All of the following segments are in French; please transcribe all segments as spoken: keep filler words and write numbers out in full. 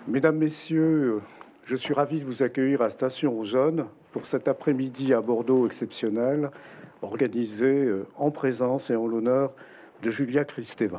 Mesdames, Messieurs, je suis ravi de vous accueillir à Station Ozone pour cet après-midi à Bordeaux exceptionnel, organisé en présence et en l'honneur de Julia Kristeva.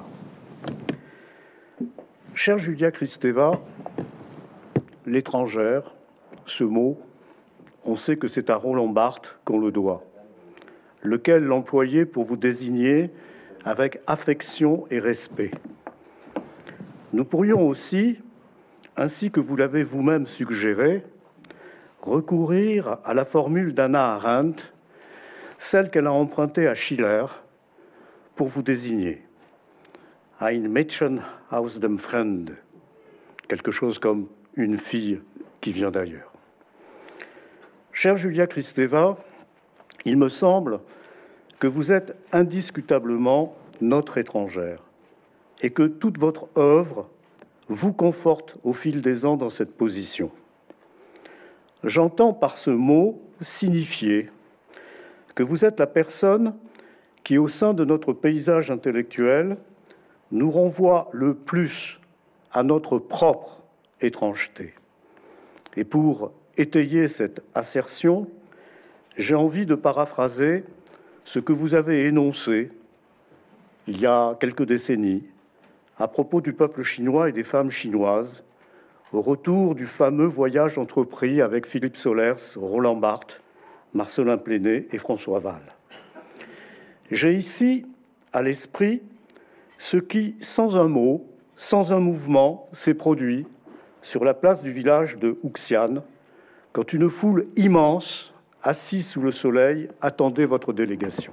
Chère Julia Kristeva, l'étrangère, ce mot, on sait que c'est à Roland Barthes qu'on le doit, lequel l'employait pour vous désigner avec affection et respect. Nous pourrions aussi, ainsi que vous l'avez vous-même suggéré, recourir à la formule d'Hannah Arendt, celle qu'elle a empruntée à Schiller, pour vous désigner. Ein Mädchen aus dem Fremd, quelque chose comme une fille qui vient d'ailleurs. Chère Julia Kristeva, il me semble que vous êtes indiscutablement notre étrangère et que toute votre œuvre vous conforte au fil des ans dans cette position. J'entends par ce mot signifier que vous êtes la personne qui, au sein de notre paysage intellectuel, nous renvoie le plus à notre propre étrangeté. Et pour étayer cette assertion, j'ai envie de paraphraser ce que vous avez énoncé il y a quelques décennies à propos du peuple chinois et des femmes chinoises, au retour du fameux voyage entrepris avec Philippe Solers, Roland Barthes, Marcelin Pléné et François Val. J'ai ici à l'esprit ce qui, sans un mot, sans un mouvement, s'est produit sur la place du village de Wuxian, quand une foule immense, assise sous le soleil, attendait votre délégation.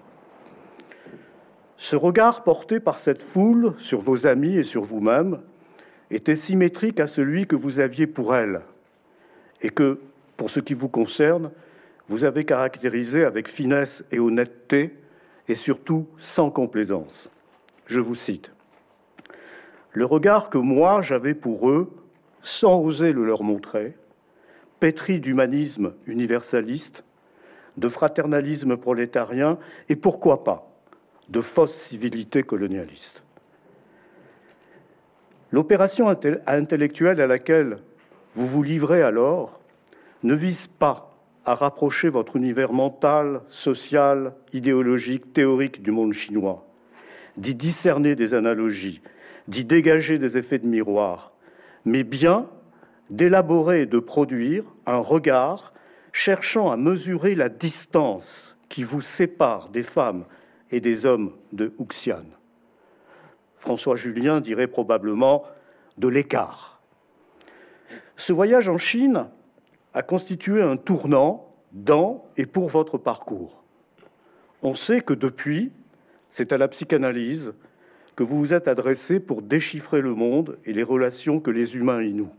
Ce regard porté par cette foule sur vos amis et sur vous-même était symétrique à celui que vous aviez pour elle et que, pour ce qui vous concerne, vous avez caractérisé avec finesse et honnêteté et surtout sans complaisance. Je vous cite. « Le regard que moi j'avais pour eux, sans oser le leur montrer, pétri d'humanisme universaliste, de fraternalisme prolétarien et pourquoi pas de fausse civilité colonialiste. L'opération intellectuelle à laquelle vous vous livrez alors ne vise pas à rapprocher votre univers mental, social, idéologique, théorique du monde chinois, d'y discerner des analogies, d'y dégager des effets de miroir, mais bien d'élaborer et de produire un regard cherchant à mesurer la distance qui vous sépare des femmes et des hommes de Wuxian. François Julien dirait probablement de l'écart. Ce voyage en Chine a constitué un tournant dans et pour votre parcours. On sait que depuis, c'est à la psychanalyse que vous vous êtes adressé pour déchiffrer le monde et les relations que les humains y nouent.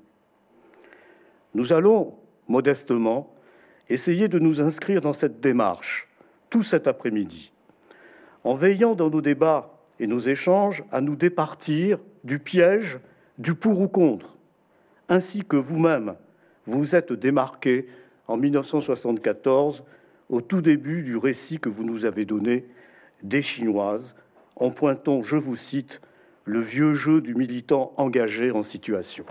Nous allons, modestement, essayer de nous inscrire dans cette démarche, tout cet après-midi, en veillant dans nos débats et nos échanges à nous départir du piège du pour ou contre, ainsi que vous-même vous vous êtes démarqué en mille neuf cent soixante-quatorze, au tout début du récit que vous nous avez donné des Chinoises, en pointant, je vous cite, le vieux jeu du militant engagé en situation.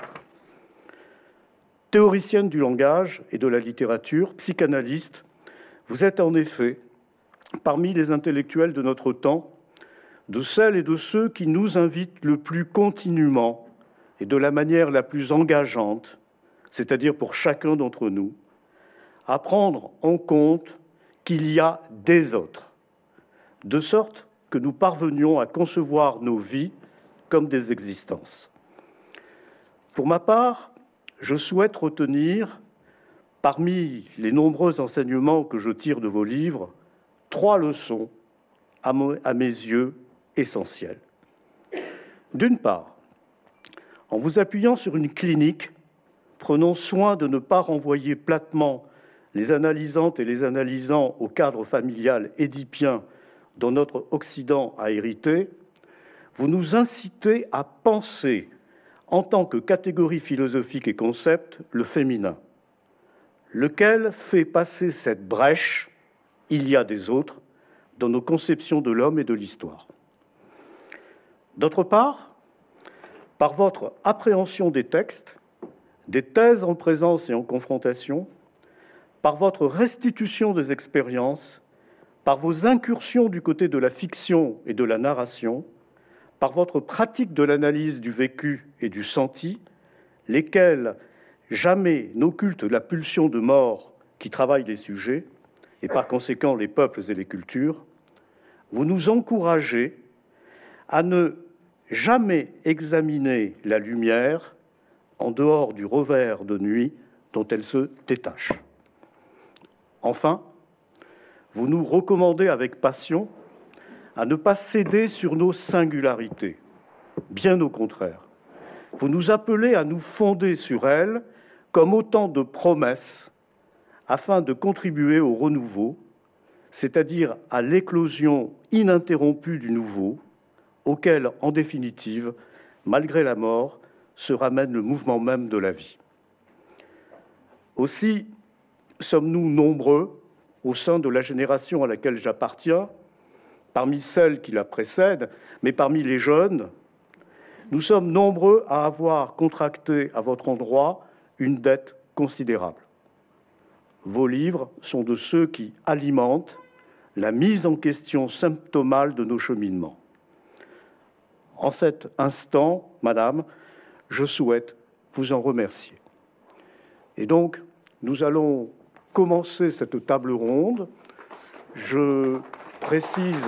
Théoricienne du langage et de la littérature, psychanalyste, vous êtes en effet parmi les intellectuels de notre temps, de celles et de ceux qui nous invitent le plus continuellement et de la manière la plus engageante, c'est-à-dire pour chacun d'entre nous, à prendre en compte qu'il y a des autres, de sorte que nous parvenions à concevoir nos vies comme des existences. Pour ma part, je souhaite retenir, parmi les nombreux enseignements que je tire de vos livres, trois leçons, à mes yeux, essentielles. D'une part, en vous appuyant sur une clinique, prenons soin de ne pas renvoyer platement les analysantes et les analysants au cadre familial édipien dont notre Occident a hérité, vous nous incitez à penser, en tant que catégorie philosophique et concept, le féminin, lequel fait passer cette brèche, il y a des autres, dans nos conceptions de l'homme et de l'histoire. D'autre part, par votre appréhension des textes, des thèses en présence et en confrontation, par votre restitution des expériences, par vos incursions du côté de la fiction et de la narration, par votre pratique de l'analyse du vécu et du senti, lesquels jamais n'occultent la pulsion de mort qui travaille les sujets, et par conséquent les peuples et les cultures, vous nous encouragez à ne jamais examiner la lumière en dehors du revers de nuit dont elle se détache. Enfin, vous nous recommandez avec passion à ne pas céder sur nos singularités, bien au contraire. Vous nous appelez à nous fonder sur elles comme autant de promesses afin de contribuer au renouveau, c'est-à-dire à l'éclosion ininterrompue du nouveau, auquel, en définitive, malgré la mort, se ramène le mouvement même de la vie. Aussi, sommes-nous nombreux, au sein de la génération à laquelle j'appartiens, parmi celles qui la précèdent, mais parmi les jeunes, nous sommes nombreux à avoir contracté à votre endroit une dette considérable. Vos livres sont de ceux qui alimentent la mise en question symptomale de nos cheminements. En cet instant, Madame, je souhaite vous en remercier. Et donc, nous allons commencer cette table ronde. Je précise,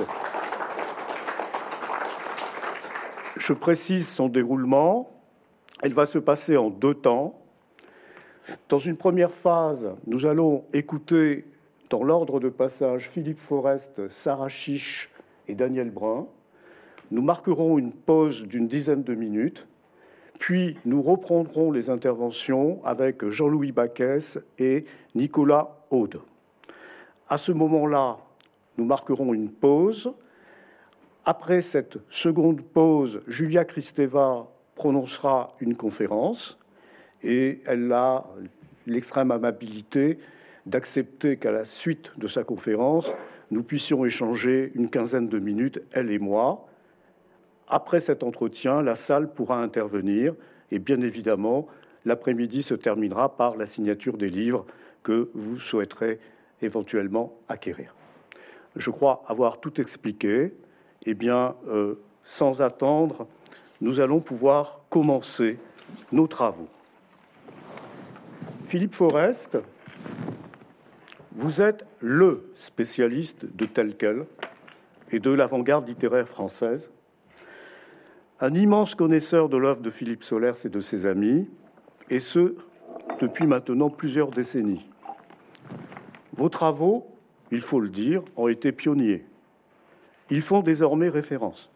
je précise son déroulement. Elle va se passer en deux temps. Dans une première phase, nous allons écouter, dans l'ordre de passage, Philippe Forest, Sarah Chiche et Daniel Brun. Nous marquerons une pause d'une dizaine de minutes, puis nous reprendrons les interventions avec Jean-Louis Baquès et Nicolas Aude. À ce moment-là, nous marquerons une pause. Après cette seconde pause, Julia Kristeva prononcera une conférence et elle a l'extrême amabilité d'accepter qu'à la suite de sa conférence, nous puissions échanger une quinzaine de minutes, elle et moi. Après cet entretien, la salle pourra intervenir et bien évidemment, l'après-midi se terminera par la signature des livres que vous souhaiterez éventuellement acquérir. Je crois avoir tout expliqué. Eh bien, euh, sans attendre, nous allons pouvoir commencer nos travaux. Philippe Forest, vous êtes le spécialiste de tel quel et de l'avant-garde littéraire française, un immense connaisseur de l'œuvre de Philippe Solers et de ses amis, et ce, depuis maintenant plusieurs décennies. Vos travaux, il faut le dire, ont été pionniers. Ils font désormais référence.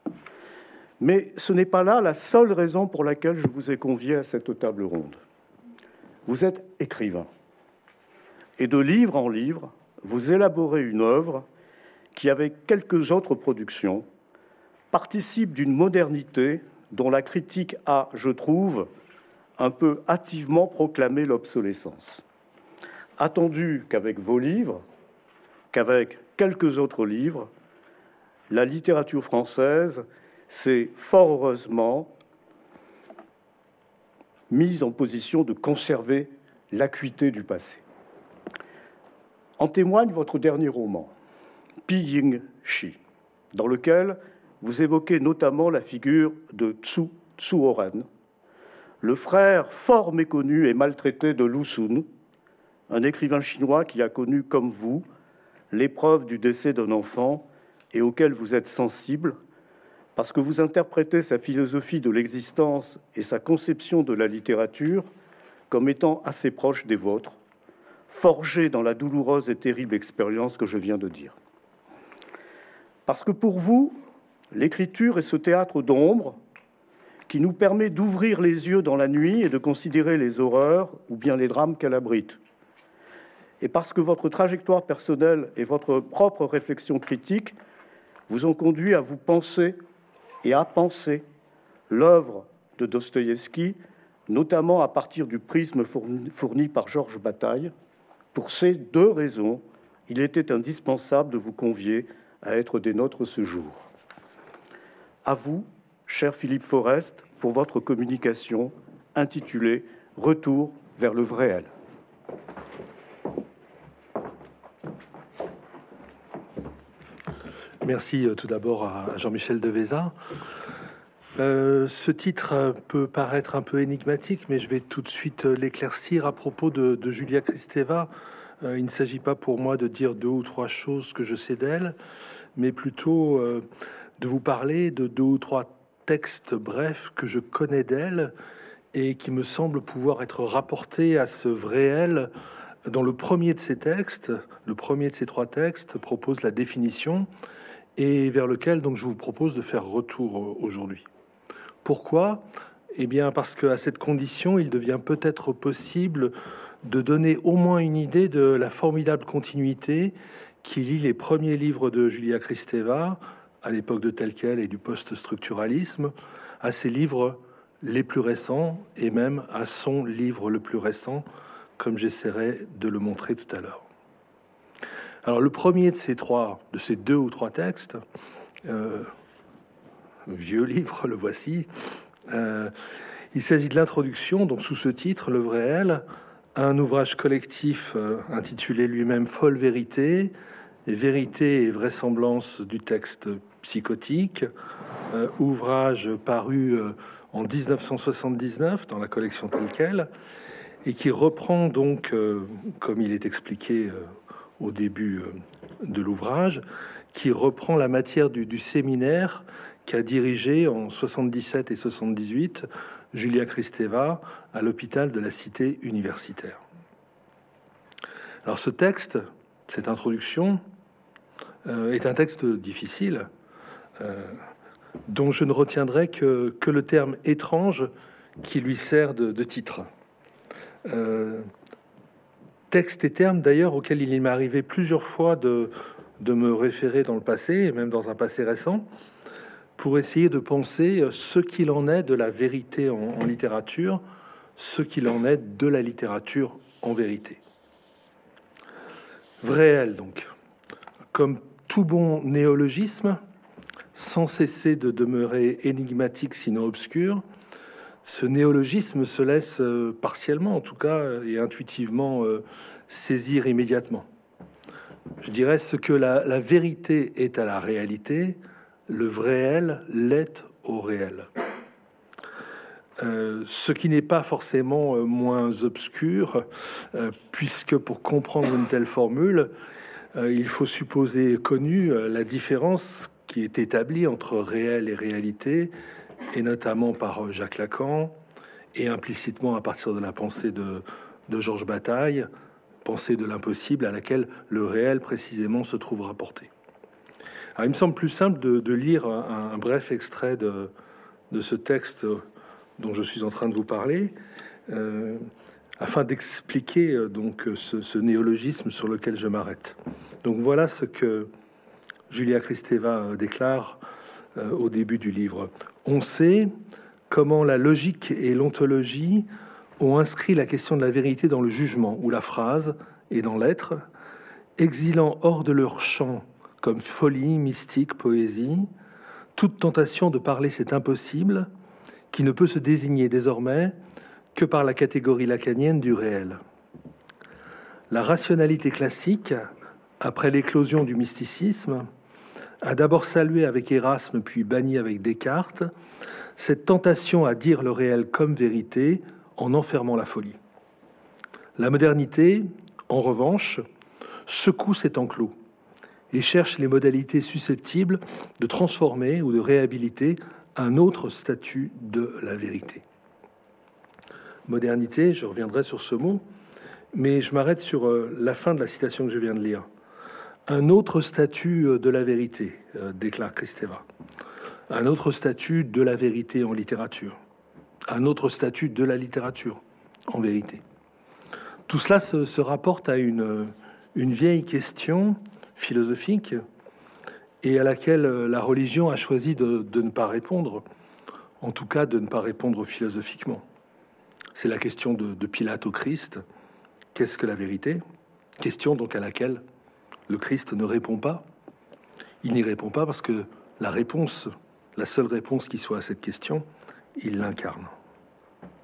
Mais ce n'est pas là la seule raison pour laquelle je vous ai convié à cette table ronde. Vous êtes écrivain. Et de livre en livre, vous élaborez une œuvre qui, avec quelques autres productions, participe d'une modernité dont la critique a, je trouve, un peu hâtivement proclamé l'obsolescence. Attendu qu'avec vos livres, qu'avec quelques autres livres, la littérature française s'est fort heureusement mise en position de conserver l'acuité du passé. En témoigne votre dernier roman, Pi Ying Shi, dans lequel vous évoquez notamment la figure de Zhu Zuoren, le frère fort méconnu et maltraité de Lu Xun, un écrivain chinois qui a connu, comme vous, l'épreuve du décès d'un enfant et auquel vous êtes sensible, parce que vous interprétez sa philosophie de l'existence et sa conception de la littérature comme étant assez proches des vôtres, forgés dans la douloureuse et terrible expérience que je viens de dire. Parce que pour vous, l'écriture est ce théâtre d'ombre qui nous permet d'ouvrir les yeux dans la nuit et de considérer les horreurs ou bien les drames qu'elle abrite. Et parce que votre trajectoire personnelle et votre propre réflexion critique vous ont conduit à vous penser et à penser l'œuvre de Dostoïevski, notamment à partir du prisme fourni par Georges Bataille. Pour ces deux raisons, il était indispensable de vous convier à être des nôtres ce jour. À vous, cher Philippe Forest, pour votre communication intitulée Retour vers le vrai elle. Merci tout d'abord à Jean-Michel Devésa. Euh, ce titre peut paraître un peu énigmatique, mais je vais tout de suite l'éclaircir à propos de, de Julia Kristeva. Euh, il ne s'agit pas pour moi de dire deux ou trois choses que je sais d'elle, mais plutôt euh, de vous parler de deux ou trois textes brefs que je connais d'elle et qui me semblent pouvoir être rapportés à ce vrai elle. Dans le premier de ces textes, le premier de ces trois textes propose la définition et vers lequel donc je vous propose de faire retour aujourd'hui. Pourquoi ? Eh bien parce qu'à cette condition, il devient peut-être possible de donner au moins une idée de la formidable continuité qui lie les premiers livres de Julia Kristeva, à l'époque de tel quel et du post-structuralisme, à ses livres les plus récents et même à son livre le plus récent, comme j'essaierai de le montrer tout à l'heure. Alors le premier de ces trois, de ces deux ou trois textes, euh, vieux livre, le voici. Euh, il s'agit de l'introduction, donc sous ce titre, Le vrai elle, à un ouvrage collectif euh, intitulé lui-même Folle vérité, et vérité et vraisemblance du texte psychotique, euh, ouvrage paru euh, en dix-neuf cent soixante-dix-neuf dans la collection telle quelle, et qui reprend donc, euh, comme il est expliqué euh, au début euh, de l'ouvrage, qui reprend la matière du, du séminaire qu'a dirigé en soixante-dix-sept et soixante-dix-huit Julia Kristeva à l'hôpital de la Cité universitaire. Alors ce texte, cette introduction, euh, est un texte difficile, euh, dont je ne retiendrai que, que le terme étrange qui lui sert de, de titre. Euh, texte et terme d'ailleurs auquel il m'est arrivé plusieurs fois de, de me référer dans le passé, et même dans un passé récent, pour essayer de penser ce qu'il en est de la vérité en, en littérature, ce qu'il en est de la littérature en vérité. Vrai elle, donc. Comme tout bon néologisme, sans cesser de demeurer énigmatique sinon obscur, ce néologisme se laisse euh, partiellement, en tout cas, et intuitivement euh, saisir immédiatement. Je dirais ce que la, la vérité est à la réalité, le vrai elle l'est au réel. Euh, ce qui n'est pas forcément euh, moins obscur, euh, puisque pour comprendre une telle formule, euh, il faut supposer connue euh, la différence qui est établie entre réel et réalité, et notamment par Jacques Lacan, et implicitement à partir de la pensée de, de Georges Bataille, pensée de l'impossible à laquelle le réel précisément se trouve rapporté. Alors, il me semble plus simple de, de lire un, un bref extrait de, de ce texte dont je suis en train de vous parler, euh, afin d'expliquer euh, donc ce, ce néologisme sur lequel je m'arrête. Donc voilà ce que Julia Kristeva déclare euh, au début du livre. On sait comment la logique et l'ontologie ont inscrit la question de la vérité dans le jugement ou la phrase et dans l'être, exilant hors de leur champ comme folie, mystique, poésie, toute tentation de parler cet impossible qui ne peut se désigner désormais que par la catégorie lacanienne du réel. La rationalité classique, après l'éclosion du mysticisme, a d'abord salué avec Erasme puis banni avec Descartes cette tentation à dire le réel comme vérité en enfermant la folie. La modernité, en revanche, secoue cet enclos et cherche les modalités susceptibles de transformer ou de réhabiliter un autre statut de la vérité. Modernité, je reviendrai sur ce mot, mais je m'arrête sur la fin de la citation que je viens de lire. Un autre statut de la vérité, déclare Kristeva. Un autre statut de la vérité en littérature. Un autre statut de la littérature en vérité. Tout cela se, se rapporte à une, une vieille question philosophique et à laquelle la religion a choisi de, de ne pas répondre, en tout cas de ne pas répondre philosophiquement. C'est la question de, de Pilate au Christ. Qu'est-ce que la vérité ? Question donc à laquelle le Christ ne répond pas. Il n'y répond pas parce que la réponse, la seule réponse qui soit à cette question, il l'incarne.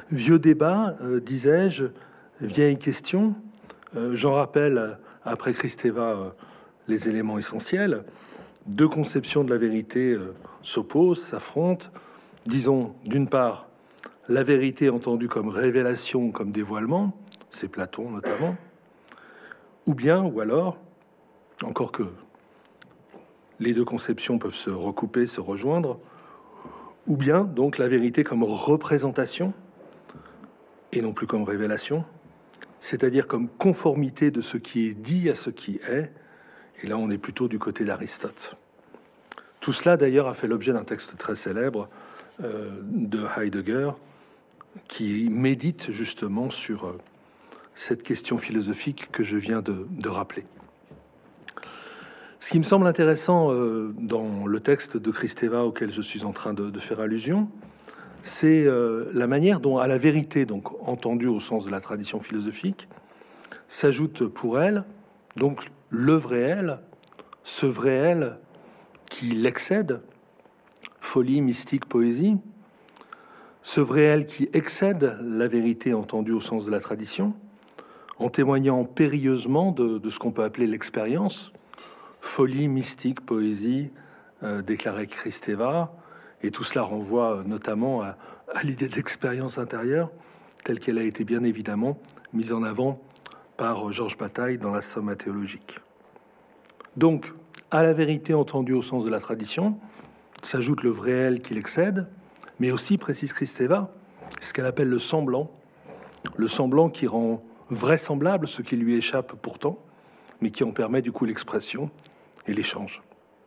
Vieux débat, euh, disais-je, vieille question. Euh, j'en rappelle, après Kristeva, euh, les éléments essentiels. Deux conceptions de la vérité euh, s'opposent, s'affrontent. Disons, d'une part, la vérité entendue comme révélation, comme dévoilement, c'est Platon notamment, ou bien, ou alors, encore que les deux conceptions peuvent se recouper, se rejoindre, ou bien donc la vérité comme représentation et non plus comme révélation, c'est-à-dire comme conformité de ce qui est dit à ce qui est, et là on est plutôt du côté d'Aristote. Tout cela d'ailleurs a fait l'objet d'un texte très célèbre euh, de Heidegger qui médite justement sur euh, cette question philosophique que je viens de, de rappeler. Ce qui me semble intéressant euh, dans le texte de Kristeva auquel je suis en train de, de faire allusion, c'est euh, la manière dont à la vérité, donc entendue au sens de la tradition philosophique, s'ajoute pour elle donc le vrai elle, ce vrai elle qui l'excède, folie, mystique, poésie, ce vrai elle qui excède la vérité entendue au sens de la tradition, en témoignant périlleusement de, de ce qu'on peut appeler l'expérience, folie, mystique, poésie, euh, déclarait Kristeva, et tout cela renvoie notamment à, à l'idée d'expérience intérieure, telle qu'elle a été bien évidemment mise en avant par Georges Bataille dans la Somme théologique. Donc, à la vérité entendue au sens de la tradition, s'ajoute le vrai elle qui l'excède, mais aussi, précise Kristeva, ce qu'elle appelle le semblant, le semblant qui rend vraisemblable ce qui lui échappe pourtant, mais qui en permet du coup l'expression et l'échange.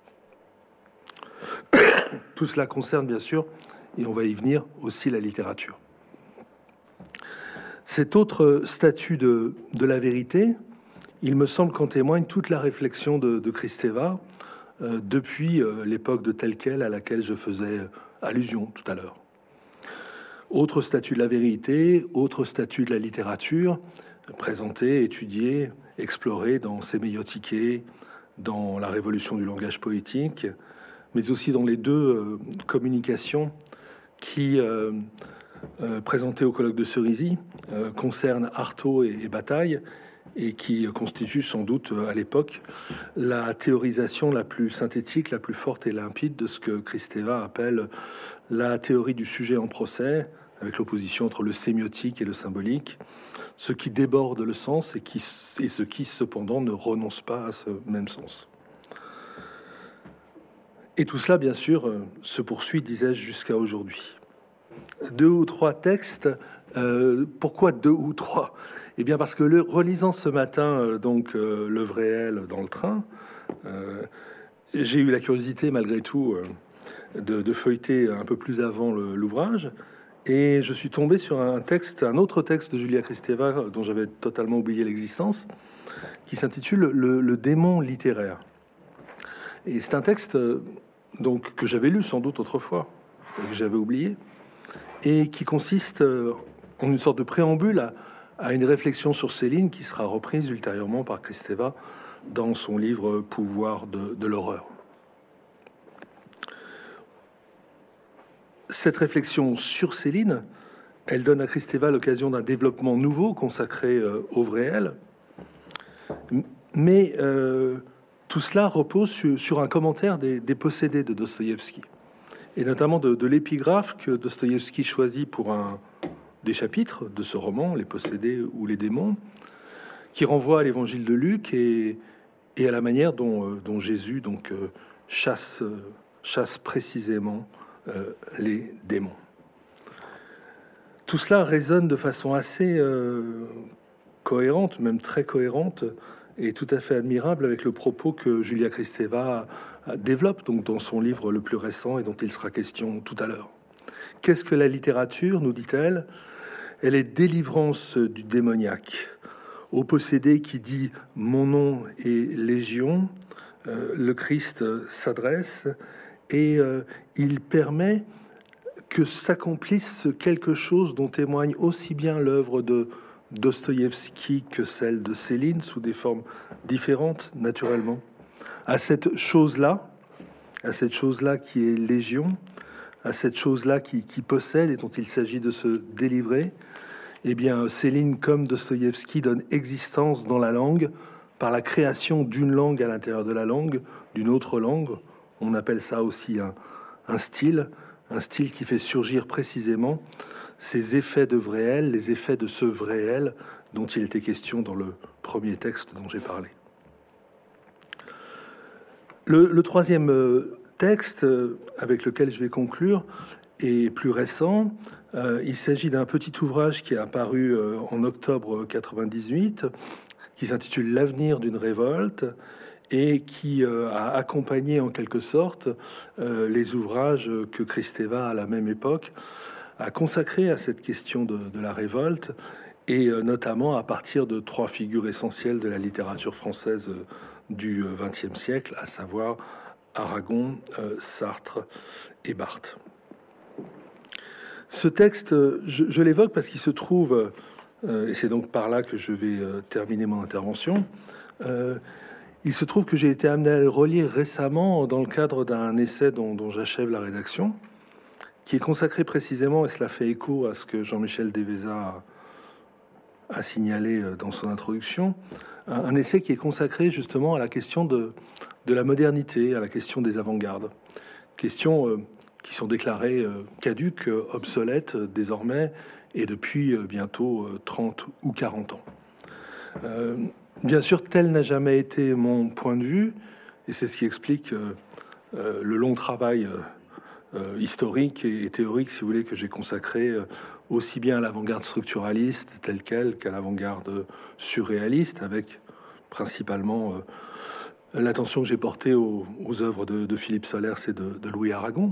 Tout cela concerne bien sûr, et on va y venir, aussi la littérature. Cet autre statut de, de la vérité, il me semble qu'en témoigne toute la réflexion de, de Kristeva euh, depuis euh, l'époque de telle quelle à laquelle je faisais allusion tout à l'heure. Autre statut de la vérité, autre statut de la littérature, présenté, étudié, exploré dans Séméiotiké, dans la révolution du langage poétique, mais aussi dans les deux euh, communications qui, euh, euh, présentées au colloque de Cerisy, euh, concernent Artaud et, et Bataille, et qui constituent sans doute à l'époque la théorisation la plus synthétique, la plus forte et limpide de ce que Kristeva appelle la théorie du sujet en procès, avec l'opposition entre le sémiotique et le symbolique, ce qui déborde le sens et, qui, et ce qui cependant ne renonce pas à ce même sens. Et tout cela, bien sûr, se poursuit, disais-je, jusqu'à aujourd'hui. Deux ou trois textes. Euh, pourquoi deux ou trois ? Eh bien, parce que le, relisant ce matin euh, donc euh, le vrai elle dans le train, euh, j'ai eu la curiosité, malgré tout, euh, de, de feuilleter un peu plus avant le, l'ouvrage, et je suis tombé sur un texte, un autre texte de Julia Kristeva dont j'avais totalement oublié l'existence, qui s'intitule le, le démon littéraire. Et c'est un texte euh, donc que j'avais lu sans doute autrefois et que j'avais oublié, et qui consiste euh, en une sorte de préambule à, à une réflexion sur Céline qui sera reprise ultérieurement par Kristeva dans son livre Pouvoir de, de l'horreur. Cette réflexion sur Céline, elle donne à Kristeva l'occasion d'un développement nouveau consacré euh, au vrai elle, mais euh, tout cela repose sur, sur un commentaire des, des possédés de Dostoïevski, et notamment de, de l'épigraphe que Dostoïevski choisit pour un des chapitres de ce roman, Les possédés ou les démons, qui renvoie à l'évangile de Luc et, et à la manière dont, euh, dont Jésus donc, euh, chasse, euh, chasse précisément euh, les démons. Tout cela résonne de façon assez euh, cohérente, même très cohérente, et tout à fait admirable avec le propos que Julia Kristeva développe donc dans son livre le plus récent et dont il sera question tout à l'heure. Qu'est-ce que la littérature, nous dit-elle ? Elle est délivrance du démoniaque. Au possédé qui dit « mon nom est Légion », euh, le Christ s'adresse et euh, il permet que s'accomplisse quelque chose dont témoigne aussi bien l'œuvre de Dostoïevski que celle de Céline, sous des formes différentes, naturellement. À cette chose-là, à cette chose-là qui est Légion, à cette chose-là qui, qui possède et dont il s'agit de se délivrer, eh bien, Céline, comme Dostoïevski, donne existence dans la langue par la création d'une langue à l'intérieur de la langue, d'une autre langue. On appelle ça aussi un, un style, un style qui fait surgir précisément ces effets de vrai réel, les effets de ce vrai réel dont il était question dans le premier texte dont j'ai parlé. Le, le troisième texte avec lequel je vais conclure est plus récent. Euh, il s'agit d'un petit ouvrage qui est apparu euh, en octobre quatre-vingt-dix-huit, qui s'intitule « L'avenir d'une révolte » et qui euh, a accompagné en quelque sorte euh, les ouvrages que Kristeva, à la même époque, a consacrés à cette question de, de la révolte, et euh, notamment à partir de trois figures essentielles de la littérature française euh, du vingtième siècle, à savoir Aragon, euh, Sartre et Barthes. Ce texte, je, je l'évoque parce qu'il se trouve, euh, et c'est donc par là que je vais euh, terminer mon intervention, euh, il se trouve que j'ai été amené à le relire récemment dans le cadre d'un essai dont, dont j'achève la rédaction, qui est consacré précisément, et cela fait écho à ce que Jean-Michel Deveza a, a signalé dans son introduction, un, un essai qui est consacré justement à la question de, de la modernité, à la question des avant-gardes, questions euh, qui sont déclarées euh, caduques, euh, obsolètes euh, désormais, et depuis euh, bientôt euh, trente ou quarante ans. Euh, bien sûr, tel n'a jamais été mon point de vue, et c'est ce qui explique euh, euh, le long travail euh, euh, historique et, et théorique, si vous voulez, que j'ai consacré euh, aussi bien à l'avant-garde structuraliste telle qu'elle qu'à l'avant-garde surréaliste, avec principalement euh, l'attention que j'ai portée aux, aux œuvres de, de Philippe Solers et de, de Louis Aragon.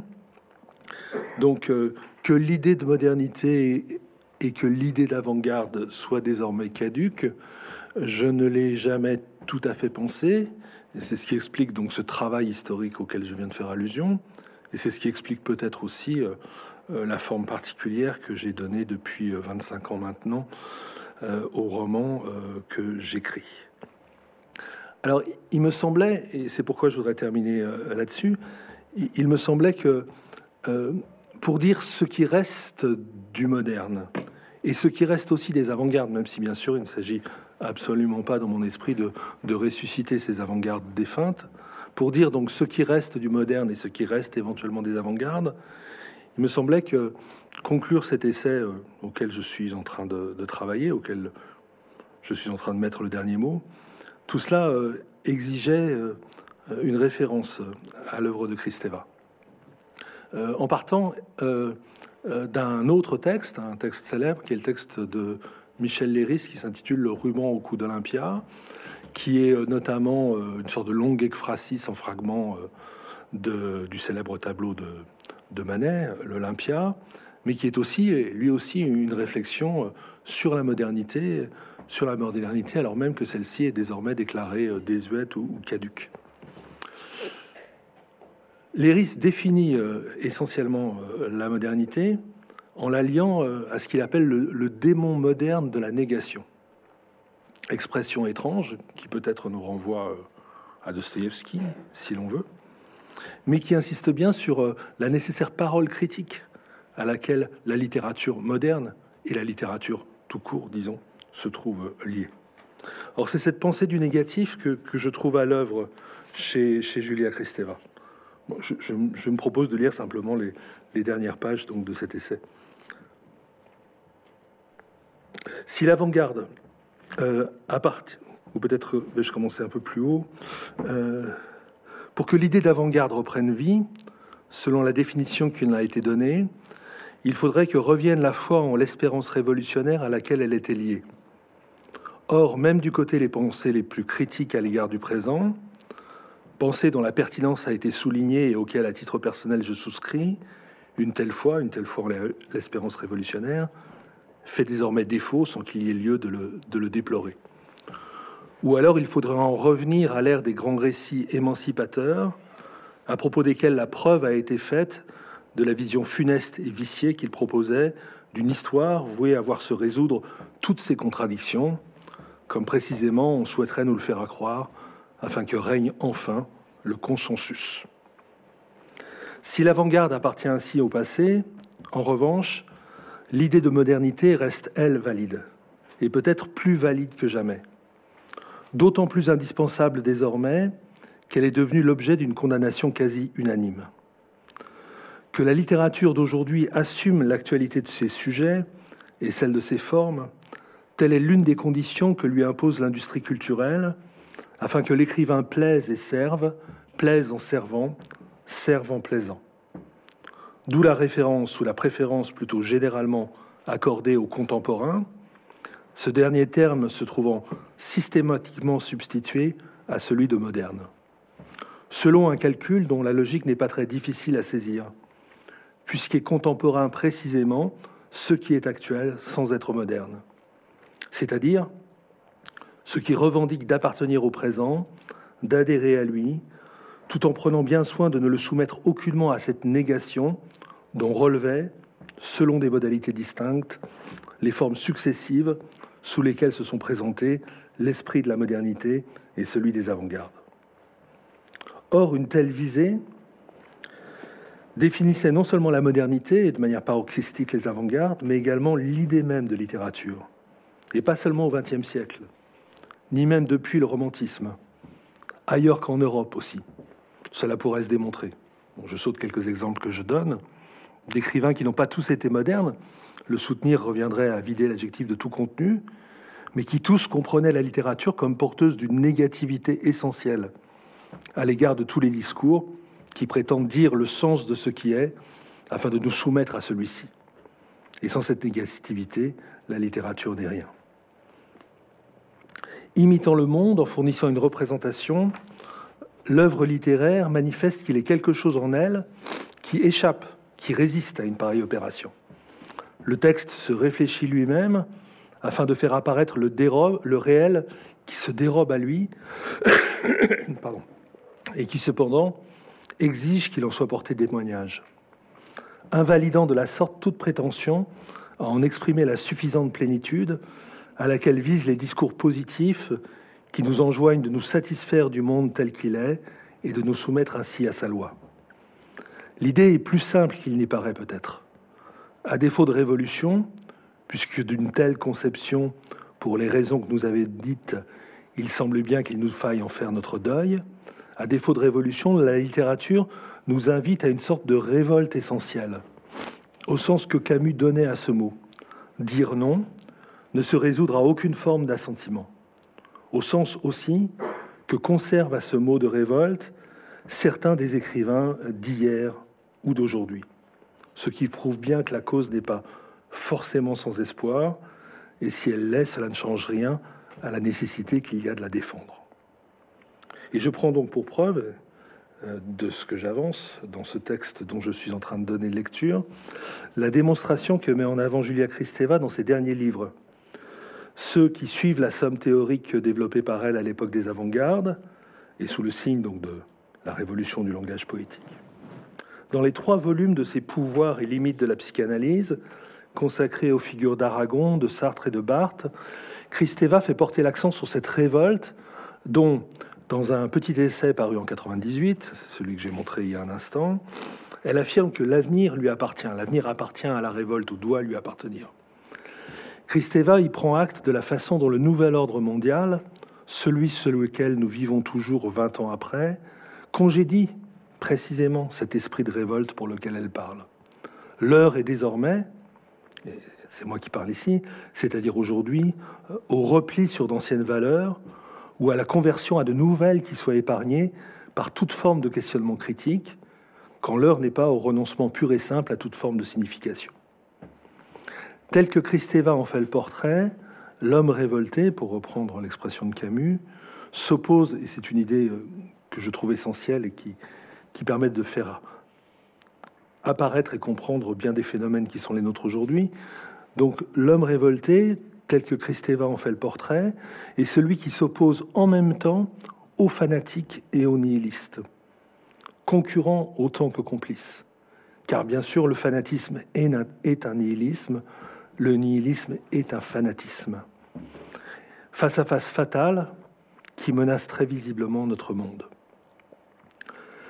Donc, euh, que l'idée de modernité et que l'idée d'avant-garde soit désormais caduque, je ne l'ai jamais tout à fait pensé. Et c'est ce qui explique donc ce travail historique auquel je viens de faire allusion. Et c'est ce qui explique peut-être aussi euh, euh, la forme particulière que j'ai donnée depuis vingt-cinq ans maintenant euh, au roman euh, que j'écris. Alors, il me semblait, et c'est pourquoi je voudrais terminer euh, là-dessus, il, il me semblait que euh, pour dire ce qui reste du moderne et ce qui reste aussi des avant-gardes, même si bien sûr il ne s'agit absolument pas dans mon esprit de, de ressusciter ces avant-gardes défuntes, pour dire donc ce qui reste du moderne et ce qui reste éventuellement des avant-gardes, il me semblait que conclure cet essai euh, auquel je suis en train de, de travailler, auquel je suis en train de mettre le dernier mot, tout cela euh, exigeait euh, une référence à l'œuvre de Kristeva. Euh, en partant euh, euh, d'un autre texte, un texte célèbre, qui est le texte de Michel Leiris, qui s'intitule « Le ruban au cou d'Olympia », qui est euh, notamment euh, une sorte de longue ekphrasis en fragments euh, de, du célèbre tableau de, de Manet, l'Olympia, mais qui est aussi, lui aussi, une réflexion euh, sur la modernité, sur la modernité, alors même que celle-ci est désormais déclarée euh, désuète ou, ou caduque. Leiris définit euh, essentiellement euh, la modernité en l'alliant euh, à ce qu'il appelle le, le démon moderne de la négation. Expression étrange qui peut-être nous renvoie euh, à Dostoïevski, si l'on veut, mais qui insiste bien sur euh, la nécessaire parole critique à laquelle la littérature moderne et la littérature tout court, disons, se trouvent liées. Or, c'est cette pensée du négatif que, que je trouve à l'œuvre chez, chez Julia Kristeva. Bon, je, je, je me propose de lire simplement les, les dernières pages donc, de cet essai. Si l'avant-garde, euh, à partir, ou peut-être vais-je commencer un peu plus haut, euh, pour que l'idée d'avant-garde reprenne vie, selon la définition qui nous a été donnée, il faudrait que revienne la foi en l'espérance révolutionnaire à laquelle elle était liée. Or, même du côté des pensées les plus critiques à l'égard du présent, pensée dont la pertinence a été soulignée et auquel, à titre personnel, je souscris, une telle foi, une telle foi en l'espérance révolutionnaire, fait désormais défaut sans qu'il y ait lieu de le, de le déplorer. Ou alors il faudrait en revenir à l'ère des grands récits émancipateurs, à propos desquels la preuve a été faite de la vision funeste et viciée qu'il proposait d'une histoire vouée à voir se résoudre toutes ces contradictions, comme précisément on souhaiterait nous le faire accroire, afin que règne enfin le consensus. Si l'avant-garde appartient ainsi au passé, en revanche, l'idée de modernité reste, elle, valide, et peut-être plus valide que jamais. D'autant plus indispensable désormais qu'elle est devenue l'objet d'une condamnation quasi unanime. Que la littérature d'aujourd'hui assume l'actualité de ses sujets et celle de ses formes, telle est l'une des conditions que lui impose l'industrie culturelle, afin que l'écrivain plaise et serve, plaise en servant, serve en plaisant. D'où la référence ou la préférence plutôt généralement accordée aux contemporains, ce dernier terme se trouvant systématiquement substitué à celui de moderne, selon un calcul dont la logique n'est pas très difficile à saisir, puisqu'est contemporain précisément ce qui est actuel sans être moderne, c'est-à-dire ce qui revendique d'appartenir au présent, d'adhérer à lui, tout en prenant bien soin de ne le soumettre aucunement à cette négation dont relevait, selon des modalités distinctes, les formes successives sous lesquelles se sont présentés l'esprit de la modernité et celui des avant-gardes. Or, une telle visée définissait non seulement la modernité et de manière paroxystique les avant-gardes, mais également l'idée même de littérature. Et pas seulement au vingtième siècle, ni même depuis le romantisme, ailleurs qu'en Europe aussi. Cela pourrait se démontrer. Bon, je saute quelques exemples que je donne, d'écrivains qui n'ont pas tous été modernes, le soutenir reviendrait à vider l'adjectif de tout contenu, mais qui tous comprenaient la littérature comme porteuse d'une négativité essentielle à l'égard de tous les discours qui prétendent dire le sens de ce qui est, afin de nous soumettre à celui-ci. Et sans cette négativité, la littérature n'est rien. Imitant le monde, en fournissant une représentation, l'œuvre littéraire manifeste qu'il est quelque chose en elle qui échappe, qui résiste à une pareille opération. Le texte se réfléchit lui-même afin de faire apparaître le, dérobe, le réel qui se dérobe à lui Pardon. et qui cependant exige qu'il en soit porté témoignage, invalidant de la sorte toute prétention à en exprimer la suffisante plénitude à laquelle visent les discours positifs qui nous enjoignent de nous satisfaire du monde tel qu'il est et de nous soumettre ainsi à sa loi. L'idée est plus simple qu'il n'y paraît peut-être. À défaut de révolution, puisque d'une telle conception, pour les raisons que nous avez dites, il semble bien qu'il nous faille en faire notre deuil, à défaut de révolution, la littérature nous invite à une sorte de révolte essentielle, au sens que Camus donnait à ce mot. Dire non ne se résoudre à aucune forme d'assentiment, au sens aussi que conservent à ce mot de révolte certains des écrivains d'hier ou d'aujourd'hui, ce qui prouve bien que la cause n'est pas forcément sans espoir, et si elle l'est, cela ne change rien à la nécessité qu'il y a de la défendre. Et je prends donc pour preuve de ce que j'avance dans ce texte dont je suis en train de donner lecture, la démonstration que met en avant Julia Kristeva dans ses derniers livres, ceux qui suivent la somme théorique développée par elle à l'époque des avant-gardes, et sous le signe donc de la révolution du langage poétique. Dans les trois volumes de ses pouvoirs et limites de la psychanalyse, consacrés aux figures d'Aragon, de Sartre et de Barthes, Kristeva fait porter l'accent sur cette révolte dont, dans un petit essai paru en quatre-vingt-dix-huit, celui que j'ai montré il y a un instant, elle affirme que l'avenir lui appartient. L'avenir appartient à la révolte, ou doit lui appartenir. Kristeva y prend acte de la façon dont le nouvel ordre mondial, celui sur lequel nous vivons toujours vingt ans après, congédie précisément cet esprit de révolte pour lequel elle parle. L'heure est désormais, c'est moi qui parle ici, c'est-à-dire aujourd'hui, au repli sur d'anciennes valeurs ou à la conversion à de nouvelles qui soient épargnées par toute forme de questionnement critique, quand l'heure n'est pas au renoncement pur et simple à toute forme de signification. Tel que Kristeva en fait le portrait, l'homme révolté, pour reprendre l'expression de Camus, s'oppose, et c'est une idée que je trouve essentielle et qui, qui permet de faire apparaître et comprendre bien des phénomènes qui sont les nôtres aujourd'hui. Donc l'homme révolté, tel que Kristeva en fait le portrait, est celui qui s'oppose en même temps aux fanatiques et aux nihilistes, concurrents autant que complices. Car bien sûr, le fanatisme est un nihilisme, le nihilisme est un fanatisme. Face à face fatale qui menace très visiblement notre monde.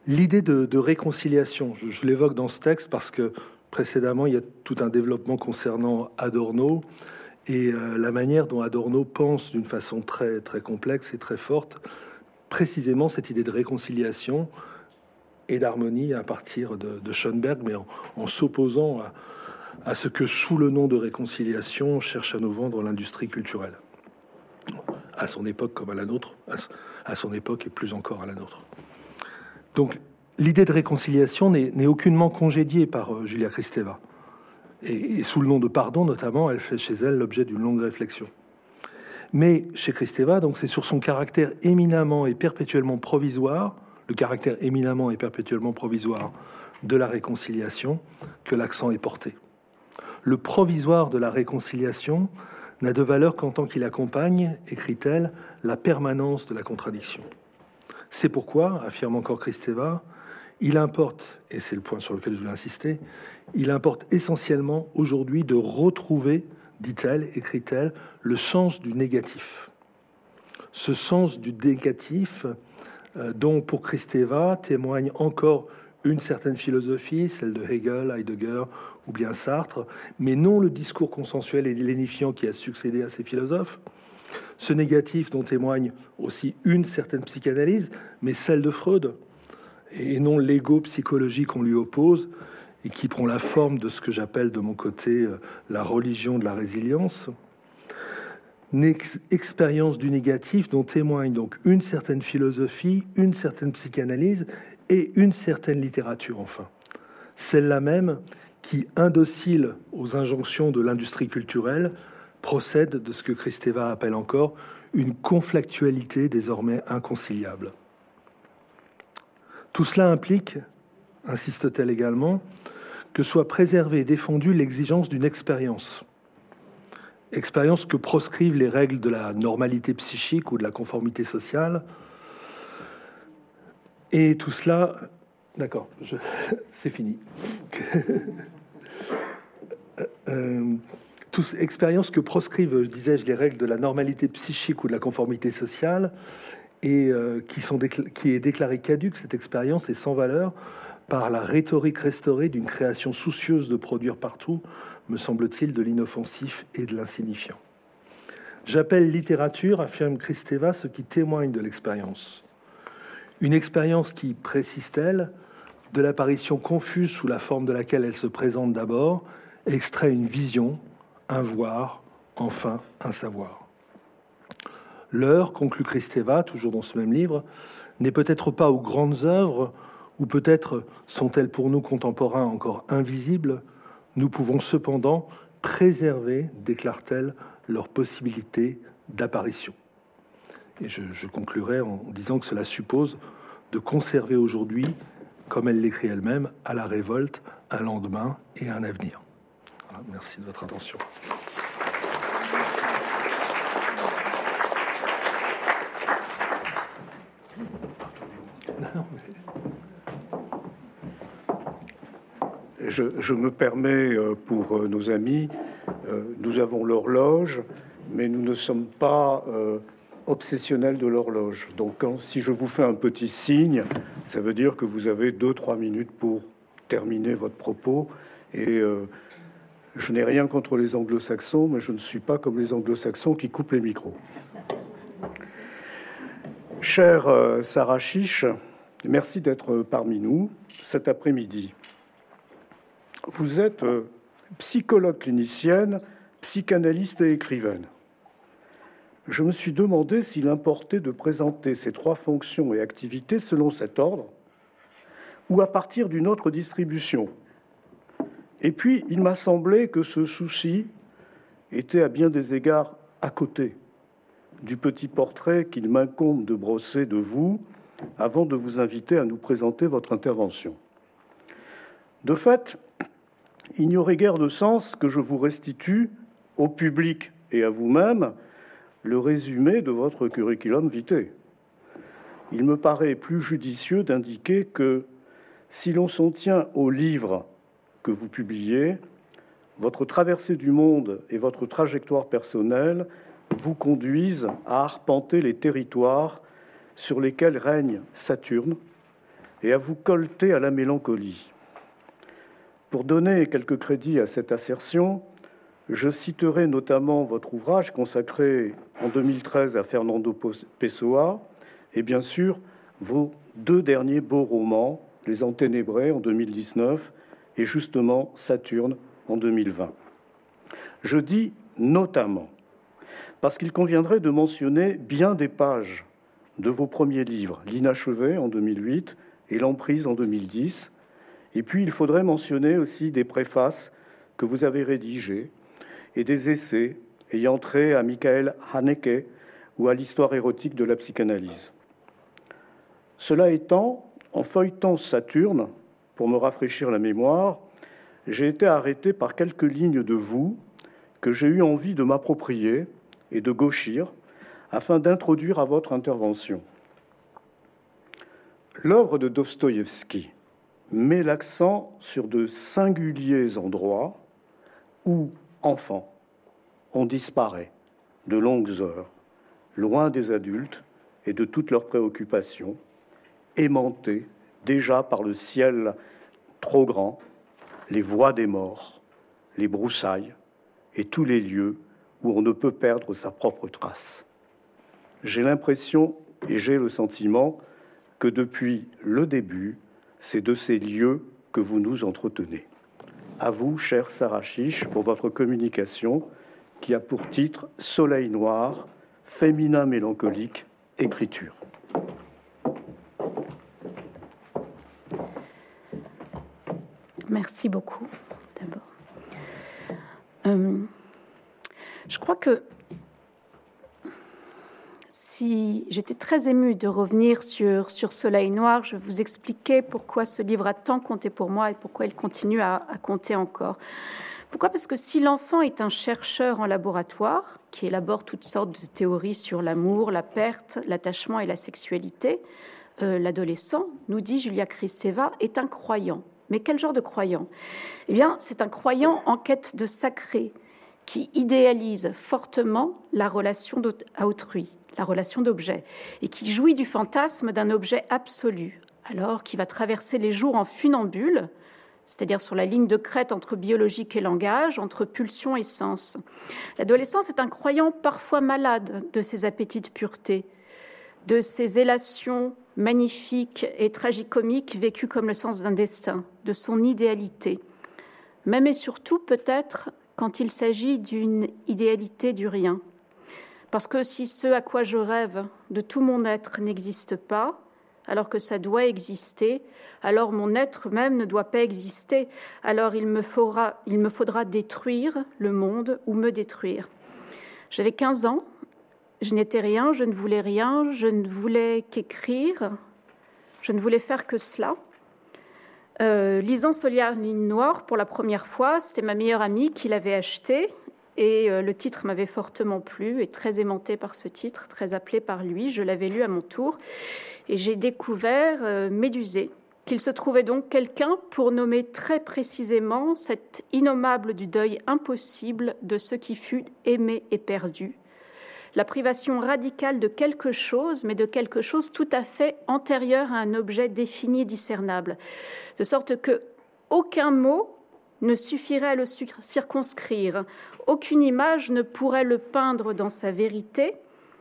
L'idée de, de réconciliation, je, je l'évoque dans ce texte parce que précédemment, il y a tout un développement concernant Adorno et euh, la manière dont Adorno pense d'une façon très, très complexe et très forte, précisément cette idée de réconciliation et d'harmonie à partir de, de Schoenberg, mais en, en s'opposant à, à ce que, sous le nom de réconciliation, cherche à nous vendre l'industrie culturelle. À son époque comme à la nôtre, à son époque et plus encore à la nôtre. Donc, l'idée de réconciliation n'est, n'est aucunement congédiée par euh, Julia Kristeva. Et, et sous le nom de pardon, notamment, elle fait chez elle l'objet d'une longue réflexion. Mais chez Kristeva, donc, c'est sur son caractère éminemment et perpétuellement provisoire, le caractère éminemment et perpétuellement provisoire de la réconciliation, que l'accent est porté. Le provisoire de la réconciliation n'a de valeur qu'en tant qu'il accompagne, écrit-elle, la permanence de la contradiction. C'est pourquoi, affirme encore Kristeva, il importe, et c'est le point sur lequel je voulais insister, il importe essentiellement aujourd'hui de retrouver, dit-elle, écrit-elle, le sens du négatif. Ce sens du négatif euh, dont, pour Kristeva, témoigne encore une certaine philosophie, celle de Hegel, Heidegger ou bien Sartre, mais non le discours consensuel et lénifiant qui a succédé à ces philosophes. Ce négatif dont témoigne aussi une certaine psychanalyse, mais celle de Freud, et non l'égo-psychologie qu'on lui oppose, et qui prend la forme de ce que j'appelle de mon côté la religion de la résilience. Une ex- expérience du négatif dont témoigne donc une certaine philosophie, une certaine psychanalyse et une certaine littérature, enfin. Celle-là même qui, indocile aux injonctions de l'industrie culturelle, procède de ce que Kristeva appelle encore une conflictualité désormais inconciliable. Tout cela implique, insiste-t-elle également, que soit préservée et défendue l'exigence d'une expérience. Expérience que proscrivent les règles de la normalité psychique ou de la conformité sociale. Et tout cela... D'accord, je... c'est fini. euh... Toute expérience que proscrivent, disais-je, les règles de la normalité psychique ou de la conformité sociale, et euh, qui, sont décla- qui est déclarée caduque, cette expérience, et sans valeur, par la rhétorique restaurée d'une création soucieuse de produire partout, me semble-t-il, de l'inoffensif et de l'insignifiant. J'appelle littérature, affirme Kristeva, ce qui témoigne de l'expérience. Une expérience qui, précise-t-elle, de l'apparition confuse sous la forme de laquelle elle se présente d'abord, extrait une vision, un voir, enfin un savoir. L'heure, conclut Kristeva, toujours dans ce même livre, n'est peut-être pas aux grandes œuvres, ou peut-être sont-elles pour nous contemporains encore invisibles. Nous pouvons cependant préserver, déclare-t-elle, leur possibilité d'apparition. Et je, je conclurai en disant que cela suppose de conserver aujourd'hui, comme elle l'écrit elle-même, à la révolte, un lendemain et un avenir. Voilà, merci de votre attention. Je, je me permets, pour nos amis, nous avons l'horloge, mais nous ne sommes pas euh, obsessionnels de l'horloge. Donc, quand, si je vous fais un petit signe, ça veut dire que vous avez deux, trois minutes pour terminer votre propos. Et euh, je n'ai rien contre les anglo-saxons, mais je ne suis pas comme les anglo-saxons qui coupent les micros. Chère euh, Sarah Chiche, merci d'être parmi nous cet après-midi. Vous êtes euh, psychologue clinicienne, psychanalyste et écrivaine. Je me suis demandé s'il importait de présenter ces trois fonctions et activités selon cet ordre ou à partir d'une autre distribution. Et puis, il m'a semblé que ce souci était à bien des égards à côté du petit portrait qu'il m'incombe de brosser de vous avant de vous inviter à nous présenter votre intervention. De fait, il n'y aurait guère de sens que je vous restitue au public et à vous-même le résumé de votre curriculum vitae. Il me paraît plus judicieux d'indiquer que si l'on s'en tient au livre que vous publiez, votre traversée du monde et votre trajectoire personnelle vous conduisent à arpenter les territoires sur lesquels règne Saturne et à vous colter à la mélancolie. Pour donner quelques crédits à cette assertion, je citerai notamment votre ouvrage consacré en deux mille treize à Fernando Pessoa et bien sûr vos deux derniers beaux romans, Les Enténébrés en deux mille dix-neuf et justement Saturne en deux mille vingt. Je dis notamment parce qu'il conviendrait de mentionner bien des pages de vos premiers livres, L'Inachevé en deux mille huit et L'Emprise en deux mille dix. Et puis, il faudrait mentionner aussi des préfaces que vous avez rédigées et des essais ayant trait à Michael Haneke ou à l'histoire érotique de la psychanalyse. Cela étant, en feuilletant Saturne, pour me rafraîchir la mémoire, j'ai été arrêté par quelques lignes de vous que j'ai eu envie de m'approprier et de gauchir afin d'introduire à votre intervention. L'œuvre de Dostoïevski met l'accent sur de singuliers endroits où, enfants, on disparaît de longues heures, loin des adultes et de toutes leurs préoccupations, aimantés déjà par le ciel trop grand, les voix des morts, les broussailles et tous les lieux où on ne peut perdre sa propre trace. J'ai l'impression et j'ai le sentiment que depuis le début, c'est de ces lieux que vous nous entretenez. À vous, chère Sarah Chiche, pour votre communication qui a pour titre « Soleil noir, féminin mélancolique, écriture ». Merci beaucoup, d'abord. Euh, je crois que si j'étais très émue de revenir sur, sur Soleil Noir, je vais vous expliquer pourquoi ce livre a tant compté pour moi et pourquoi il continue à, à compter encore. Pourquoi ? Parce que si l'enfant est un chercheur en laboratoire, qui élabore toutes sortes de théories sur l'amour, la perte, l'attachement et la sexualité, euh, l'adolescent, nous dit Julia Kristeva, est un croyant. Mais quel genre de croyant ? Eh bien, c'est un croyant en quête de sacré, qui idéalise fortement la relation à autrui, la relation d'objet, et qui jouit du fantasme d'un objet absolu, alors qu'il va traverser les jours en funambule, c'est-à-dire sur la ligne de crête entre biologique et langage, entre pulsion et sens. L'adolescent, c'est un croyant parfois malade de ses appétits de pureté, de ses élations magnifiques et tragicomiques vécues comme le sens d'un destin, de son idéalité, même et surtout peut-être quand il s'agit d'une idéalité du rien. Parce que si ce à quoi je rêve de tout mon être n'existe pas, alors que ça doit exister, alors mon être même ne doit pas exister, alors il me faudra, il me faudra détruire le monde ou me détruire. J'avais quinze ans, je n'étais rien, je ne voulais rien, je ne voulais qu'écrire, je ne voulais faire que cela. Euh, lisant Solitaire Ligne Noire pour la première fois, c'était ma meilleure amie qui l'avait acheté et euh, le titre m'avait fortement plu et très aimantée par ce titre, très appelée par lui. Je l'avais lu à mon tour et j'ai découvert euh, Médusée, qu'il se trouvait donc quelqu'un pour nommer très précisément cet innommable du deuil impossible de ce qui fut aimé et perdu. La privation radicale de quelque chose, mais de quelque chose tout à fait antérieur à un objet défini et discernable, de sorte que aucun mot ne suffirait à le circonscrire, aucune image ne pourrait le peindre dans sa vérité,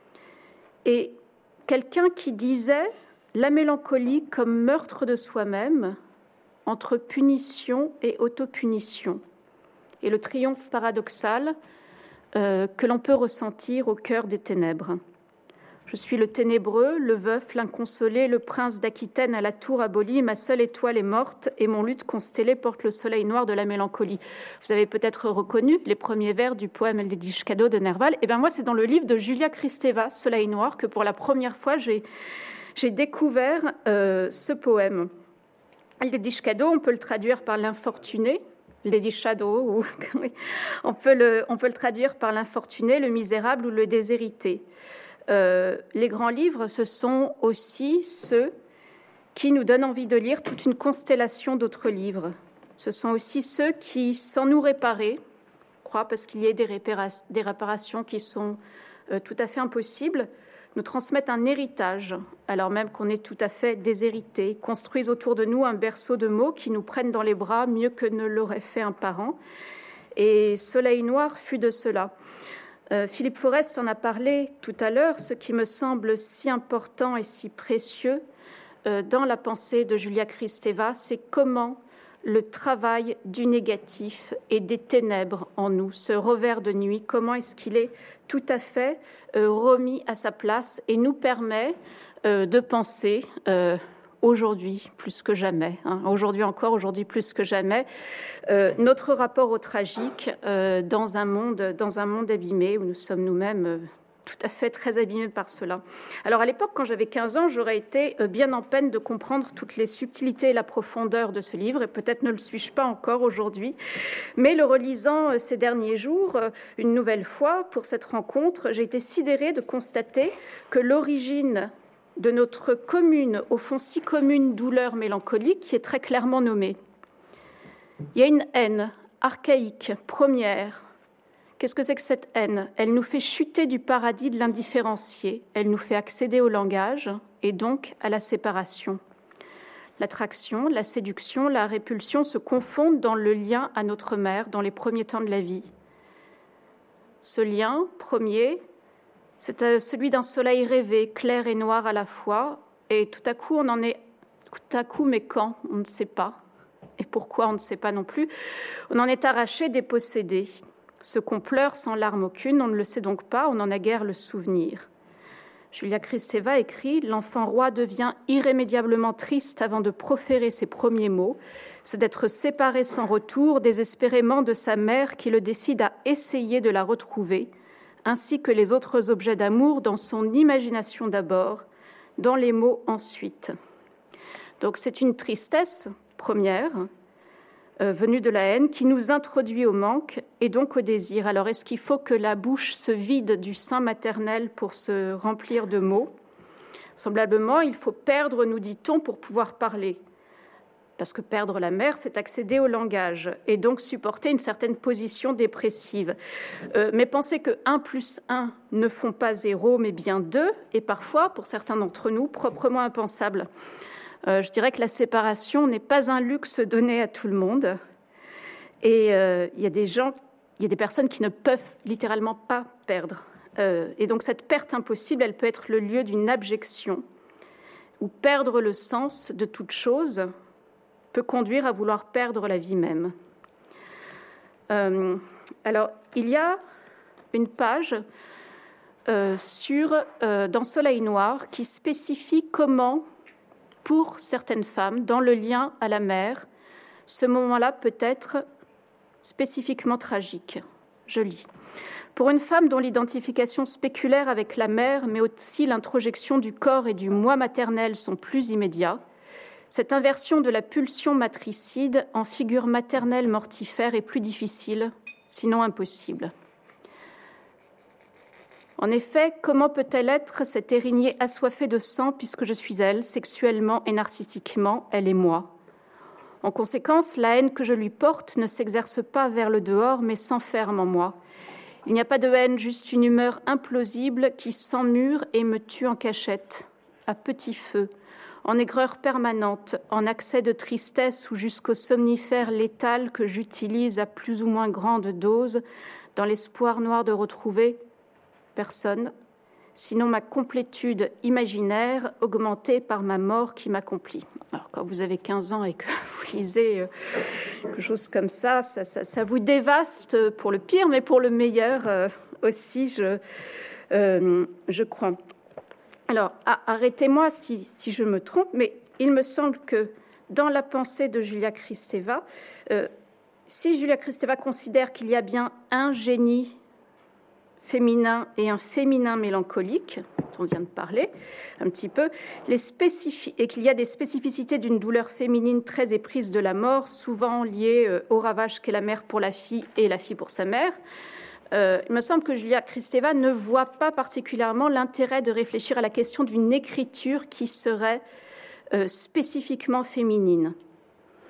et quelqu'un qui disait la mélancolie comme meurtre de soi-même, entre punition et autopunition, et le triomphe paradoxal Euh, que l'on peut ressentir au cœur des ténèbres. Je suis le ténébreux, le veuf, l'inconsolé, le prince d'Aquitaine à la tour abolie, ma seule étoile est morte et mon luth constellé porte le soleil noir de la mélancolie. Vous avez peut-être reconnu les premiers vers du poème El Dedicado de Nerval. Et bien moi, c'est dans le livre de Julia Kristeva, Soleil noir, que pour la première fois, j'ai, j'ai découvert euh, ce poème. El Dedicado, on peut le traduire par l'infortuné, Lady Shadow, ou, on, peut le, on peut le traduire par l'infortuné, le misérable ou le déshérité. Euh, les grands livres, ce sont aussi ceux qui nous donnent envie de lire toute une constellation d'autres livres. Ce sont aussi ceux qui, sans nous réparer, croient parce qu'il y a des, répara- des réparations qui sont euh, tout à fait impossibles, nous transmettent un héritage, alors même qu'on est tout à fait déshérité, construisent autour de nous un berceau de mots qui nous prennent dans les bras mieux que ne l'aurait fait un parent. Et Soleil Noir fut de cela. Euh, Philippe Forest en a parlé tout à l'heure, ce qui me semble si important et si précieux euh, dans la pensée de Julia Kristeva, c'est comment le travail du négatif et des ténèbres en nous, ce revers de nuit, comment est-ce qu'il est tout à fait euh, remis à sa place et nous permet euh, de penser euh, aujourd'hui plus que jamais, hein, aujourd'hui encore, aujourd'hui plus que jamais, euh, notre rapport au tragique euh, dans un monde, dans un monde abîmé où nous sommes nous-mêmes euh, tout à fait très abîmés par cela. Alors à l'époque, quand j'avais quinze ans, j'aurais été bien en peine de comprendre toutes les subtilités et la profondeur de ce livre, et peut-être ne le suis-je pas encore aujourd'hui. Mais le relisant ces derniers jours, une nouvelle fois, pour cette rencontre, j'ai été sidérée de constater que l'origine de notre commune, au fond si commune douleur mélancolique, qui est très clairement nommée. Il y a une haine archaïque, première. Qu'est-ce que c'est que cette haine? Elle nous fait chuter du paradis de l'indifférencié, elle nous fait accéder au langage et donc à la séparation. L'attraction, la séduction, la répulsion se confondent dans le lien à notre mère dans les premiers temps de la vie. Ce lien premier, c'est celui d'un soleil rêvé, clair et noir à la fois, et tout à coup on en est, tout à coup, mais quand? On ne sait pas. Et pourquoi? On ne sait pas non plus. On en est arraché, dépossédé. Ce qu'on pleure sans larmes aucune, on ne le sait donc pas, on n'en a guère le souvenir. Julia Kristeva écrit « L'enfant roi devient irrémédiablement triste avant de proférer ses premiers mots. C'est d'être séparé sans retour, désespérément de sa mère qui le décide à essayer de la retrouver, ainsi que les autres objets d'amour dans son imagination d'abord, dans les mots ensuite. » Donc c'est une tristesse première, Euh, venue de la haine, qui nous introduit au manque et donc au désir. Alors, est-ce qu'il faut que la bouche se vide du sein maternel pour se remplir de mots? Semblablement, il faut perdre, nous dit-on, pour pouvoir parler. Parce que perdre la mère, c'est accéder au langage et donc supporter une certaine position dépressive. Euh, mais penser que un plus un ne font pas zéro, mais bien deux, est parfois, pour certains d'entre nous, proprement impensable. Euh, je dirais que la séparation n'est pas un luxe donné à tout le monde. Et euh, il y a des gens, il y a des personnes qui ne peuvent littéralement pas perdre. Euh, et donc cette perte impossible, elle peut être le lieu d'une abjection, où perdre le sens de toute chose peut conduire à vouloir perdre la vie même. Euh, alors, il y a une page euh, sur, euh, dans Soleil Noir qui spécifie comment, pour certaines femmes, dans le lien à la mère, ce moment-là peut être spécifiquement tragique. Je lis. Pour une femme dont l'identification spéculaire avec la mère, mais aussi l'introjection du corps et du moi maternel sont plus immédiats, cette inversion de la pulsion matricide en figure maternelle mortifère est plus difficile, sinon impossible. En effet, comment peut-elle être cette érinée assoiffée de sang puisque je suis elle, sexuellement et narcissiquement, elle et moi? En conséquence, la haine que je lui porte ne s'exerce pas vers le dehors, mais s'enferme en moi. Il n'y a pas de haine, juste une humeur implausible qui s'emmure et me tue en cachette, à petit feu, en aigreur permanente, en accès de tristesse ou jusqu'au somnifère létal que j'utilise à plus ou moins grande dose dans l'espoir noir de retrouver personne, sinon ma complétude imaginaire augmentée par ma mort qui m'accomplit. Alors, quand vous avez quinze ans et que vous lisez euh, quelque chose comme ça, ça, ça, ça vous dévaste pour le pire, mais pour le meilleur euh, aussi, je, euh, je crois. Alors, ah, arrêtez-moi si, si je me trompe, mais il me semble que dans la pensée de Julia Kristeva, euh, si Julia Kristeva considère qu'il y a bien un génie féminin et un féminin mélancolique, dont on vient de parler un petit peu, les spécifi- et qu'il y a des spécificités d'une douleur féminine très éprise de la mort, souvent liées euh, au ravage qu'est la mère pour la fille et la fille pour sa mère. Euh, il me semble que Julia Kristeva ne voit pas particulièrement l'intérêt de réfléchir à la question d'une écriture qui serait euh, spécifiquement féminine.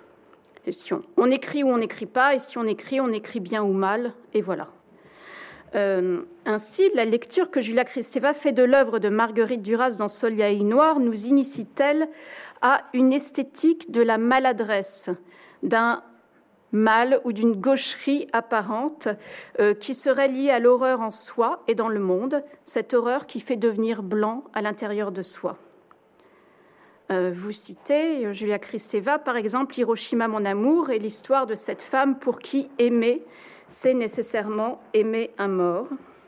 Question. On écrit ou on n'écrit pas, et si on écrit, on écrit bien ou mal, et voilà. Euh, ainsi, la lecture que Julia Kristeva fait de l'œuvre de Marguerite Duras dans Soleil noir nous initie-t-elle à une esthétique de la maladresse, d'un mal ou d'une gaucherie apparente euh, qui serait liée à l'horreur en soi et dans le monde, cette horreur qui fait devenir blanc à l'intérieur de soi. Euh, vous citez Julia Kristeva, par exemple, Hiroshima, mon amour, et l'histoire de cette femme pour qui aimer, c'est nécessairement aimer un mort.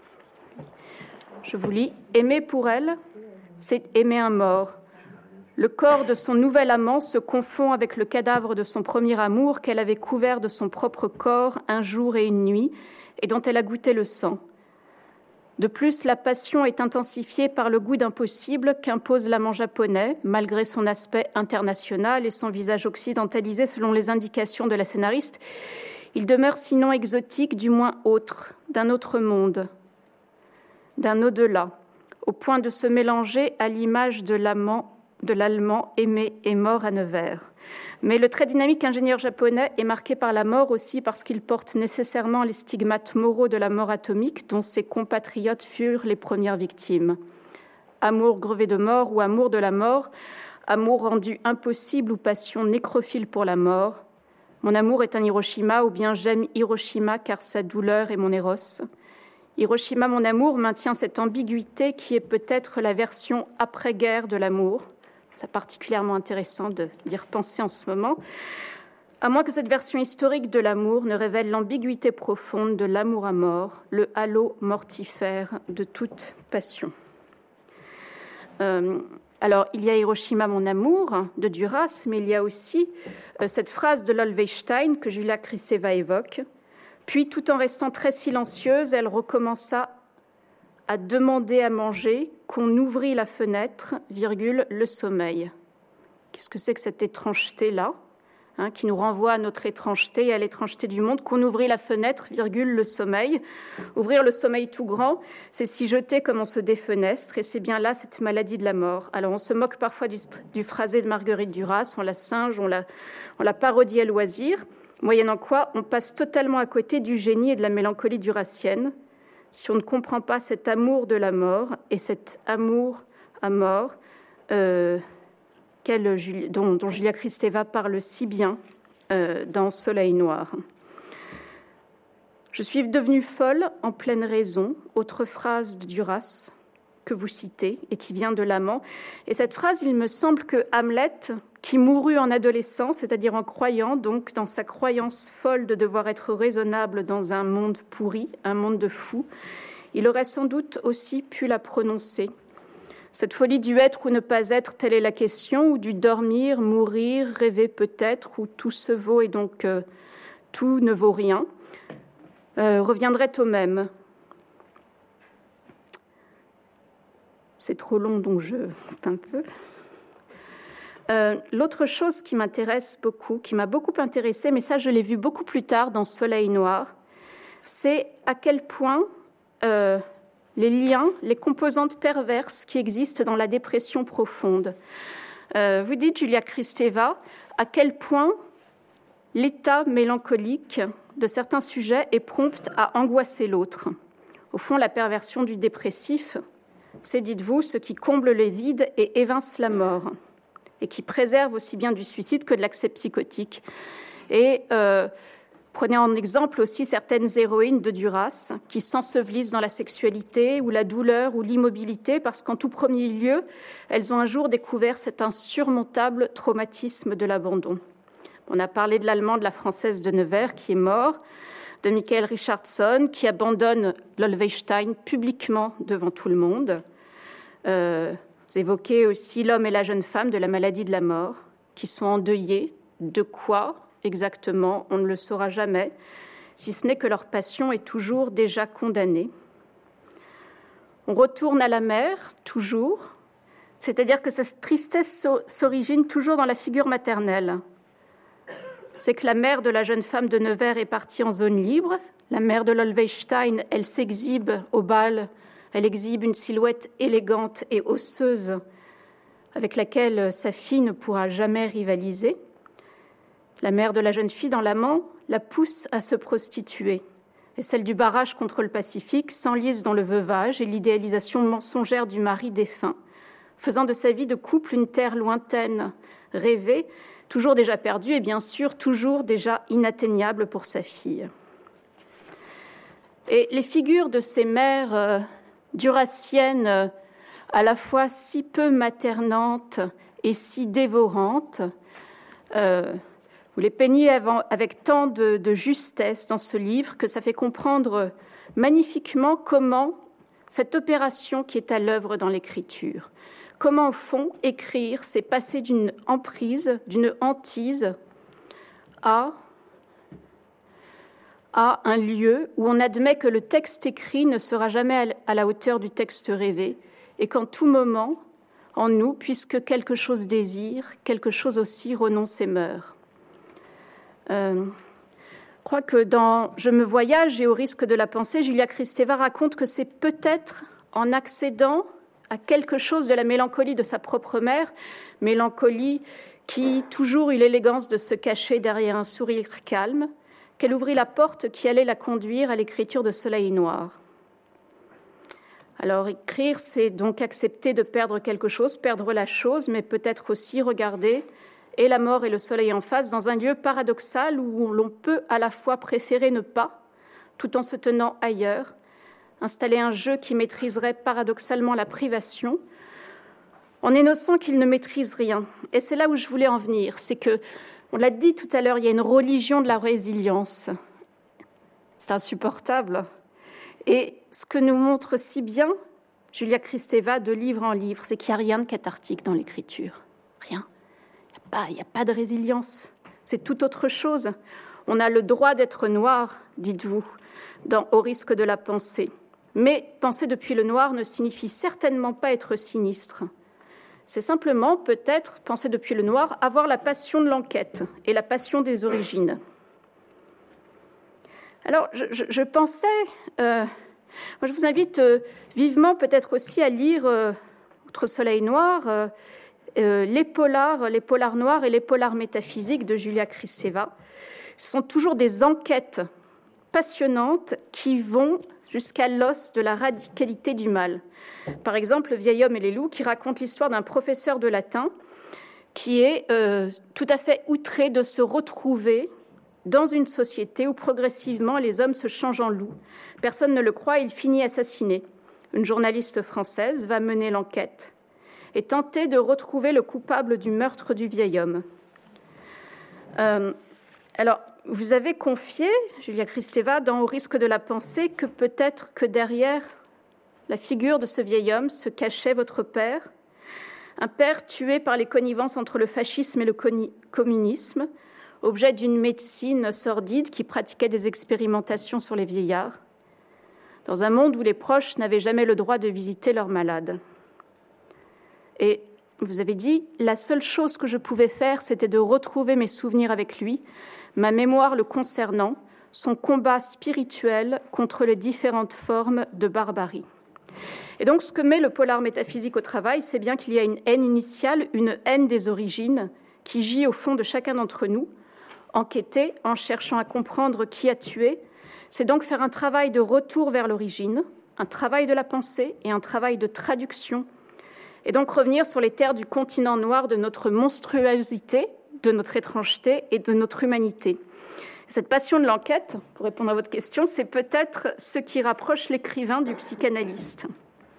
Je vous lis. Aimer pour elle, c'est aimer un mort. Le corps de son nouvel amant se confond avec le cadavre de son premier amour qu'elle avait couvert de son propre corps un jour et une nuit et dont elle a goûté le sang. De plus, la passion est intensifiée par le goût d'impossible qu'impose l'amant japonais, malgré son aspect international et son visage occidentalisé selon les indications de la scénariste. Il demeure sinon exotique, du moins autre, d'un autre monde, d'un au-delà, au point de se mélanger à l'image de l'amant de l'allemand aimé et mort à Nevers. Mais le très dynamique ingénieur japonais est marqué par la mort aussi parce qu'il porte nécessairement les stigmates moraux de la mort atomique dont ses compatriotes furent les premières victimes. Amour grevé de mort ou amour de la mort, amour rendu impossible ou passion nécrophile pour la mort. Mon amour est un Hiroshima ou bien j'aime Hiroshima car sa douleur est mon éros. Hiroshima, mon amour, maintient cette ambiguïté qui est peut-être la version après-guerre de l'amour. C'est particulièrement intéressant d'y repenser en ce moment, à moins que cette version historique de l'amour ne révèle l'ambiguïté profonde de l'amour à mort, le halo mortifère de toute passion. Euh, alors, il y a Hiroshima, mon amour, de Duras, mais il y a aussi euh, cette phrase de Lolweystein que Julia Kristeva évoque. Puis, tout en restant très silencieuse, elle recommença à demander à manger, qu'on ouvrit la fenêtre, virgule, le sommeil. Qu'est-ce que c'est que cette étrangeté-là, hein, qui nous renvoie à notre étrangeté et à l'étrangeté du monde, qu'on ouvrit la fenêtre, virgule, le sommeil. Ouvrir le sommeil tout grand, c'est s'y jeter comme on se défenestre, et c'est bien là cette maladie de la mort. Alors on se moque parfois du, du phrasé de Marguerite Duras, on la singe, on la, on la parodie à loisir, moyennant quoi on passe totalement à côté du génie et de la mélancolie durassienne, si on ne comprend pas cet amour de la mort et cet amour à mort euh, dont, dont Julia Kristeva parle si bien euh, dans Soleil noir. Je suis devenue folle en pleine raison, autre phrase de Duras que vous citez et qui vient de l'amant. Et cette phrase, il me semble que Hamlet, qui mourut en adolescent, c'est-à-dire en croyant, donc dans sa croyance folle de devoir être raisonnable dans un monde pourri, un monde de fous, il aurait sans doute aussi pu la prononcer. Cette folie du être ou ne pas être, telle est la question, ou du dormir, mourir, rêver peut-être, où tout se vaut et donc euh, tout ne vaut rien, euh, reviendrait au même. C'est trop long, donc je coupe un peu. Euh, l'autre chose qui m'intéresse beaucoup, qui m'a beaucoup intéressée, mais ça je l'ai vu beaucoup plus tard dans Soleil noir, c'est à quel point euh, les liens, les composantes perverses qui existent dans la dépression profonde. Euh, vous dites, Julia Kristeva, à quel point l'état mélancolique de certains sujets est prompt à angoisser l'autre. Au fond, la perversion du dépressif, c'est, dites-vous, ce qui comble les vides et évince la mort, et qui préserve aussi bien du suicide que de l'accès psychotique. Et euh, prenez en exemple aussi certaines héroïnes de Duras qui s'ensevelissent dans la sexualité ou la douleur ou l'immobilité parce qu'en tout premier lieu, elles ont un jour découvert cet insurmontable traumatisme de l'abandon. On a parlé de l'Allemand, de la Française de Nevers qui est mort, de Michael Richardson qui abandonne Lolweystein publiquement devant tout le monde. Euh, vous évoquez aussi l'homme et la jeune femme de la maladie de la mort qui sont endeuillés. De quoi exactement, on ne le saura jamais, si ce n'est que leur passion est toujours déjà condamnée. On retourne à la mer, toujours, c'est-à-dire que cette tristesse s'origine toujours dans la figure maternelle. C'est que la mère de la jeune femme de Nevers est partie en zone libre. La mère de Lolweystein, elle s'exhibe au bal. Elle exhibe une silhouette élégante et osseuse avec laquelle sa fille ne pourra jamais rivaliser. La mère de la jeune fille dans l'amant la pousse à se prostituer. et celle du barrage contre le Pacifique s'enlisent dans le veuvage et l'idéalisation mensongère du mari défunt, faisant de sa vie de couple une terre lointaine, rêvée, toujours déjà perdue et bien sûr toujours déjà inatteignable pour sa fille. Et les figures de ces mères euh, duraciennes, euh, à la fois si peu maternantes et si dévorantes, euh, vous les peignez avec tant de, de justesse dans ce livre que ça fait comprendre magnifiquement comment cette opération qui est à l'œuvre dans l'écriture, comment au fond écrire, c'est passer d'une emprise, d'une hantise à, à un lieu où on admet que le texte écrit ne sera jamais à la hauteur du texte rêvé et qu'en tout moment, en nous, puisque quelque chose désire, quelque chose aussi renonce et meurt. Euh, je crois que dans « Je me voyage » et « Au risque de la pensée », Julia Kristeva raconte que c'est peut-être en accédant à quelque chose de la mélancolie de sa propre mère, mélancolie qui toujours eut l'élégance de se cacher derrière un sourire calme, qu'elle ouvrit la porte qui allait la conduire à l'écriture de Soleil noir. Alors écrire, c'est donc accepter de perdre quelque chose, perdre la chose, mais peut-être aussi regarder et la mort et le soleil en face dans un lieu paradoxal où l'on peut à la fois préférer ne pas, tout en se tenant ailleurs, installer un jeu qui maîtriserait paradoxalement la privation, en énonçant qu'il ne maîtrise rien. Et c'est là où je voulais en venir, c'est que, on l'a dit tout à l'heure, il y a une religion de la résilience. C'est insupportable. Et ce que nous montre si bien Julia Kristeva de livre en livre, c'est qu'il n'y a rien de cathartique dans l'écriture. Rien. Il n'y a pas de résilience. C'est tout autre chose. On a le droit d'être noir, dites-vous, dans Au risque de la pensée. Mais penser depuis le noir ne signifie certainement pas être sinistre. C'est simplement, peut-être, penser depuis le noir, avoir la passion de l'enquête et la passion des origines. Alors, je, je, je pensais... Euh, moi, je vous invite euh, vivement peut-être aussi à lire, euh, outre Soleil noir, euh, euh, les polars, les polars noirs et les polars métaphysiques de Julia Kristeva. Ce sont toujours des enquêtes passionnantes qui vont jusqu'à l'os de la radicalité du mal. Par exemple, Le vieil homme et les loups, qui raconte l'histoire d'un professeur de latin qui est euh, tout à fait outré de se retrouver dans une société où progressivement les hommes se changent en loups. Personne ne le croit, il finit assassiné. Une journaliste française va mener l'enquête et tenter de retrouver le coupable du meurtre du vieil homme. Euh, alors, vous avez confié, Julia Kristeva, dans Au risque de la pensée, que peut-être que derrière la figure de ce vieil homme se cachait votre père, un père tué par les connivences entre le fascisme et le communisme, objet d'une médecine sordide qui pratiquait des expérimentations sur les vieillards, dans un monde où les proches n'avaient jamais le droit de visiter leurs malades. Et vous avez dit, la seule chose que je pouvais faire, c'était de retrouver mes souvenirs avec lui, ma mémoire le concernant, son combat spirituel contre les différentes formes de barbarie. Et donc, ce que met le polar métaphysique au travail, c'est bien qu'il y a une haine initiale, une haine des origines, qui gît au fond de chacun d'entre nous. Enquêter en cherchant à comprendre qui a tué, c'est donc faire un travail de retour vers l'origine, un travail de la pensée et un travail de traduction, et donc revenir sur les terres du continent noir de notre monstruosité, de notre étrangeté et de notre humanité. Cette passion de l'enquête, pour répondre à votre question, c'est peut-être ce qui rapproche l'écrivain du psychanalyste.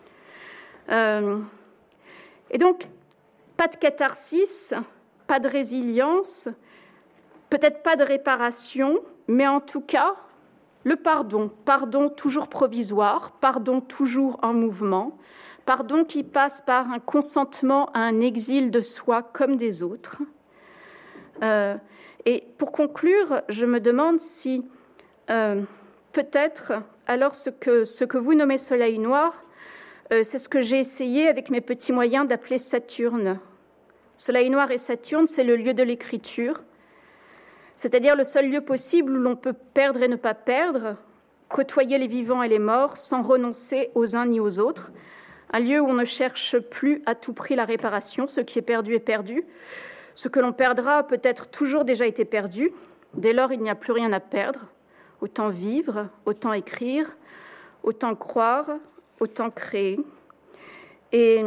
Euh, et donc, pas de catharsis, pas de résilience, peut-être pas de réparation, mais en tout cas, le pardon. Pardon toujours provisoire, pardon toujours en mouvement, pardon qui passe par un consentement à un exil de soi comme des autres. Euh, et pour conclure, je me demande si euh, peut-être, alors ce que, ce que vous nommez Soleil noir, euh, c'est ce que j'ai essayé avec mes petits moyens d'appeler Saturne. Soleil noir et Saturne, c'est le lieu de l'écriture, c'est-à-dire le seul lieu possible où l'on peut perdre et ne pas perdre, côtoyer les vivants et les morts sans renoncer aux uns ni aux autres, un lieu où on ne cherche plus à tout prix la réparation, ce qui est perdu est perdu, ce que l'on perdra a peut-être toujours déjà été perdu, dès lors il n'y a plus rien à perdre, autant vivre, autant écrire, autant croire, autant créer. Et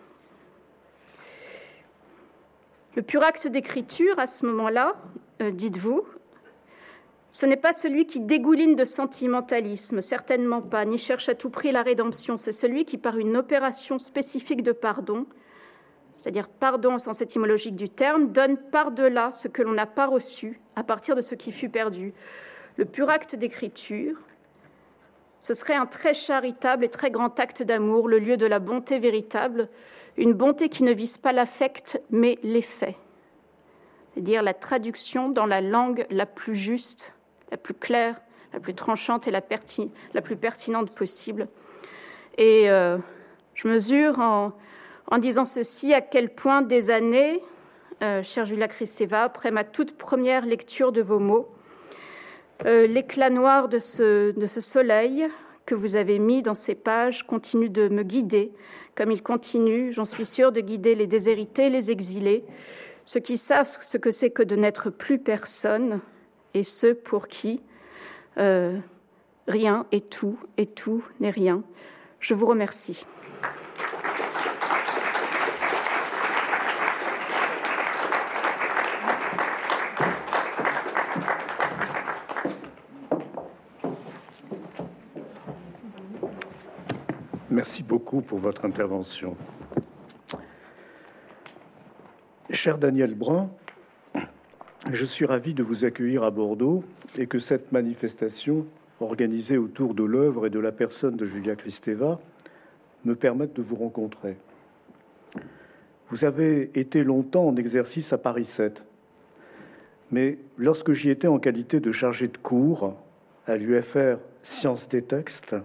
le pur acte d'écriture, à ce moment-là, euh, dites-vous, ce n'est pas celui qui dégouline de sentimentalisme, certainement pas, ni cherche à tout prix la rédemption. C'est celui qui, par une opération spécifique de pardon, c'est-à-dire pardon au sens étymologique du terme, donne par-delà ce que l'on n'a pas reçu, à partir de ce qui fut perdu. Le pur acte d'écriture, ce serait un très charitable et très grand acte d'amour, le lieu de la bonté véritable, une bonté qui ne vise pas l'affect, mais l'effet, c'est-à-dire la traduction dans la langue la plus juste, la plus claire, la plus tranchante et la, perti- la plus pertinente possible. Et euh, je mesure en, en disant ceci à quel point des années, euh, chère Julia Kristeva, après ma toute première lecture de vos mots, euh, l'éclat noir de ce, de ce soleil que vous avez mis dans ces pages continue de me guider, comme il continue, j'en suis sûre, de guider les déshérités, les exilés, ceux qui savent ce que c'est que de n'être plus personne, et ceux pour qui euh, rien est tout, et tout n'est rien. Je vous remercie. Merci beaucoup pour votre intervention. Cher Daniel Brun, je suis ravi de vous accueillir à Bordeaux et que cette manifestation organisée autour de l'œuvre et de la personne de Julia Kristeva me permette de vous rencontrer. Vous avez été longtemps en exercice à Paris sept, mais lorsque j'y étais en qualité de chargé de cours à l'U F R Sciences des textes,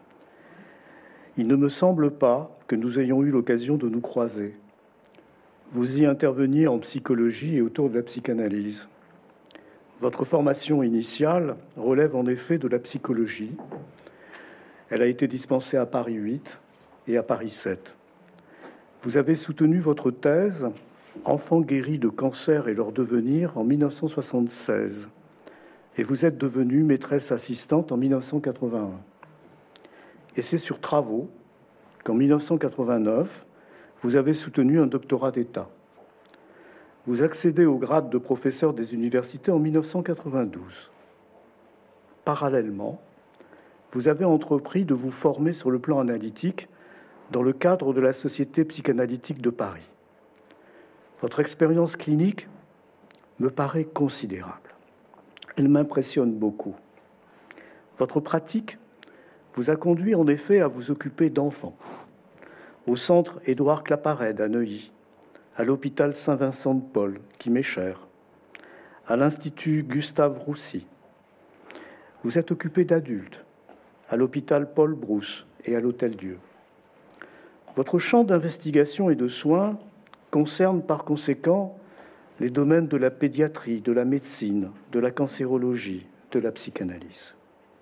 il ne me semble pas que nous ayons eu l'occasion de nous croiser. Vous y interveniez en psychologie et autour de la psychanalyse. Votre formation initiale relève en effet de la psychologie. Elle a été dispensée à Paris huit et à Paris sept. Vous avez soutenu votre thèse « Enfants guéris de cancer et leur devenir » en mille neuf cent soixante-seize. Et vous êtes devenue maîtresse assistante en mille neuf cent quatre-vingt-un. Et c'est sur travaux qu'en mille neuf cent quatre-vingt-neuf, vous avez soutenu un doctorat d'État. Vous accédez au grade de professeur des universités en mille neuf cent quatre-vingt-douze. Parallèlement, vous avez entrepris de vous former sur le plan analytique dans le cadre de la Société psychanalytique de Paris. Votre expérience clinique me paraît considérable. Elle m'impressionne beaucoup. Votre pratique vous a conduit en effet à vous occuper d'enfants, au centre Édouard Claparède à Neuilly, à l'hôpital Saint-Vincent-de-Paul, qui m'est cher, à l'Institut Gustave Roussy. Vous êtes occupé d'adultes, à l'hôpital Paul Brousse et à l'Hôtel Dieu. Votre champ d'investigation et de soins concerne par conséquent les domaines de la pédiatrie, de la médecine, de la cancérologie, de la psychanalyse.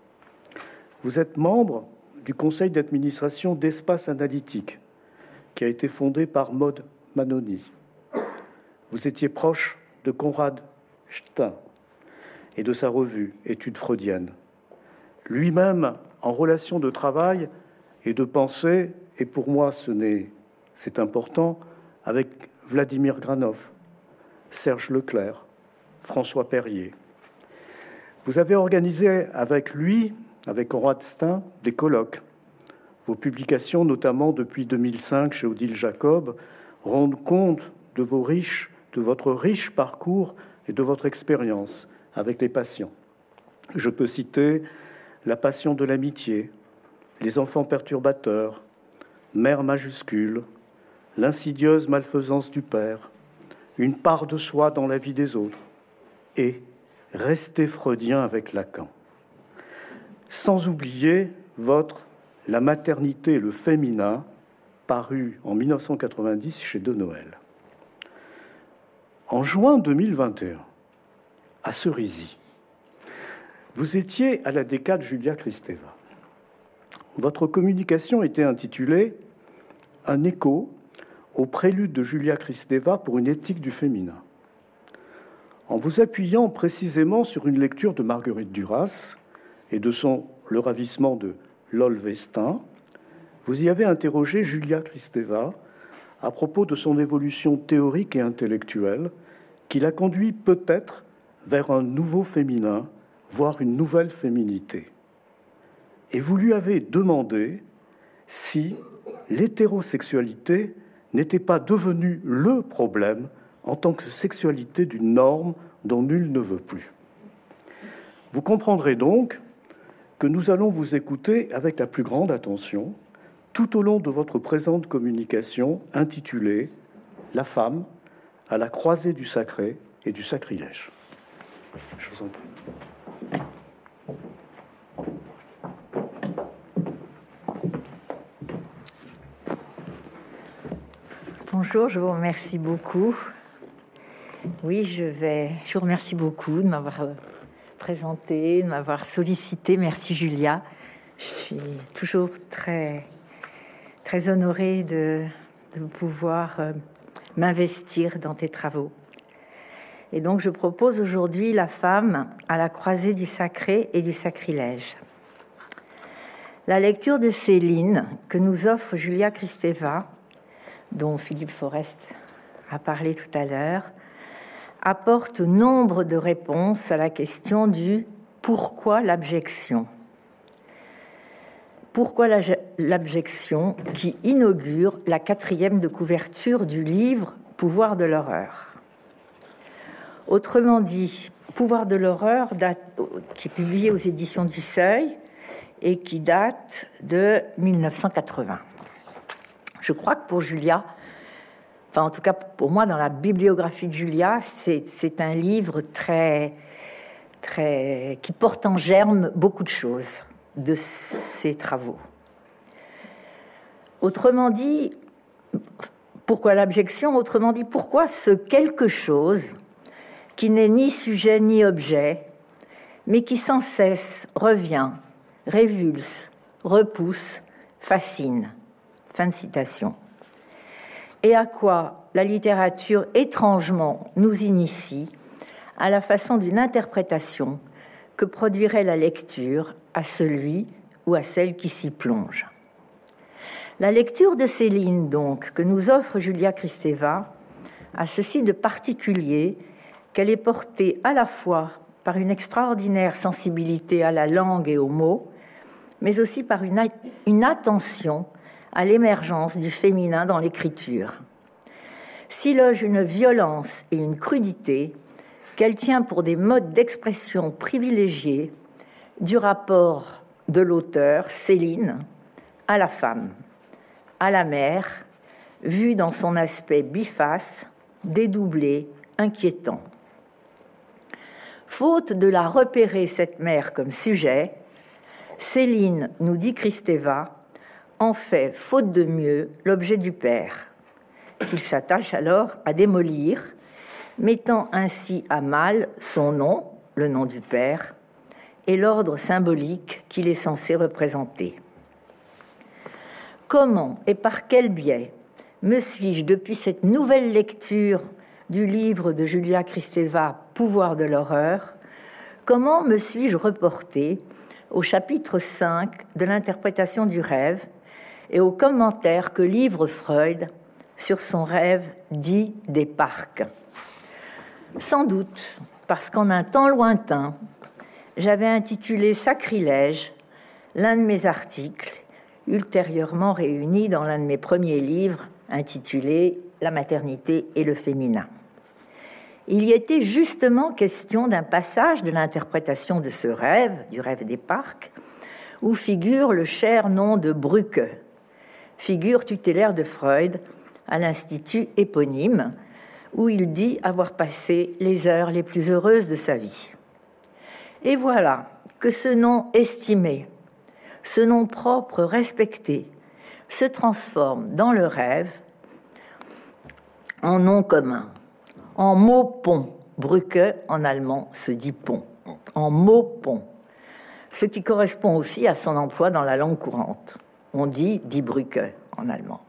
Vous êtes membre du conseil d'administration d'Espace Analytique, qui a été fondé par Maud Manoni. Vous étiez proche de Conrad Stein et de sa revue Études freudiennes. Lui-même, en relation de travail et de pensée, et pour moi, ce n'est, c'est important, avec Vladimir Granov, Serge Leclerc, François Perrier. Vous avez organisé avec lui, avec Conrad Stein, des colloques. Vos publications, notamment depuis deux mille cinq chez Odile Jacob, rendent compte de vos riches, de votre riche parcours et de votre expérience avec les patients. Je peux citer La passion de l'amitié, Les enfants perturbateurs, Mère majuscule, L'insidieuse malfaisance du père, Une part de soi dans la vie des autres et Rester freudien avec Lacan. Sans oublier votre La maternité et le féminin, paru en mille neuf cent quatre-vingt-dix chez De Noël. En juin deux mille vingt et un, à Cerisy, vous étiez à la décade Julia Kristeva. Votre communication était intitulée « Un écho au prélude de Julia Kristeva pour une éthique du féminin ». En vous appuyant précisément sur une lecture de Marguerite Duras, et de son Le ravissement de Lolvestin, vous y avez interrogé Julia Kristeva à propos de son évolution théorique et intellectuelle qui l'a conduit peut-être vers un nouveau féminin, voire une nouvelle féminité. Et vous lui avez demandé si l'hétérosexualité n'était pas devenue le problème en tant que sexualité d'une norme dont nul ne veut plus. Vous comprendrez donc que nous allons vous écouter avec la plus grande attention tout au long de votre présente communication intitulée « La femme à la croisée du sacré et du sacrilège ». Je vous en prie. Bonjour, je vous remercie beaucoup. Oui, je vais. Je vous remercie beaucoup de m'avoir présenté, de m'avoir sollicité. Merci Julia. Je suis toujours très, très honorée de, de pouvoir euh, m'investir dans tes travaux. Et donc, je propose aujourd'hui la femme à la croisée du sacré et du sacrilège. La lecture de Céline que nous offre Julia Kristeva, dont Philippe Forest a parlé tout à l'heure, apporte nombre de réponses à la question du « pourquoi l'abjection ?» Pourquoi l'abjection qui inaugure la quatrième de couverture du livre « Pouvoir de l'horreur ». Autrement dit, « Pouvoir de l'horreur » qui est publié aux éditions du Seuil et qui date de mille neuf cent quatre-vingts. Je crois que pour Julia, enfin en tout cas pour moi, dans la bibliographie de Julia, c'est, c'est un livre très, très, qui porte en germe beaucoup de choses de ses travaux. Autrement dit, pourquoi l'abjection ? Autrement dit, pourquoi ce quelque chose qui n'est ni sujet ni objet, mais qui sans cesse revient, révulse, repousse, fascine. Fin de citation. Et à quoi la littérature étrangement nous initie à la façon d'une interprétation que produirait la lecture à celui ou à celle qui s'y plonge. La lecture de Céline, donc, que nous offre Julia Kristeva, a ceci de particulier qu'elle est portée à la fois par une extraordinaire sensibilité à la langue et aux mots, mais aussi par une, a- une attention à l'émergence du féminin dans l'écriture. S'y loge une violence et une crudité qu'elle tient pour des modes d'expression privilégiés du rapport de l'auteur, Céline, à la femme, à la mère, vue dans son aspect biface, dédoublé, inquiétant. Faute de la repérer, cette mère, comme sujet, Céline, nous dit Kristeva, en fait, faute de mieux, l'objet du père, qu'il s'attache alors à démolir, mettant ainsi à mal son nom, le nom du père, et l'ordre symbolique qu'il est censé représenter. Comment et par quel biais me suis-je, depuis cette nouvelle lecture du livre de Julia Kristeva, Pouvoir de l'horreur, comment me suis-je reportée au chapitre cinq de l'interprétation du rêve et aux commentaires que livre Freud sur son rêve dit des parcs. Sans doute parce qu'en un temps lointain, j'avais intitulé Sacrilège l'un de mes articles, ultérieurement réuni dans l'un de mes premiers livres intitulé La maternité et le féminin. Il y était justement question d'un passage de l'interprétation de ce rêve, du rêve des parcs, où figure le cher nom de Brücke, figure tutélaire de Freud à l'institut éponyme, où il dit avoir passé les heures les plus heureuses de sa vie. Et voilà que ce nom estimé, ce nom propre respecté, se transforme dans le rêve en nom commun, en mot pont. Brücke en allemand se dit pont, en mot pont, ce qui correspond aussi à son emploi dans la langue courante. On dit die Brücke en allemand.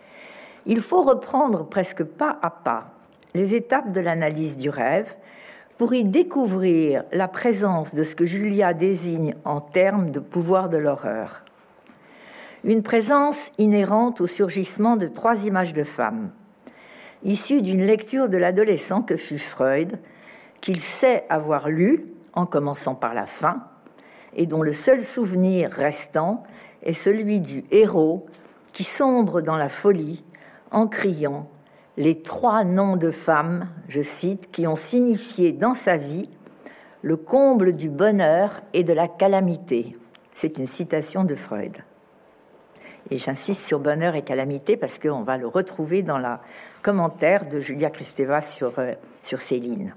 Il faut reprendre presque pas à pas les étapes de l'analyse du rêve, pour y découvrir la présence de ce que Julia désigne en termes de pouvoir de l'horreur. Une présence inhérente au surgissement de trois images de femmes, issues d'une lecture de l'adolescent que fut Freud, qu'il sait avoir lu, en commençant par la fin, et dont le seul souvenir restant est celui du héros qui sombre dans la folie en criant les trois noms de femmes, je cite, qui ont signifié dans sa vie le comble du bonheur et de la calamité. C'est une citation de Freud. Et j'insiste sur bonheur et calamité parce qu'on va le retrouver dans le commentaire de Julia Kristeva sur, euh, sur Céline.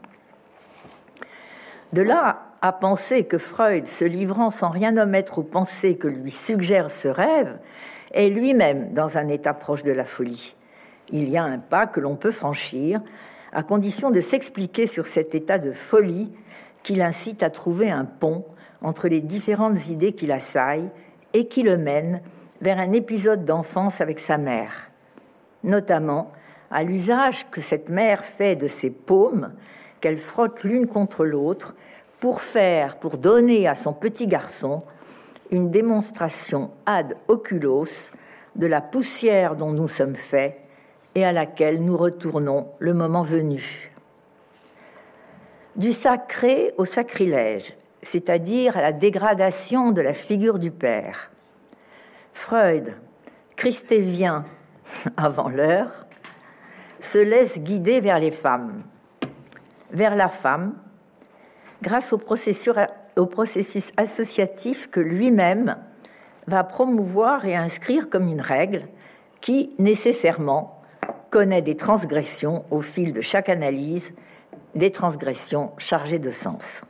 De là à penser que Freud, se livrant sans rien omettre aux pensées que lui suggère ce rêve, est lui-même dans un état proche de la folie. Il y a un pas que l'on peut franchir, à condition de s'expliquer sur cet état de folie qui l'incite à trouver un pont entre les différentes idées qui l'assaillent et qui le mènent vers un épisode d'enfance avec sa mère, notamment à l'usage que cette mère fait de ses paumes, qu'elle frotte l'une contre l'autre, pour faire, pour donner à son petit garçon une démonstration ad oculos de la poussière dont nous sommes faits et à laquelle nous retournons le moment venu. Du sacré au sacrilège, c'est-à-dire à la dégradation de la figure du père. Freud, christévien avant l'heure, se laisse guider vers les femmes, vers la femme, grâce au processus, au processus associatif que lui-même va promouvoir et inscrire comme une règle qui, nécessairement, connaît des transgressions au fil de chaque analyse, des transgressions chargées de sens.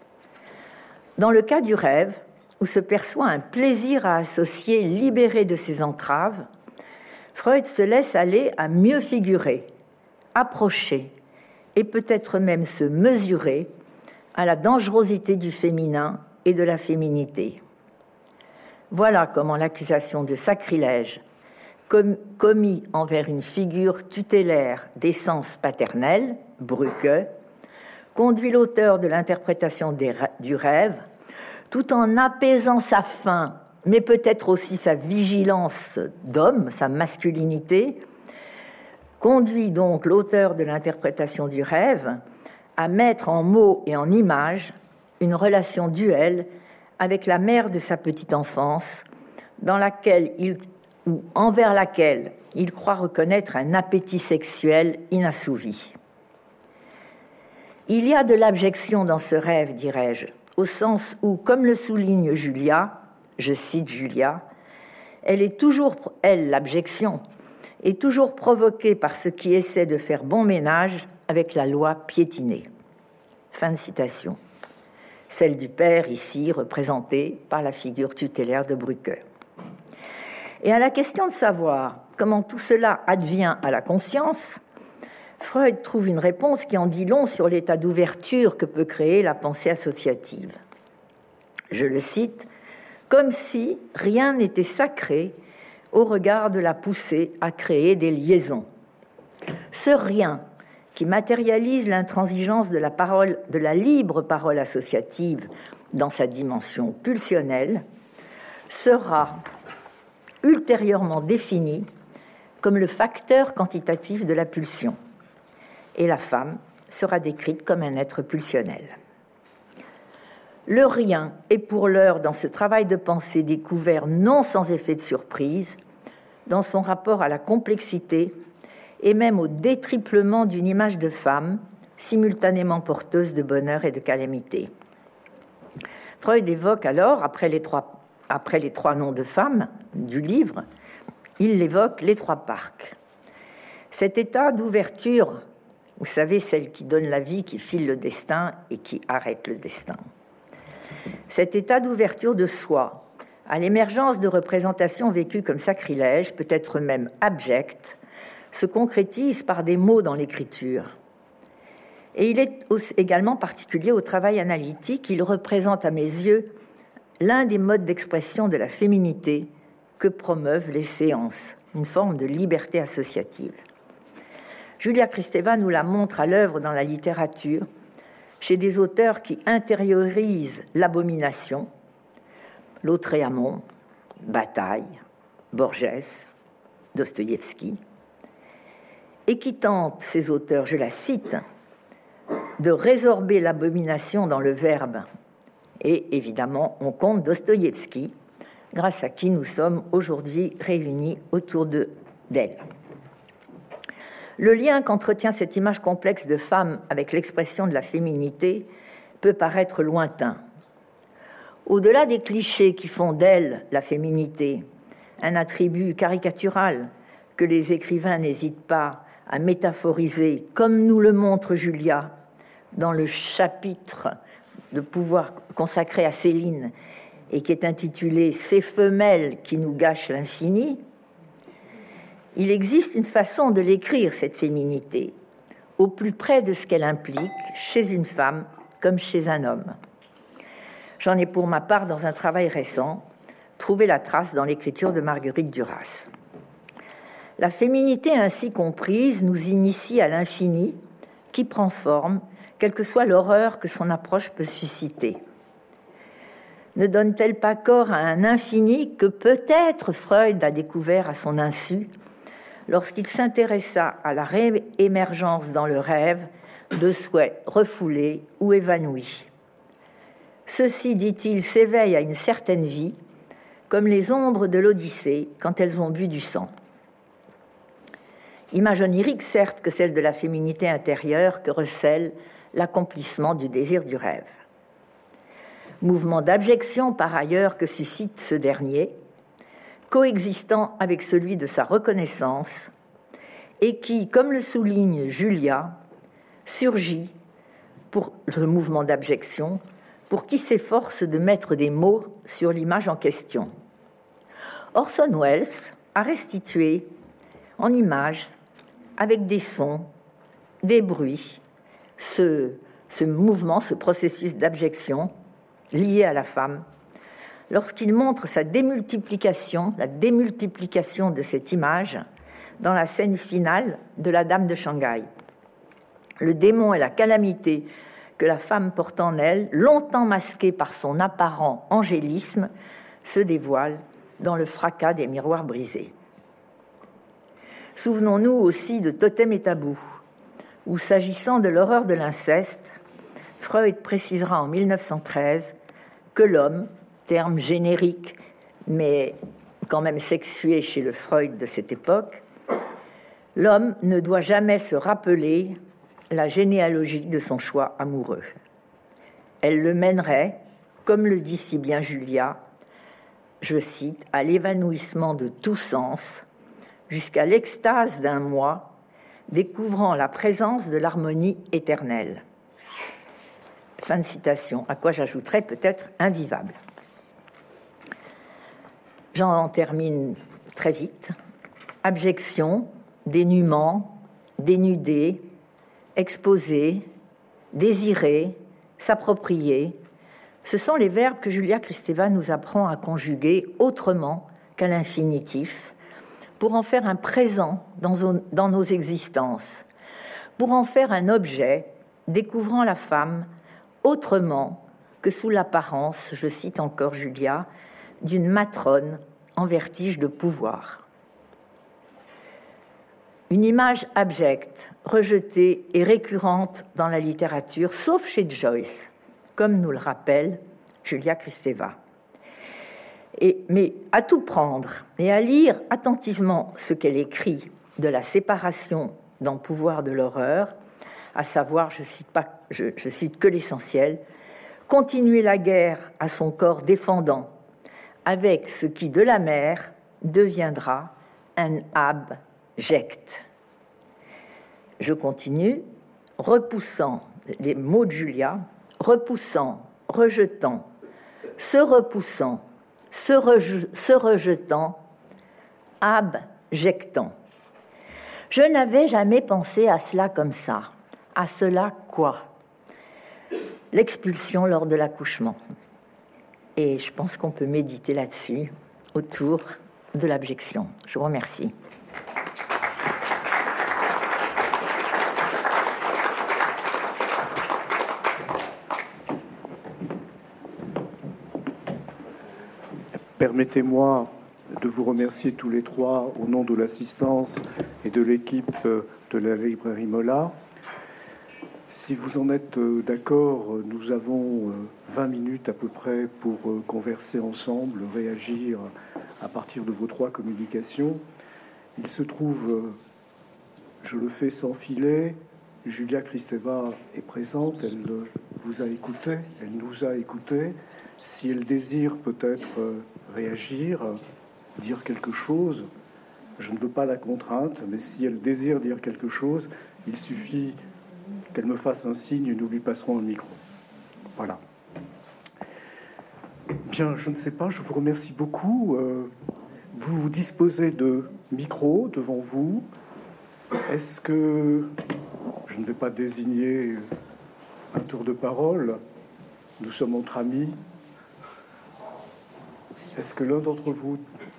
Dans le cas du rêve, où se perçoit un plaisir à associer libéré de ses entraves, Freud se laisse aller à mieux figurer, approcher et peut-être même se mesurer à la dangerosité du féminin et de la féminité. Voilà comment l'accusation de sacrilège com- commis envers une figure tutélaire d'essence paternelle, Brücke, conduit l'auteur de l'interprétation des, du rêve, tout en apaisant sa faim, mais peut-être aussi sa vigilance d'homme, sa masculinité, conduit donc l'auteur de l'interprétation du rêve à mettre en mots et en images une relation duelle avec la mère de sa petite enfance, dans laquelle il, ou envers laquelle il croit reconnaître un appétit sexuel inassouvi. Il y a de l'abjection dans ce rêve, dirais-je, au sens où, comme le souligne Julia, je cite Julia, elle est toujours, elle, l'abjection, est toujours provoquée par ce qui essaie de faire bon ménage avec la loi piétinée. Fin de citation. Celle du père, ici, représentée par la figure tutélaire de Brücke. Et à la question de savoir comment tout cela advient à la conscience, Freud trouve une réponse qui en dit long sur l'état d'ouverture que peut créer la pensée associative. Je le cite, « Comme si rien n'était sacré au regard de la poussée à créer des liaisons. » Ce rien qui matérialise l'intransigeance de la parole, de la libre parole associative dans sa dimension pulsionnelle, sera ultérieurement défini comme le facteur quantitatif de la pulsion, et la femme sera décrite comme un être pulsionnel. Le rien est pour l'heure dans ce travail de pensée découvert non sans effet de surprise, dans son rapport à la complexité et même au détriplement d'une image de femme simultanément porteuse de bonheur et de calamité. Freud évoque alors, après les trois, après les trois noms de femmes du livre, il évoque les trois parcs. Cet état d'ouverture, vous savez, celle qui donne la vie, qui file le destin et qui arrête le destin. Cet état d'ouverture de soi, à l'émergence de représentations vécues comme sacrilèges, peut-être même abjectes, se concrétise par des mots dans l'écriture. Et il est également particulier au travail analytique. Il représente à mes yeux l'un des modes d'expression de la féminité que promeuvent les séances, une forme de liberté associative. Julia Kristeva nous la montre à l'œuvre dans la littérature, chez des auteurs qui intériorisent l'abomination, Lautréamont, Bataille, Borges, Dostoïevski, et qui tentent, ces auteurs, je la cite, de résorber l'abomination dans le verbe. Et évidemment, on compte Dostoïevski, grâce à qui nous sommes aujourd'hui réunis autour de, d'elle. Le lien qu'entretient cette image complexe de femme avec l'expression de la féminité peut paraître lointain. Au-delà des clichés qui font d'elle la féminité, un attribut caricatural que les écrivains n'hésitent pas à métaphoriser, comme nous le montre Julia dans le chapitre de pouvoir consacré à Céline et qui est intitulé « Ces femelles qui nous gâchent l'infini », il existe une façon de l'écrire, cette féminité, au plus près de ce qu'elle implique chez une femme comme chez un homme. J'en ai pour ma part, dans un travail récent, trouvé la trace dans l'écriture de Marguerite Duras. La féminité ainsi comprise nous initie à l'infini qui prend forme, quelle que soit l'horreur que son approche peut susciter. Ne donne-t-elle pas corps à un infini que peut-être Freud a découvert à son insu lorsqu'il s'intéressa à la réémergence dans le rêve de souhaits refoulés ou évanouis? Ceux-ci, dit-il, s'éveillent à une certaine vie, comme les ombres de l'Odyssée quand elles ont bu du sang. Image onirique, certes, que celle de la féminité intérieure que recèle l'accomplissement du désir du rêve. Mouvement d'abjection, par ailleurs, que suscite ce dernier, coexistant avec celui de sa reconnaissance, et qui, comme le souligne Julia, surgit pour le mouvement d'abjection, pour qui s'efforce de mettre des mots sur l'image en question. Orson Welles a restitué en images, avec des sons, des bruits, ce, ce mouvement, ce processus d'abjection lié à la femme, lorsqu'il montre sa démultiplication, la démultiplication de cette image dans la scène finale de La Dame de Shanghai. Le démon et la calamité que la femme porte en elle, longtemps masquée par son apparent angélisme, se dévoile dans le fracas des miroirs brisés. Souvenons-nous aussi de Totem et Tabou, où, s'agissant de l'horreur de l'inceste, Freud précisera en mille neuf cent treize que l'homme, terme générique, mais quand même sexué chez le Freud de cette époque, l'homme ne doit jamais se rappeler la généalogie de son choix amoureux. Elle le mènerait, comme le dit si bien Julia, je cite, à l'évanouissement de tout sens, jusqu'à l'extase d'un moi, découvrant la présence de l'harmonie éternelle. Fin de citation, à quoi j'ajouterais peut-être invivable. J'en termine très vite. Abjection, dénuement, dénuder, exposer, désirer, s'approprier, ce sont les verbes que Julia Kristeva nous apprend à conjuguer autrement qu'à l'infinitif, pour en faire un présent dans, dans nos existences, pour en faire un objet découvrant la femme autrement que sous l'apparence, je cite encore Julia, d'une matrone en vertige de pouvoir. Une image abjecte, rejetée et récurrente dans la littérature, sauf chez Joyce, comme nous le rappelle Julia Kristeva. Et, mais à tout prendre et à lire attentivement ce qu'elle écrit de la séparation dans Pouvoir de l'horreur, à savoir, je cite, pas, je, je cite que l'essentiel, continuer la guerre à son corps défendant, avec ce qui de la mère deviendra un abject. Je continue, repoussant les mots de Julia, repoussant, rejetant, se repoussant, se, reje- se rejetant, abjectant. Je n'avais jamais pensé à cela comme ça. À cela quoi? L'expulsion lors de l'accouchement. Et je pense qu'on peut méditer là-dessus, autour de l'abjection. Je vous remercie. permettez-moi de vous remercier tous les trois au nom de l'assistance et de l'équipe de la librairie Mola. Si vous en êtes d'accord, nous avons vingt minutes à peu près pour converser ensemble, réagir à partir de vos trois communications. Il se trouve, je le fais sans filet, Julia Kristeva est présente, elle vous a écouté, elle nous a écouté. Si elle désire peut-être réagir, dire quelque chose, je ne veux pas la contrainte, mais si elle désire dire quelque chose, il suffit qu'elle me fasse un signe et nous lui passerons le micro. Voilà. Bien, je ne sais pas, je vous remercie beaucoup. Euh, vous vous disposez de micros devant vous. Est-ce que je ne vais pas désigner un tour de parole? Nous sommes entre amis. Est-ce que l'un d'entre vous...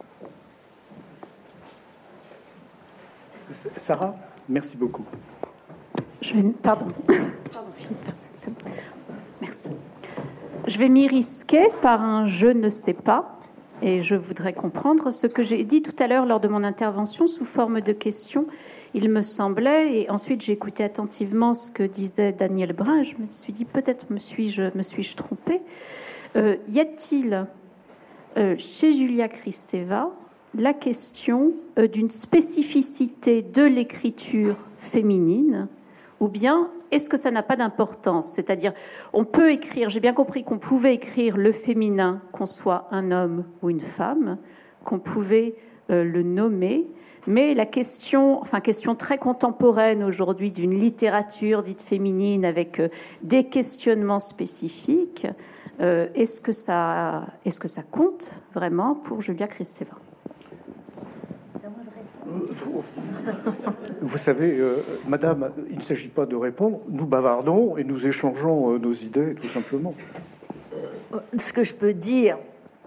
Sarah, merci beaucoup. Je vais... Pardon. Pardon, Philippe. Merci. Je vais m'y risquer par un « je ne sais pas » et je voudrais comprendre ce que j'ai dit tout à l'heure lors de mon intervention sous forme de question. Il me semblait, et ensuite j'ai écouté attentivement ce que disait Daniel Brun, et je me suis dit peut-être me suis-je me suis-je trompée. Euh, y a-t-il euh, chez Julia Kristeva la question euh, d'une spécificité de l'écriture féminine, ou bien est-ce que ça n'a pas d'importance? C'est-à-dire, on peut écrire, j'ai bien compris qu'on pouvait écrire le féminin, qu'on soit un homme ou une femme, qu'on pouvait euh, le nommer, mais la question, enfin question très contemporaine aujourd'hui d'une littérature dite féminine avec euh, des questionnements spécifiques, euh, est-ce que ça, est-ce que ça compte vraiment pour Julia Kristeva? Vous savez, euh, madame, il ne s'agit pas de répondre. Nous bavardons et nous échangeons euh, nos idées, tout simplement. Ce que je peux dire...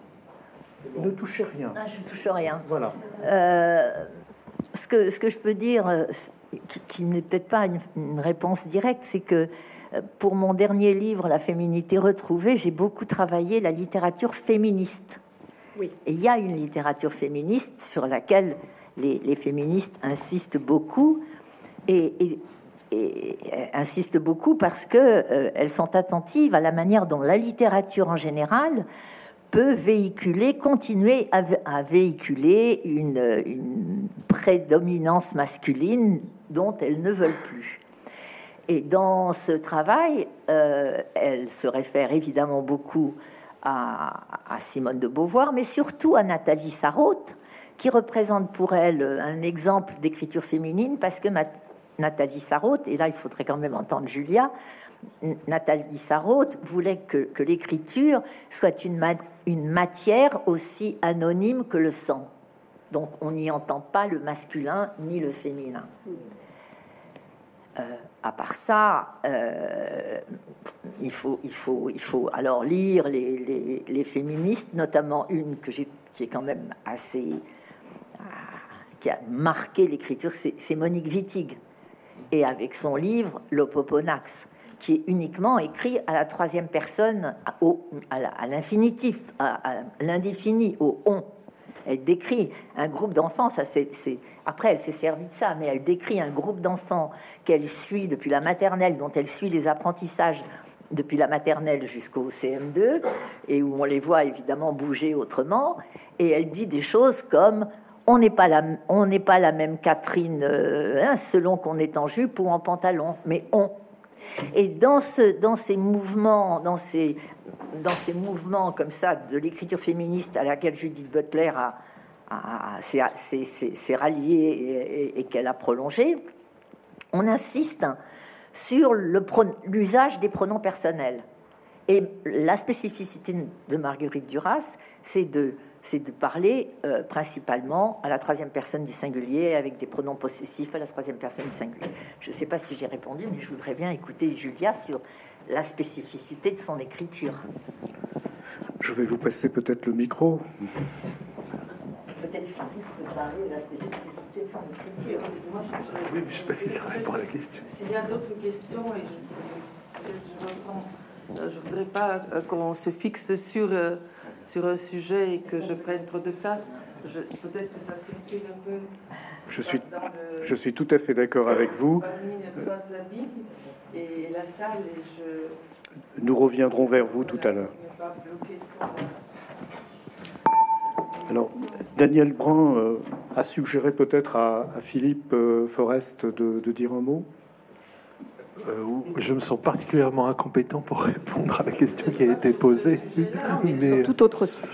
Ne touchez rien. Ah, je ne touche rien. Voilà. Euh, ce, que, ce que je peux dire, euh, qui, qui n'est peut-être pas une, une réponse directe, c'est que euh, pour mon dernier livre, La féminité retrouvée, j'ai beaucoup travaillé la littérature féministe. Oui. Et il y a une littérature féministe sur laquelle... Les, les féministes insistent beaucoup et, et, et insistent beaucoup parce que euh, elles sont attentives à la manière dont la littérature en général peut véhiculer, continuer à, à véhiculer une, une prédominance masculine dont elles ne veulent plus. Et dans ce travail, euh, elles se réfèrent évidemment beaucoup à, à Simone de Beauvoir, mais surtout à Nathalie Sarraute, qui représente pour elle un exemple d'écriture féminine, parce que Mat- Nathalie Sarraute, et là il faudrait quand même entendre Julia, Nathalie Sarraute voulait que, que l'écriture soit une, ma- une matière aussi anonyme que le sang. Donc on n'y entend pas le masculin ni le féminin. Euh, à part ça, euh, il, faut, il, faut, il faut alors lire les, les, les féministes, notamment une que j'ai, qui est quand même assez... qui a marqué l'écriture, c'est, c'est Monique Wittig, et avec son livre L'Opoponax, qui est uniquement écrit à la troisième personne, au, à, la, à l'infinitif, à, à l'indéfini, au on. Elle décrit un groupe d'enfants, ça c'est, c'est... après elle s'est servie de ça, mais elle décrit un groupe d'enfants qu'elle suit depuis la maternelle, dont elle suit les apprentissages depuis la maternelle jusqu'au C M deux, et où on les voit évidemment bouger autrement, et elle dit des choses comme on n'est pas la, on n'est pas la même Catherine euh, hein, selon qu'on est en jupe ou en pantalon, mais on. Et dans ce, dans ces mouvements, dans ces, dans ces mouvements comme ça de l'écriture féministe à laquelle Judith Butler a, a, a, s'est, s'est, s'est, s'est ralliée et, et, et qu'elle a prolongé, on insiste sur le pro, l'usage des pronoms personnels. Et la spécificité de Marguerite Duras, c'est de c'est de parler euh, principalement à la troisième personne du singulier, avec des pronoms possessifs à la troisième personne du singulier. Je ne sais pas si j'ai répondu, mais je voudrais bien écouter Julia sur la spécificité de son écriture. Je vais vous passer peut-être le micro. Peut-être Farid peut parler de la spécificité de son écriture. Moi, je, oui, mais je ne sais pas si ça répond à la question. S'il y a d'autres questions, et je, je, reprends. Je ne voudrais pas qu'on se fixe sur... Euh, sur un sujet et que je prenne trop de place, je, peut-être que ça circule un peu. Je suis, dans le, je suis tout à fait d'accord avec vous. parmi les trois habits et la salle, et je. Nous reviendrons vers vous tout à l'heure. Ne pas bloquer trop. Alors, Daniel Brun euh, a suggéré peut-être à, à Philippe euh, Forest de, de dire un mot. Euh, je me sens particulièrement incompétent pour répondre à la question qui a été posée. Mais sur tout autre sujet.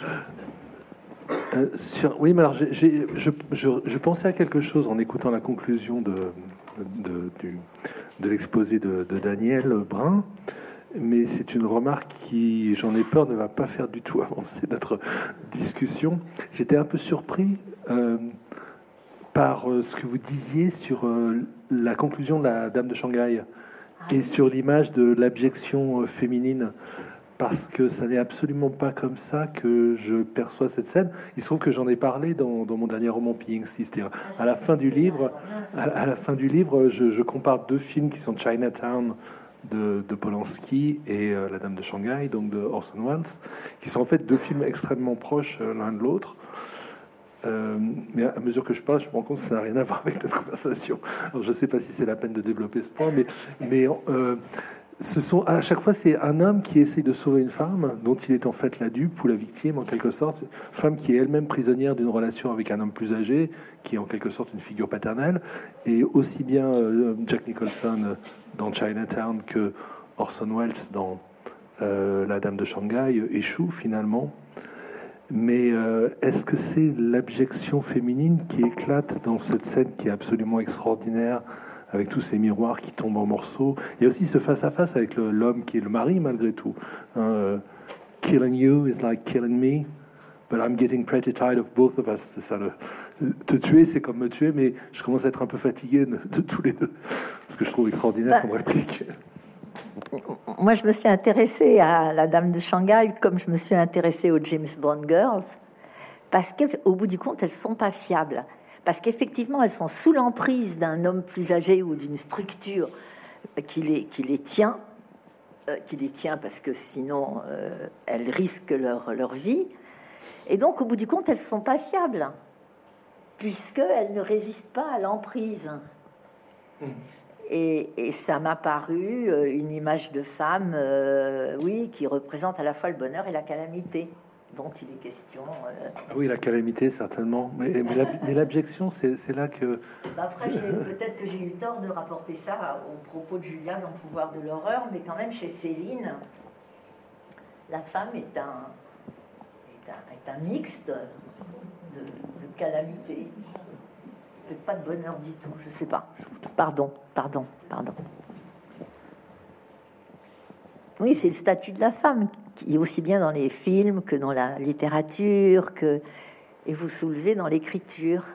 Euh, sur, oui, mais alors j'ai, j'ai, je, je, je pensais à quelque chose en écoutant la conclusion de, de, du, de l'exposé de, de Daniel Brun, mais c'est une remarque qui, j'en ai peur, ne va pas faire du tout avancer notre discussion. J'étais un peu surpris euh, par euh, ce que vous disiez sur euh, la conclusion de la Dame de Shanghai et sur l'image de l'abjection euh, féminine. Parce que ça n'est absolument pas comme ça que je perçois cette scène. Il se trouve que j'en ai parlé dans, dans mon dernier roman Peeing Sister. À la fin du livre, à, à la fin du livre, je, je compare deux films qui sont Chinatown de, de Polanski et euh, La Dame de Shanghai, donc de Orson Welles, qui sont en fait deux films extrêmement proches euh, l'un de l'autre. Euh, mais à mesure que je parle, je me rends compte que ça n'a rien à voir avec notre conversation. Alors, je ne sais pas si c'est la peine de développer ce point, mais, mais euh, ce sont, à chaque fois, c'est un homme qui essaye de sauver une femme dont il est en fait la dupe ou la victime, en quelque sorte. Une femme qui est elle-même prisonnière d'une relation avec un homme plus âgé, qui est en quelque sorte une figure paternelle. Et aussi bien euh, Jack Nicholson dans Chinatown que Orson Welles dans euh, La Dame de Shanghai échoue finalement. Mais euh, est-ce que c'est l'abjection féminine qui éclate dans cette scène qui est absolument extraordinaire, avec tous ces miroirs qui tombent en morceaux? Il y a aussi ce face-à-face avec le, l'homme qui est le mari, malgré tout. Hein, euh, killing you is like killing me, but I'm getting pretty tired of both of us. C'est ça, le, te tuer, c'est comme me tuer, mais je commence à être un peu fatigué de, de tous les deux. Ce que je trouve extraordinaire bah, comme réplique. Moi, je me suis intéressée à La Dame de Shanghai comme je me suis intéressée aux James Bond Girls, parce qu'au bout du compte, elles sont pas fiables. Parce qu'effectivement, elles sont sous l'emprise d'un homme plus âgé ou d'une structure qui les, qui les tient, euh, qui les tient parce que sinon, euh, elles risquent leur, leur vie. Et donc, au bout du compte, elles ne sont pas fiables, puisqu'elles ne résistent pas à l'emprise. Mmh. Et, et ça m'a paru une image de femme, euh, oui, qui représente à la fois le bonheur et la calamité dont il est question. Euh... Oui, la calamité, certainement. Mais, mais, la, mais l'abjection, c'est, c'est là que... Après, j'ai, peut-être que j'ai eu tort de rapporter ça au propos de Julia dans Pouvoir de l'horreur, mais quand même, chez Céline, la femme est un, est un, est un mixte de, de calamité. Peut-être pas de bonheur du tout, je sais pas. Pardon, pardon, pardon. Oui, c'est le statut de la femme qui est aussi bien dans les films que dans la littérature, que et vous soulevez dans l'écriture.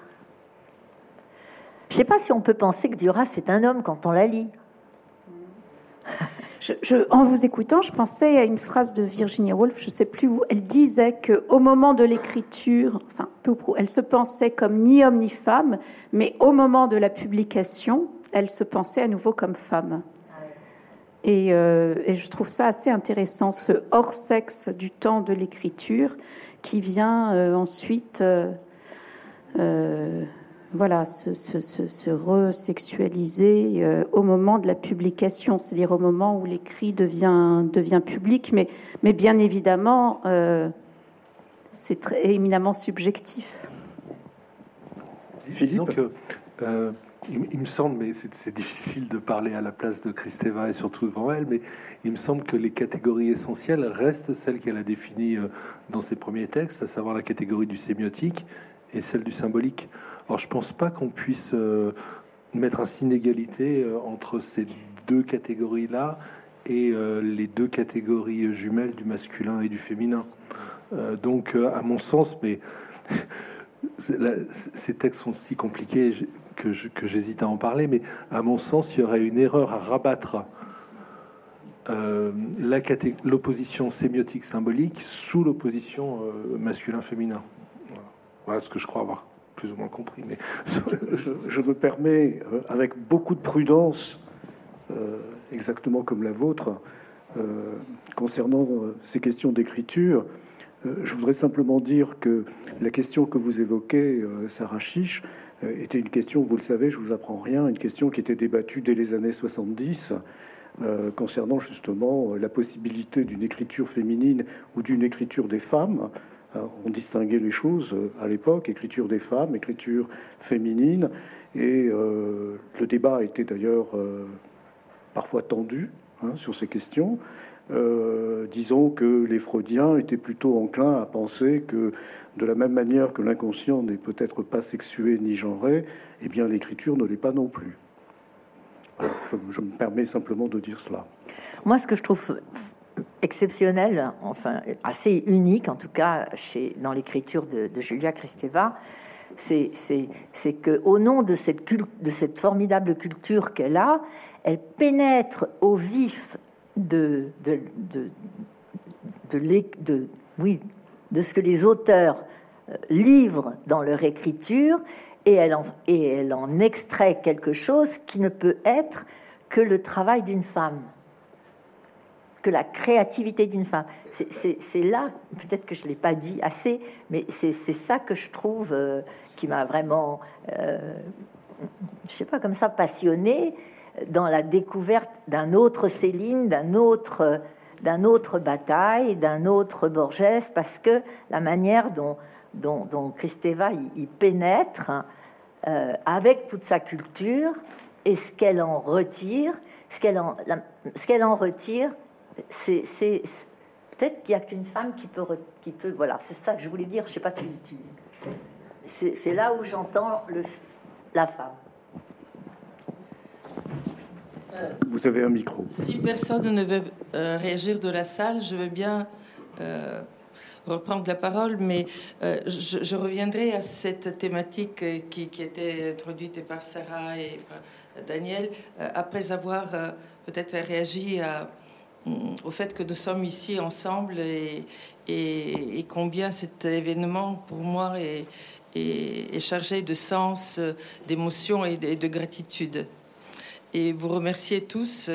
Je sais pas si on peut penser que Duras c'est un homme quand on la lit. Je, je, en vous écoutant, je pensais à une phrase de Virginia Woolf, je ne sais plus où, elle disait qu'au moment de l'écriture, enfin, peu ou prou, elle se pensait comme ni homme ni femme, mais au moment de la publication, elle se pensait à nouveau comme femme. Et, euh, et je trouve ça assez intéressant, ce hors-sexe du temps de l'écriture qui vient euh, ensuite... Euh, euh, Voilà, se, se, se, se resexualiser euh, au moment de la publication, c'est-à-dire au moment où l'écrit devient, devient public, mais, mais bien évidemment, euh, c'est très, éminemment subjectif. Disons que, euh, il, il me semble, mais c'est, c'est difficile de parler à la place de Kristeva et surtout devant elle, mais il me semble que les catégories essentielles restent celles qu'elle a définies euh, dans ses premiers textes, à savoir la catégorie du sémiotique et celle du symbolique. Alors, je pense pas qu'on puisse euh, mettre un signe d'égalité euh, entre ces deux catégories-là et euh, les deux catégories jumelles du masculin et du féminin. Euh, donc, euh, à mon sens, mais là, ces textes sont si compliqués que, je, que j'hésite à en parler, mais à mon sens, il y aurait une erreur à rabattre euh, la catég- l'opposition sémiotique-symbolique sous l'opposition euh, masculin-féminin. Voilà ce que je crois avoir plus ou moins compris. Mais je, je me permets, euh, avec beaucoup de prudence, euh, exactement comme la vôtre, euh, concernant euh, ces questions d'écriture, Euh, je voudrais simplement dire que la question que vous évoquez, euh, Sarah Chiche, euh, était une question, vous le savez, je vous apprends rien, une question qui était débattue dès les années soixante-dix, euh, concernant justement la possibilité d'une écriture féminine ou d'une écriture des femmes. Alors, on distinguait les choses à l'époque, écriture des femmes, écriture féminine, et euh, le débat était d'ailleurs euh, parfois tendu hein, sur ces questions. Euh, disons que les freudiens étaient plutôt enclins à penser que, de la même manière que l'inconscient n'est peut-être pas sexué ni genré, eh bien l'écriture ne l'est pas non plus. Alors, je, je me permets simplement de dire cela. Moi, ce que je trouve exceptionnel, enfin assez unique en tout cas chez, dans l'écriture de, de Julia Kristeva, c'est, c'est, c'est que au nom de cette, cult, de cette formidable culture qu'elle a, elle pénètre au vif de, de, de, de, de, de, oui, de ce que les auteurs livrent dans leur écriture, et elle, en, et elle en extrait quelque chose qui ne peut être que le travail d'une femme, que la créativité d'une femme. C'est, c'est, c'est là, peut-être que je ne l'ai pas dit assez, mais c'est, c'est ça que je trouve euh, qui m'a vraiment, euh, je sais pas, comme ça, passionnée dans la découverte d'un autre Céline, d'un autre, d'un autre Bataille, d'un autre Borges, parce que la manière dont, dont, dont Kristeva y, y pénètre, euh, avec toute sa culture, et ce qu'elle en retire, ce qu'elle en, la, ce qu'elle en retire, c'est, c'est, c'est peut-être qu'il n'y a qu'une femme qui peut, qui peut, voilà, c'est ça que je voulais dire. Je sais pas, tu, tu c'est, c'est là où j'entends le, la femme. Vous avez un micro. Si personne ne veut euh, réagir de la salle, je veux bien euh, reprendre la parole, mais euh, je, je reviendrai à cette thématique qui, qui était introduite par Sarah et par Daniel, euh, après avoir euh, peut-être réagi à, au fait que nous sommes ici ensemble et, et, et combien cet événement, pour moi, est, est, est chargé de sens, d'émotion et de, et de gratitude. Et vous remercier tous,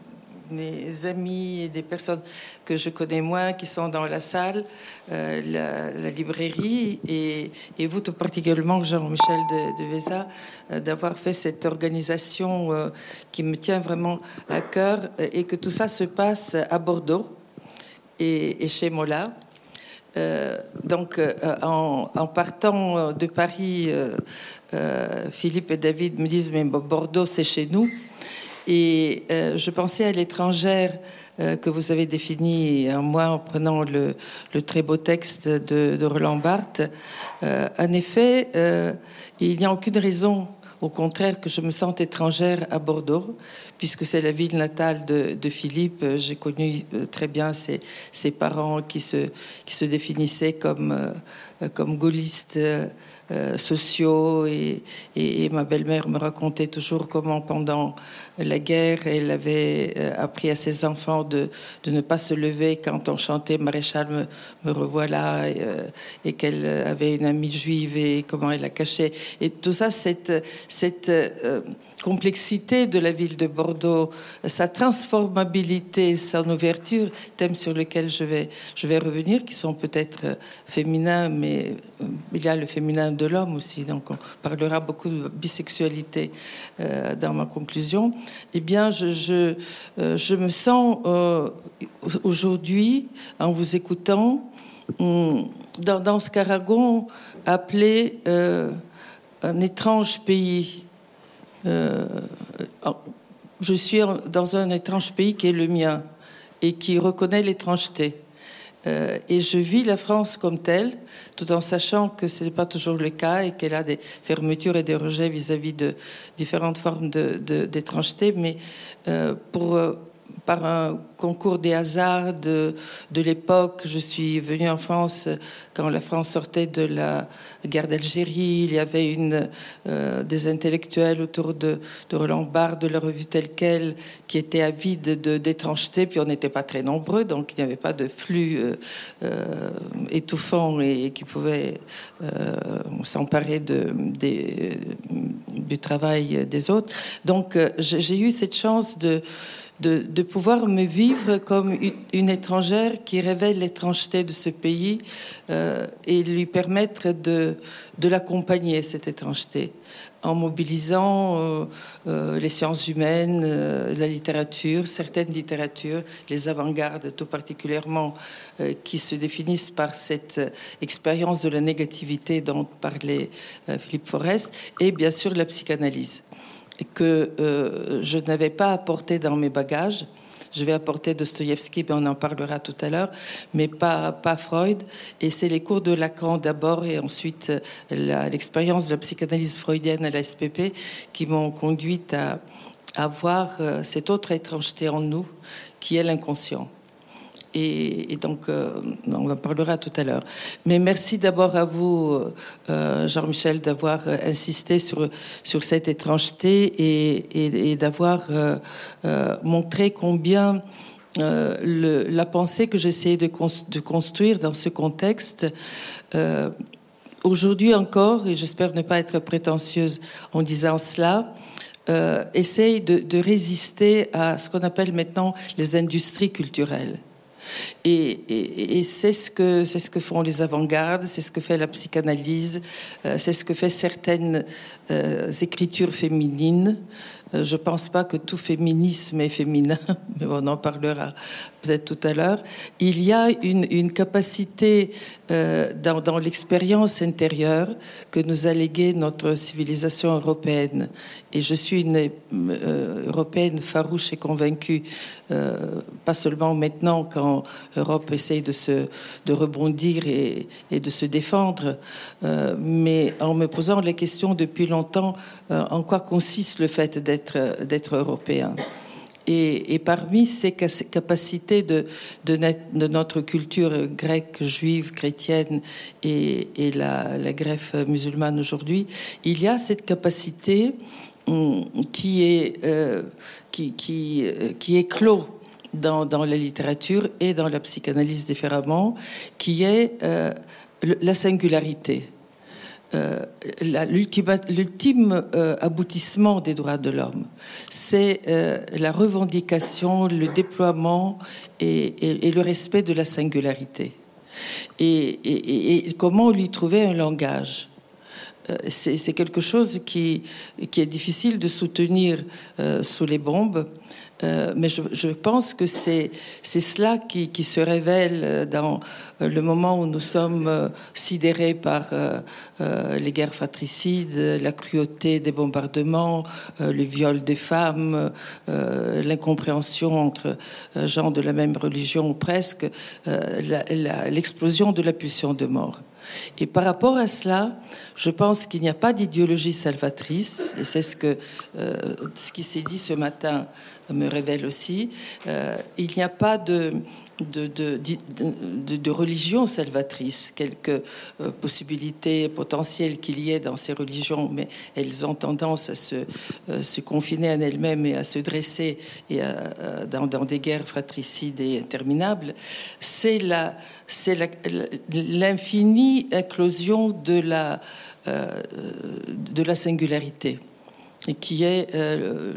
mes amis et des personnes que je connais moins qui sont dans la salle, euh, la, la librairie, et, et vous tout particulièrement, Jean-Michel de, de Véza, euh, d'avoir fait cette organisation euh, qui me tient vraiment à cœur, et que tout ça se passe à Bordeaux et, et chez Mola. Euh, donc, euh, en, en partant de Paris, euh, euh, Philippe et David me disent « mais Bordeaux, c'est chez nous ». Et euh, je pensais à l'étrangère euh, que vous avez définie en moi en prenant le, le très beau texte de, de Roland Barthes. Euh, en effet, euh, il n'y a aucune raison, au contraire, que je me sente étrangère à Bordeaux, puisque c'est la ville natale de, de Philippe. J'ai connu très bien ses, ses parents qui se, qui se définissaient comme, euh, comme gaullistes euh, sociaux. Et, et, et ma belle-mère me racontait toujours comment, pendant la guerre, elle avait appris à ses enfants de, de ne pas se lever quand on chantait « Maréchal, me, me revoilà » et, et qu'elle avait une amie juive et comment elle la cachait. Et tout ça, cette, cette euh, complexité de la ville de Bordeaux, sa transformabilité, son ouverture, thème sur lequel je vais, je vais revenir, qui sont peut-être féminins, mais il y a le féminin de l'homme aussi, donc on parlera beaucoup de bisexualité euh, dans ma conclusion. Eh bien, je, je, euh, je me sens euh, aujourd'hui, en vous écoutant, dans, dans ce qu'Aragon appelait euh, un étrange pays. Euh, je suis dans un étrange pays qui est le mien et qui reconnaît l'étrangeté. Euh, et je vis la France comme telle, tout en sachant que ce n'est pas toujours le cas et qu'elle a des fermetures et des rejets vis-à-vis de différentes formes de, de, d'étrangeté. Mais euh, pour, euh, par un concours des hasards de, de l'époque, je suis venue en France quand la France sortait de la guerre d'Algérie. Il y avait une, euh, des intellectuels autour de, de Roland Barthes, de la revue Telle Quelle, qui étaient avides de, d'étrangeté, puis on n'était pas très nombreux, donc il n'y avait pas de flux euh, euh, étouffant et, et qui pouvait euh, s'emparer de, des, du travail des autres. Donc, euh, j'ai eu cette chance de, de, de pouvoir me vivre comme une, une étrangère qui révèle l'étrangeté de ce pays euh, et lui permettre de, de l'accompagner, cette étrangeté, en mobilisant euh, euh, les sciences humaines, euh, la littérature, certaines littératures, les avant-gardes tout particulièrement, euh, qui se définissent par cette euh, expérience de la négativité dont parlait euh, Philippe Forest, et bien sûr la psychanalyse, que euh, je n'avais pas apporté dans mes bagages. Je vais apporter Dostoïevski, mais on en parlera tout à l'heure, mais pas, pas Freud. Et c'est les cours de Lacan d'abord et ensuite la, l'expérience de la psychanalyse freudienne à la S P P qui m'ont conduite à, à voir cette autre étrangeté en nous qui est l'inconscient. Et, et donc, euh, on en parlera tout à l'heure. Mais merci d'abord à vous, euh, Jean-Michel, d'avoir insisté sur, sur cette étrangeté et, et, et d'avoir euh, euh, montré combien euh, le, la pensée que j'essayais de, cons de construire dans ce contexte, euh, aujourd'hui encore, et j'espère ne pas être prétentieuse en disant cela, euh, essaye de, de résister à ce qu'on appelle maintenant les industries culturelles. Et, et, et c'est ce que c'est ce que font les avant-gardes, c'est ce que fait la psychanalyse, euh, c'est ce que fait certaines euh, écritures féminines. Euh, je pense pas que tout féminisme est féminin, mais on en parlera peut-être tout à l'heure. Il y a une, une capacité euh, dans, dans l'expérience intérieure que nous a léguée notre civilisation européenne. Et je suis une euh, européenne farouche et convaincue, euh, pas seulement maintenant quand l'Europe essaye de, se, de rebondir et, et de se défendre, euh, mais en me posant la question depuis longtemps, euh, en quoi consiste le fait d'être, d'être européen. Et, et parmi ces capacités de, de, de notre culture grecque, juive, chrétienne et, et la, la greffe musulmane aujourd'hui, il y a cette capacité qui est, euh, qui, qui, qui est clos dans, dans la littérature et dans la psychanalyse différemment, qui est euh, la singularité. Euh, la, l'ultime, l'ultime euh, aboutissement des droits de l'homme, c'est euh, la revendication, le déploiement et, et, et le respect de la singularité. Et, et, et comment lui trouver un langage? C'est, c'est quelque chose qui, qui est difficile de soutenir euh, sous les bombes. Euh, mais je, je pense que c'est, c'est cela qui, qui se révèle dans le moment où nous sommes sidérés par euh, euh, les guerres fratricides, la cruauté des bombardements, euh, le viol des femmes, euh, l'incompréhension entre euh, gens de la même religion ou presque, euh, la, la, l'explosion de la pulsion de mort. Et par rapport à cela, je pense qu'il n'y a pas d'idéologie salvatrice, et c'est ce que euh, ce qui s'est dit ce matin me révèle aussi. Euh, il n'y a pas de De, de, de, de religion salvatrice, quelques euh, possibilités potentielles qu'il y ait dans ces religions, mais elles ont tendance à se, euh, se confiner en elles-mêmes et à se dresser et à, à, dans, dans des guerres fratricides et interminables. C'est la, c'est la, l'infinie éclosion de la, euh, de la singularité, et qui est euh,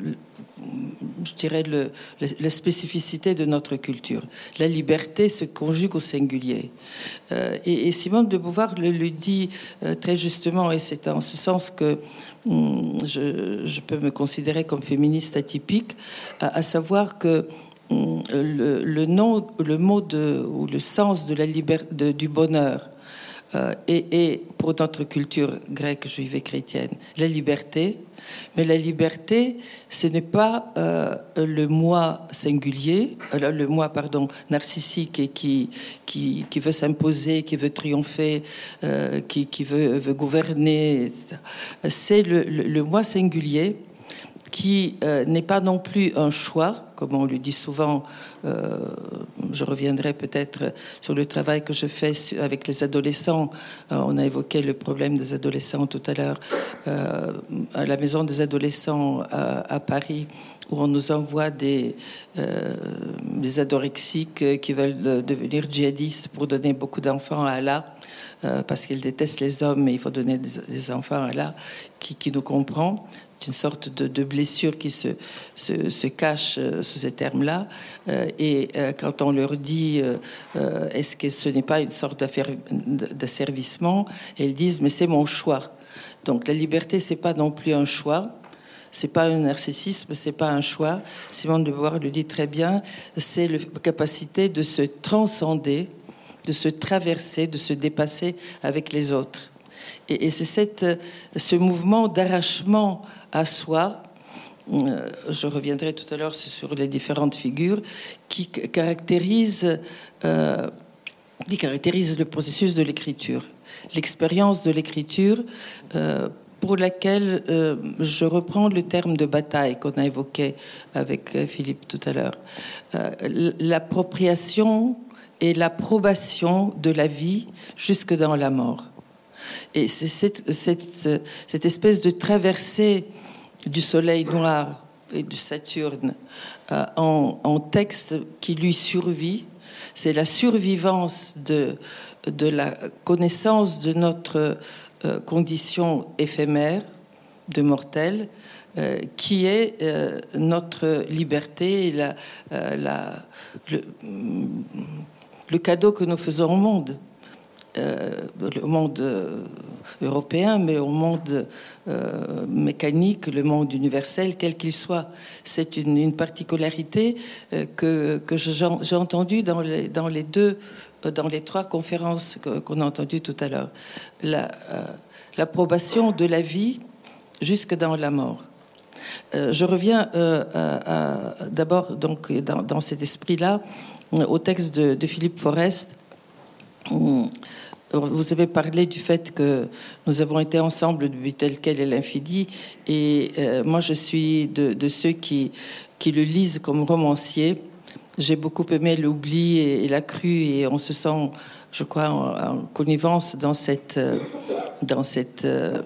je dirais, le, la spécificité de notre culture. La liberté se conjugue au singulier. Euh, et, et Simone de Beauvoir le, le dit euh, très justement, et c'est en ce sens que hum, je, je peux me considérer comme féministe atypique, à, à savoir que hum, le, le, nom, le mot de, ou le sens de la liber, de, du bonheur euh, et, et pour notre culture grecque, juive et chrétienne, la liberté. Mais la liberté, ce n'est pas euh, le moi singulier, euh, le moi, pardon, narcissique et qui, qui, qui veut s'imposer, qui veut triompher, euh, qui, qui veut, veut gouverner, et cetera. C'est le, le, le moi singulier qui euh, n'est pas non plus un choix, comme on le dit souvent. Euh, je reviendrai peut-être sur le travail que je fais avec les adolescents. Euh, on a évoqué le problème des adolescents tout à l'heure euh, à la maison des adolescents à, à Paris, où on nous envoie des, euh, des anorexiques qui veulent devenir djihadistes pour donner beaucoup d'enfants à Allah. euh, parce qu'il déteste les hommes, mais il faut donner des, des enfants à là qui, qui nous comprend. Une sorte de, de blessure qui se, se, se cache sous ces termes-là. Euh, et euh, quand on leur dit euh, euh, est-ce que ce n'est pas une sorte d'asservissement, elles disent mais c'est mon choix. Donc la liberté, c'est pas non plus un choix. C'est pas un narcissisme, c'est pas un choix. Simone de Beauvoir le dit très bien. C'est la capacité de se transcender, de se traverser, de se dépasser avec les autres. Et, et c'est cette, ce mouvement d'arrachement à soi, euh, je reviendrai tout à l'heure sur les différentes figures, qui caractérise, euh, qui caractérise le processus de l'écriture, l'expérience de l'écriture, euh, pour laquelle euh, je reprends le terme de bataille qu'on a évoqué avec Philippe tout à l'heure. Euh, l'appropriation et l'approbation de la vie jusque dans la mort. Et c'est cette, cette, cette espèce de traversée du soleil noir et du Saturne euh, en, en texte qui lui survit. C'est la survivance de, de la connaissance de notre euh, condition éphémère de mortel, euh, qui est euh, notre liberté et la, euh, la, le, le cadeau que nous faisons au monde. Euh, le monde euh, européen, mais au monde euh, mécanique, le monde universel, quel qu'il soit. C'est une, une particularité euh, que, que j'ai entendue dans les, dans les deux, euh, dans les trois conférences que, qu'on a entendues tout à l'heure. La, euh, l'approbation de la vie jusque dans la mort. Euh, je reviens euh, à, à, d'abord donc dans, dans cet esprit-là au texte de, de Philippe Forest. Vous avez parlé du fait que nous avons été ensemble depuis Tel quel est l'infini, et euh, moi je suis de, de ceux qui, qui le lisent comme romancier. J'ai beaucoup aimé l'oubli et, et la crue, et on se sent, je crois, en, en connivence dans cette, dans cette euh,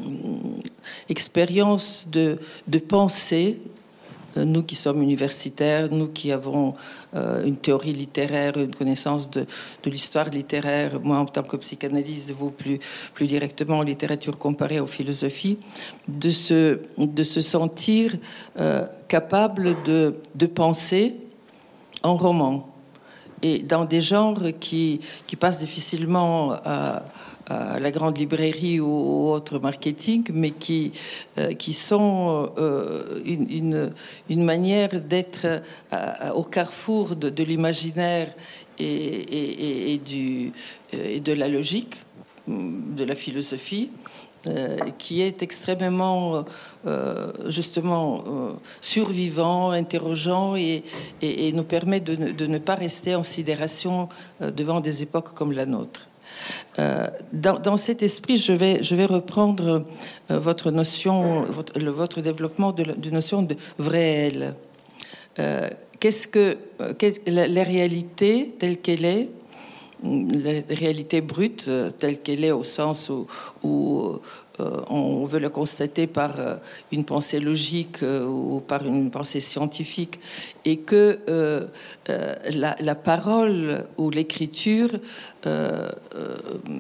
expérience de, de pensée. Nous qui sommes universitaires, nous qui avons euh, une théorie littéraire, une connaissance de, de l'histoire littéraire, moi en tant que psychanalyste, vous plus, plus directement en littérature comparée aux philosophies, de se, de se sentir euh, capable de, de penser en roman et dans des genres qui, qui passent difficilement à, à la grande librairie ou, ou autre marketing, mais qui, euh, qui sont euh, une, une, une manière d'être euh, au carrefour de, de l'imaginaire et, et, et, du, et de la logique, de la philosophie, euh, qui est extrêmement euh, justement euh, survivant, interrogeant et, et, et nous permet de ne, de ne pas rester en sidération euh, devant des époques comme la nôtre. Euh, dans, dans cet esprit, je vais, je vais reprendre euh, votre notion, votre, le, votre développement de la de notion de vrai-réel. Euh, qu'est-ce que qu'est, la, la réalité telle qu'elle est, la réalité brute telle qu'elle est au sens où, où euh, on veut la constater par euh, une pensée logique euh, ou par une pensée scientifique, et que euh, euh, la, la parole ou l'écriture euh, euh,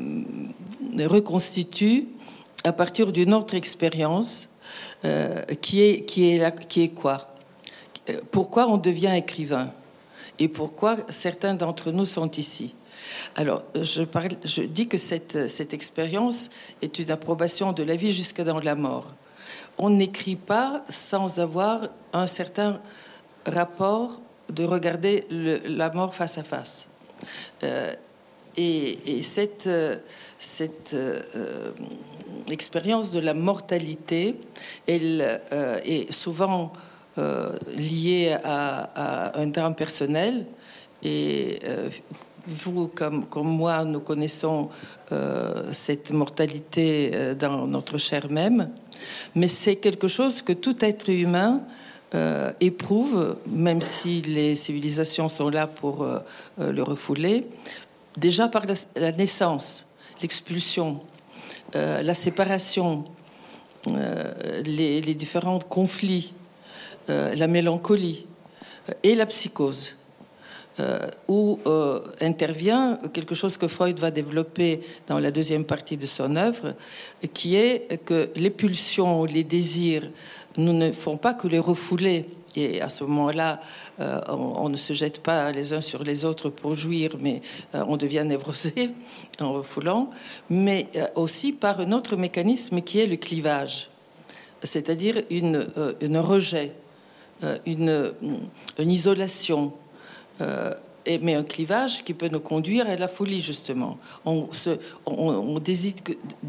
reconstitue à partir d'une autre expérience euh, qui est qui est la, qui est quoi? Pourquoi on devient écrivain et pourquoi certains d'entre nous sont ici? Alors, je, parle, je dis que cette, cette expérience est une approbation de la vie jusque dans la mort. On n'écrit pas sans avoir un certain rapport de regarder le, la mort face à face. Euh, et, et cette, cette euh, expérience de la mortalité, elle euh, est souvent euh, liée à, à un drame personnel. Et euh, vous, comme, comme moi, nous connaissons euh, cette mortalité euh, dans notre chair même, mais c'est quelque chose que tout être humain euh, éprouve, même si les civilisations sont là pour euh, le refouler, déjà par la, la naissance, l'expulsion, euh, la séparation, euh, les, les différents conflits, euh, la mélancolie et la psychose. euh, où euh, intervient quelque chose que Freud va développer dans la deuxième partie de son œuvre, qui est que les pulsions, les désirs, nous ne font pas que les refouler. Et à ce moment-là, euh, on, on ne se jette pas les uns sur les autres pour jouir, mais euh, on devient névrosé en refoulant, mais euh, aussi par un autre mécanisme qui est le clivage, c'est-à-dire une, euh, une rejet, euh, une, une isolation, euh, et, mais un clivage qui peut nous conduire à la folie, justement. On, se, on, on, déside,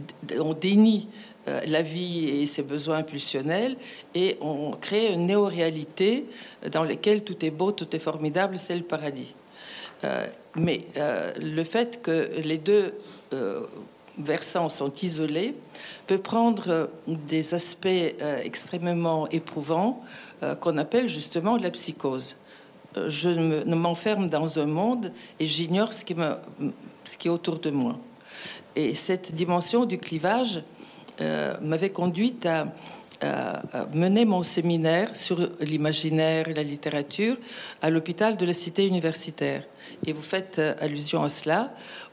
on dénie la vie et ses besoins pulsionnels, et on crée une néo-réalité dans laquelle tout est beau, tout est formidable, c'est le paradis. Euh, mais euh, le fait que les deux euh, versants sont isolés peut prendre des aspects euh, extrêmement éprouvants euh, qu'on appelle justement la psychose. Je me, m'enferme dans un monde et j'ignore ce qui, me, ce qui est autour de moi. Et cette dimension du clivage Euh, m'avait conduite à, à, à mener mon séminaire sur l'imaginaire et la littérature à l'hôpital de la Cité universitaire. Et vous faites euh, allusion à cela,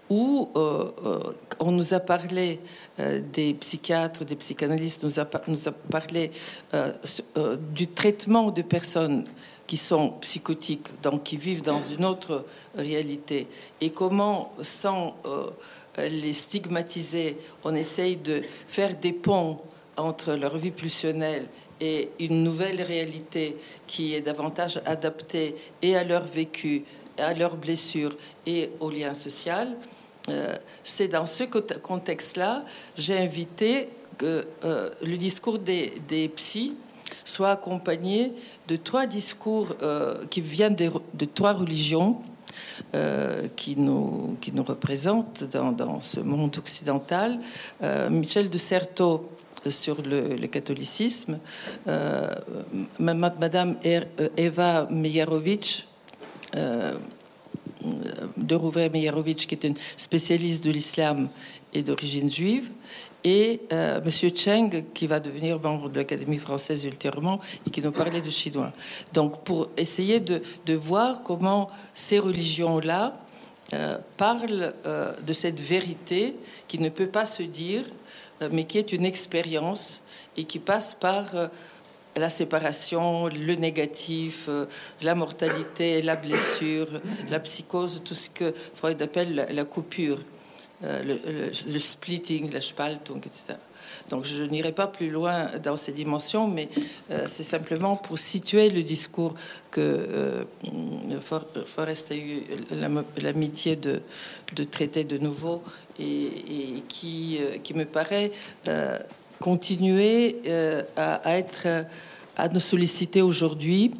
où euh, euh, on nous a parlé euh, des psychiatres, des psychanalystes, nous a, nous a parlé euh, euh, du traitement de personnes qui sont psychotiques, donc qui vivent dans une autre réalité, et comment, sans euh, les stigmatiser, on essaye de faire des ponts entre leur vie pulsionnelle et une nouvelle réalité qui est davantage adaptée et à leur vécu, à leurs blessures et au lien social. Euh, c'est dans ce contexte-là, j'ai invité que euh, le discours des, des psys soit accompagné de trois discours euh, qui viennent de, de trois religions Euh, qui, nous, qui nous représente dans, dans ce monde occidental. Euh, Michel de Certeau sur le, le catholicisme, euh, Madame Eva Meyerovitch, euh, de Rouvet-Meyerovitch, qui est une spécialiste de l'islam et d'origine juive, et euh, Monsieur Cheng, qui va devenir membre de l'Académie française ultérieurement et qui nous parlait de chinois. Donc, pour essayer de, de voir comment ces religions-là euh, parlent euh, de cette vérité qui ne peut pas se dire, euh, mais qui est une expérience et qui passe par euh, la séparation, le négatif, euh, la mortalité, la blessure, la psychose, tout ce que Freud appelle la, la coupure. Euh, le, le, le splitting, la Spaltung, et cetera. Donc je n'irai pas plus loin dans ces dimensions, mais euh, c'est simplement pour situer le discours que euh, Forrest a eu l'amitié de, de traiter de nouveau et, et qui, euh, qui me paraît euh, continuer euh, à, à être à nous solliciter aujourd'hui,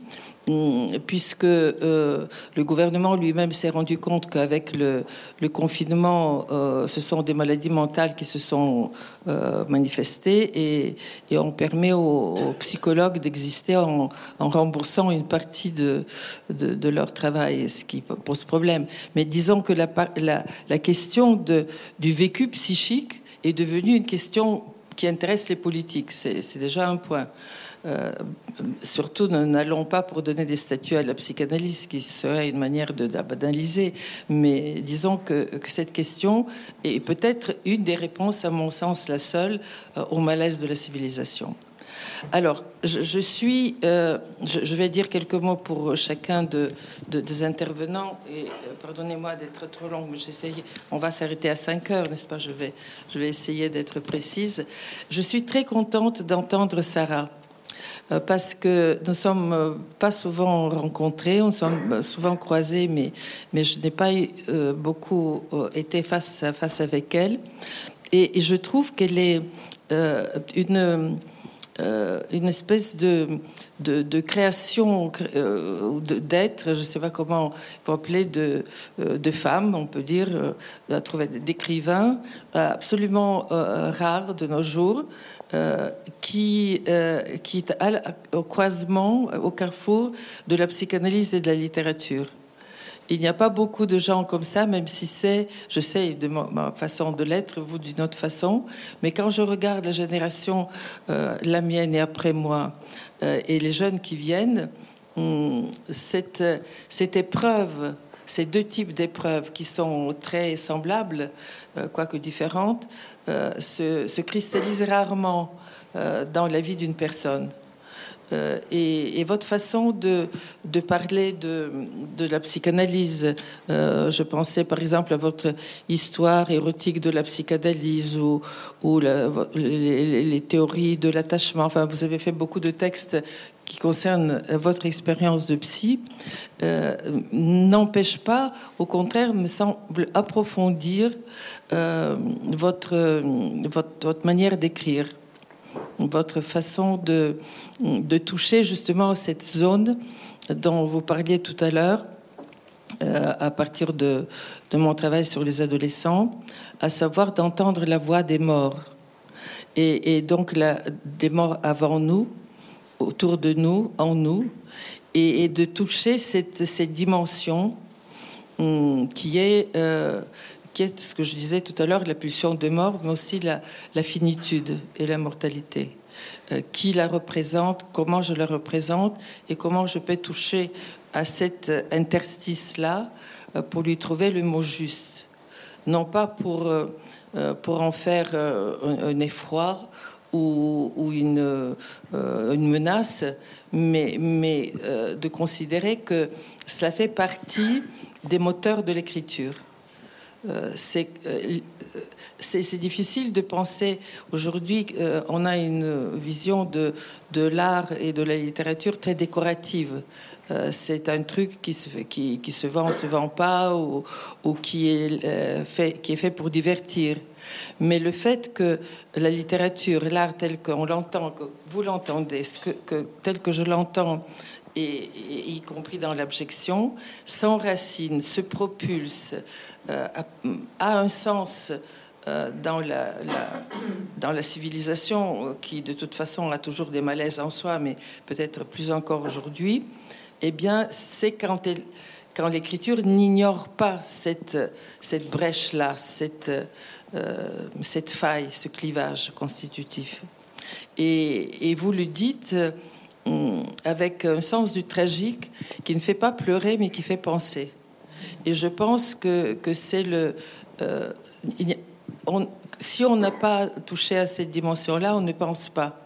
puisque euh, le gouvernement lui-même s'est rendu compte qu'avec le, le confinement, euh, ce sont des maladies mentales qui se sont euh, manifestées, et, et on permet aux, aux psychologues d'exister en, en remboursant une partie de, de, de leur travail, ce qui pose problème. Mais disons que la, la, la question de, du vécu psychique est devenue une question qui intéresse les politiques. C'est, c'est déjà un point. Euh, surtout, n'allons pas pour donner des statuts à la psychanalyse, qui serait une manière de, de banaliser, mais disons que, que cette question est peut-être une des réponses, à mon sens la seule, euh, au malaise de la civilisation. Alors, je, je suis, euh, je, je vais dire quelques mots pour chacun de, de, des intervenants, et euh, pardonnez-moi d'être trop longue, mais j'essaye. On va s'arrêter à cinq heures, n'est-ce pas? Je vais, je vais essayer d'être précise. Je suis très contente d'entendre Sarah, parce que nous ne sommes pas souvent rencontrés, on sommes souvent croisés, mais, mais je n'ai pas euh, beaucoup euh, été face à face avec elle. Et, et je trouve qu'elle est euh, une, euh, une espèce de, de, de création euh, d'être, je ne sais pas comment on peut appeler, de, de femmes, on peut dire, euh, trouver d'écrivains absolument euh, rares de nos jours. Euh, qui, euh, qui est à, au croisement, au carrefour de la psychanalyse et de la littérature. Il n'y a pas beaucoup de gens comme ça, même si c'est, je sais, de ma, ma façon de l'être, vous d'une autre façon, mais quand je regarde la génération, euh, la mienne et après moi, euh, et les jeunes qui viennent, cette, cette épreuve, ces deux types d'épreuves qui sont très semblables, euh, quoique différentes, euh, se, se cristallisent rarement euh, dans la vie d'une personne. Euh, et, et votre façon de, de parler de, de la psychanalyse, euh, je pensais par exemple à votre histoire érotique de la psychanalyse ou, ou la, les, les théories de l'attachement. Enfin, vous avez fait beaucoup de textes qui concernent votre expérience de psy, euh, n'empêche pas, au contraire, me semble approfondir euh, votre, votre, votre manière d'écrire. Votre façon de, de toucher justement cette zone dont vous parliez tout à l'heure, euh, à partir de, de mon travail sur les adolescents, à savoir d'entendre la voix des morts. Et, et donc la, des morts avant nous, autour de nous, en nous, et, et de toucher cette, cette dimension hum, qui est... Euh, qui est ce que je disais tout à l'heure, la pulsion de mort, mais aussi la, la finitude et la mortalité. Euh, qui la représente, comment je la représente et comment je peux toucher à cet interstice-là euh, pour lui trouver le mot juste. Non pas pour, euh, pour en faire euh, un, un effroi ou, ou une, euh, une menace, mais, mais euh, de considérer que cela fait partie des moteurs de l'écriture. Euh, c'est, euh, c'est, c'est difficile de penser aujourd'hui. Euh, on a une vision de, de l'art et de la littérature très décorative. Euh, c'est un truc qui se, qui, qui se vend, se vend pas, ou, ou qui est euh, fait, qui est fait pour divertir. Mais le fait que la littérature, l'art tel qu'on l'entend, que vous l'entendez, ce que, que, tel que je l'entends, et, et y compris dans l'abjection, s'enracine, se propulse, euh, a, a un sens euh, dans, la, la, dans la civilisation qui, de toute façon, a toujours des malaises en soi, mais peut-être plus encore aujourd'hui, eh bien, c'est quand, elle, quand l'écriture n'ignore pas cette, cette brèche-là, cette, euh, cette faille, ce clivage constitutif. Et, et vous le dites avec un sens du tragique qui ne fait pas pleurer mais qui fait penser. Et je pense que, que c'est le... Euh, on, si on n'a pas touché à cette dimension-là, on ne pense pas.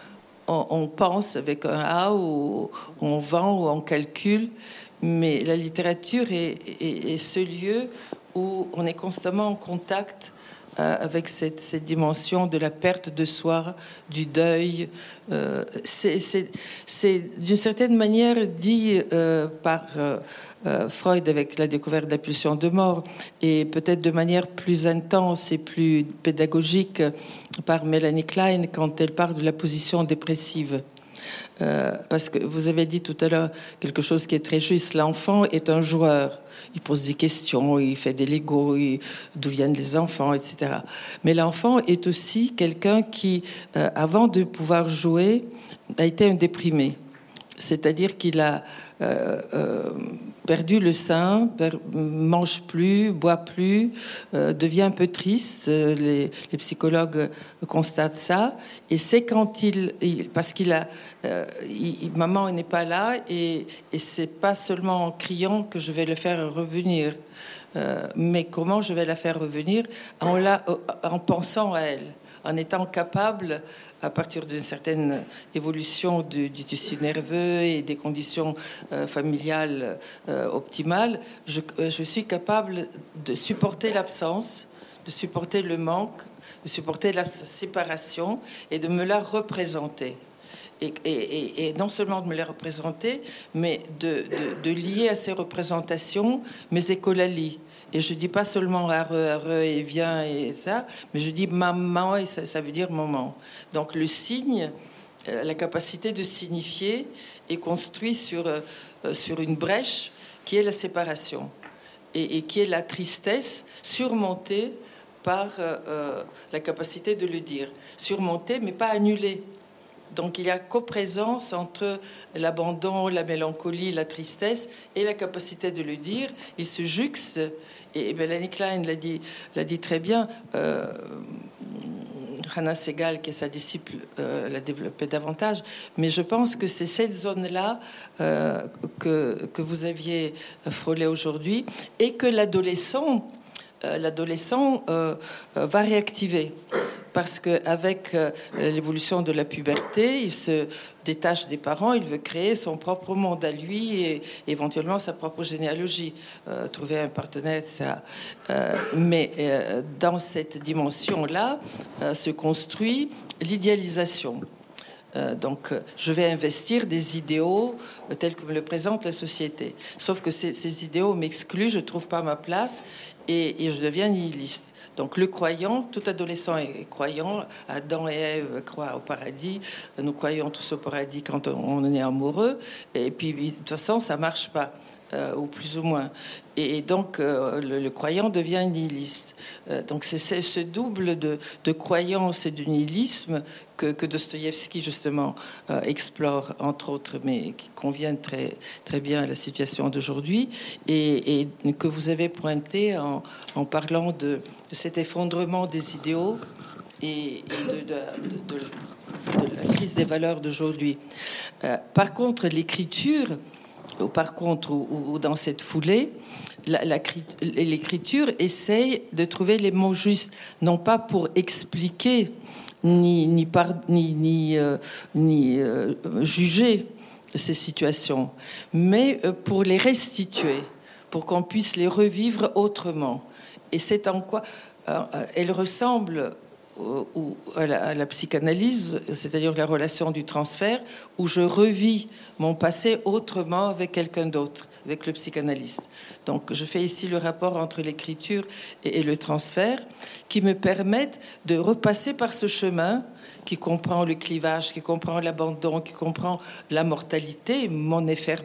On, on pense avec un A, ou on vend, ou on calcule, mais la littérature est, est, est ce lieu où on est constamment en contact avec cette, cette dimension de la perte de soi, du deuil. Euh, c'est, c'est, c'est d'une certaine manière dit euh, par euh, euh, Freud avec la découverte de la pulsion de mort, et peut-être de manière plus intense et plus pédagogique par Mélanie Klein quand elle parle de la position dépressive. Euh, parce que vous avez dit tout à l'heure quelque chose qui est très juste. L'enfant est un joueur. Il pose des questions, il fait des Legos, il, d'où viennent les enfants, et cetera. Mais l'enfant est aussi quelqu'un qui, euh, avant de pouvoir jouer, a été un déprimé. C'est-à-dire qu'il a euh, euh, perdu le sein, per, mange plus, boit plus, euh, devient un peu triste. Les, les psychologues constatent ça. Et c'est quand il... il parce qu'il a... Euh, il, maman n'est pas là, et, et c'est pas seulement en criant que je vais le faire revenir. Euh, mais comment je vais la faire revenir? En, la, en pensant à elle, en étant capable, à partir d'une certaine évolution du, du tissu nerveux et des conditions euh, familiales euh, optimales, je, je suis capable de supporter l'absence, de supporter le manque, de supporter la séparation et de me la représenter. Et, et, et non seulement de me la représenter, mais de, de, de lier à ces représentations mes écolalies. Et je dis pas seulement arre, arre et viens et ça, mais je dis maman, et ça, ça veut dire maman. Donc le signe, euh, la capacité de signifier est construit sur, euh, sur une brèche qui est la séparation et, et qui est la tristesse surmontée par euh, euh, la capacité de le dire. Surmontée, mais pas annulée. Donc il y a coprésence entre l'abandon, la mélancolie, la tristesse et la capacité de le dire. Ils se juxtent. Et Mélanie Klein l'a dit, l'a dit très bien. Euh, Hannah Segal, qui est sa disciple, euh, l'a développé davantage. Mais je pense que c'est cette zone-là euh, que, que vous aviez frôlé aujourd'hui et que l'adolescent, euh, l'adolescent euh, va réactiver. Parce qu'avec euh, l'évolution de la puberté, il se détache des parents, il veut créer son propre monde à lui et éventuellement sa propre généalogie, euh, trouver un partenaire, ça. Euh, mais euh, dans cette dimension-là euh, se construit l'idéalisation. Euh, donc, je vais investir des idéaux euh, tels que me le présente la société. Sauf que ces, ces idéaux m'excluent, je ne trouve pas ma place et, et je deviens nihiliste. Donc le croyant, tout adolescent est croyant, Adam et Ève croient au paradis, nous croyons tous au paradis quand on est amoureux, et puis de toute façon ça marche pas, euh, ou plus ou moins. Et donc euh, le, le croyant devient nihiliste. Euh, donc c'est, c'est ce double de, de croyance et de nihilisme que, que Dostoïevski justement euh, explore entre autres, mais qui conviennent très, très bien à la situation d'aujourd'hui, et, et que vous avez pointé en, en parlant de, de cet effondrement des idéaux et, et de, de, de, de, de la crise des valeurs d'aujourd'hui. Euh, par contre, l'écriture, ou par contre, ou, ou dans cette foulée, la, la, l'écriture essaye de trouver les mots justes, non pas pour expliquer ni, ni, par, ni, ni, euh, ni euh, juger ces situations, mais pour les restituer, pour qu'on puisse les revivre autrement. Et c'est en quoi euh, elle ressemble au, à, la, à la psychanalyse, c'est-à-dire la relation du transfert, où je revis mon passé autrement avec quelqu'un d'autre, avec le psychanalyste. Donc je fais ici le rapport entre l'écriture et, et le transfert, qui me permettent de repasser par ce chemin qui comprend le clivage, qui comprend l'abandon, qui comprend la mortalité, mon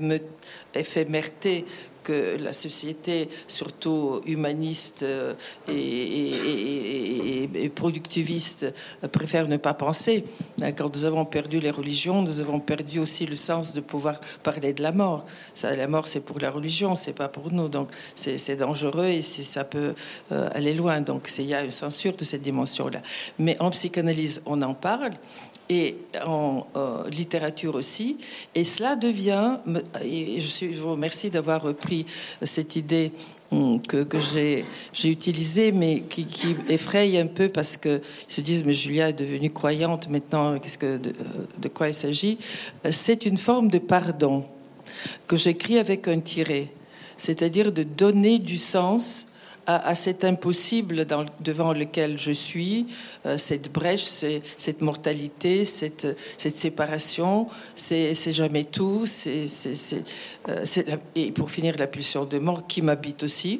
éphémérité, que la société, surtout humaniste et, et, et, et productiviste, préfère ne pas penser. Quand nous avons perdu les religions, nous avons perdu aussi le sens de pouvoir parler de la mort. Ça, la mort, c'est pour la religion, c'est pas pour nous. Donc, c'est, c'est dangereux et c'est, ça peut euh, aller loin. Donc, c'est, il y a une censure de cette dimension-là. Mais en psychanalyse, on en parle. Et en euh, littérature aussi, et cela devient, et je, suis, je vous remercie d'avoir repris cette idée que, que j'ai, j'ai utilisée, mais qui, qui effraie un peu parce qu'ils se disent, mais Julia est devenue croyante maintenant, qu'est-ce que, de, de quoi il s'agit? C'est une forme de pardon que j'écris avec un tiret, c'est-à-dire de donner du sens À, à cet impossible dans, devant lequel je suis, euh, cette brèche, c'est, cette mortalité, cette, cette séparation, c'est, c'est jamais tout, c'est, c'est, c'est, euh, c'est la, et pour finir, la pulsion de mort qui m'habite aussi,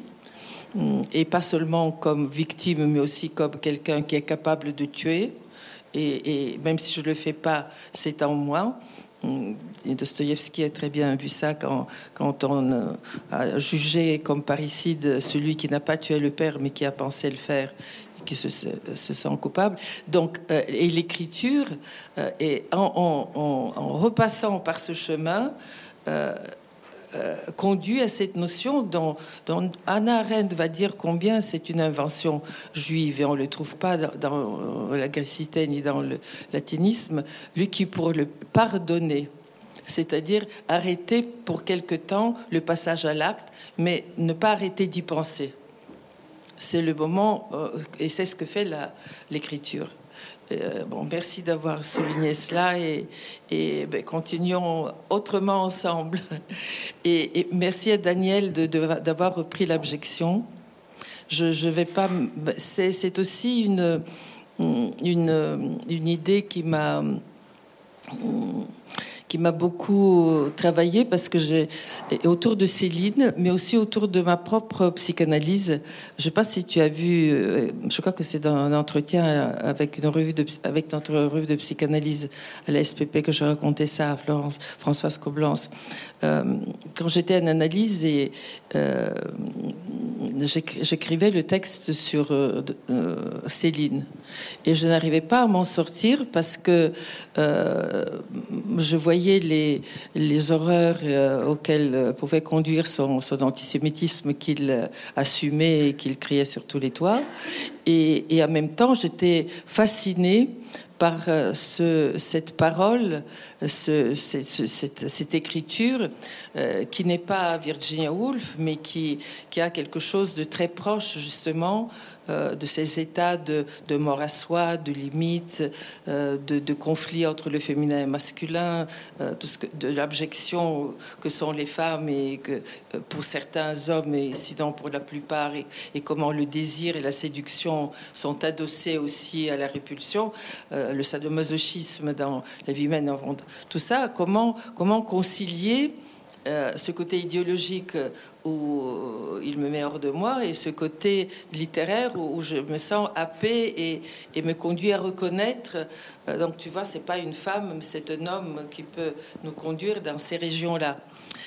et pas seulement comme victime, mais aussi comme quelqu'un qui est capable de tuer, et, et même si je ne le fais pas, c'est en moi. Et Dostoïevski a très bien vu ça quand, quand on a jugé comme parricide celui qui n'a pas tué le père mais qui a pensé le faire et qui se, se, se sent coupable. Donc, euh, et l'écriture, euh, et en, en, en, en repassant par ce chemin, euh, euh, conduit à cette notion dont, dont Hannah Arendt va dire combien c'est une invention juive, et on ne le trouve pas dans, dans la grécité ni dans le latinisme, lui qui pour le pardonner, c'est-à-dire arrêter pour quelque temps le passage à l'acte, mais ne pas arrêter d'y penser. C'est le moment, euh, et c'est ce que fait la, l'écriture. Euh, bon, merci d'avoir souligné cela et, et ben, continuons autrement ensemble. Et, et merci à Daniel de, de, d'avoir repris l'abjection. Je, je vais pas. C'est, c'est aussi une, une, une idée qui m'a. qui m'a beaucoup travaillé parce que j'ai autour de Céline, mais aussi autour de ma propre psychanalyse. Je ne sais pas si tu as vu, je crois que c'est dans un entretien avec une revue de, avec notre revue de psychanalyse à la S P P que je racontais ça à Florence, Françoise Coblence. Euh, quand j'étais en analyse et euh, j'écrivais le texte sur euh, euh, Céline et je n'arrivais pas à m'en sortir parce que euh, je voyais les, les horreurs euh, auxquelles pouvait conduire son, son antisémitisme qu'il assumait et qu'il criait sur tous les toits. Et, et en même temps, j'étais fascinée par ce, cette parole, ce, ce, cette, cette écriture euh, qui n'est pas Virginia Woolf, mais qui, qui a quelque chose de très proche justement euh, de ces états de, de mort à soi, de limite, euh, de, de conflit entre le féminin et le masculin, euh, tout ce que, de l'abjection que sont les femmes et que euh, pour certains hommes et sinon pour la plupart, et, et comment le désir et la séduction sont adossés aussi à la répulsion. Euh, le sadomasochisme dans la vie humaine, tout ça, comment, comment concilier euh, ce côté idéologique où il me met hors de moi et ce côté littéraire où, où je me sens happée et, et me conduit à reconnaître. Euh, donc tu vois, c'est pas une femme, mais c'est un homme qui peut nous conduire dans ces régions-là.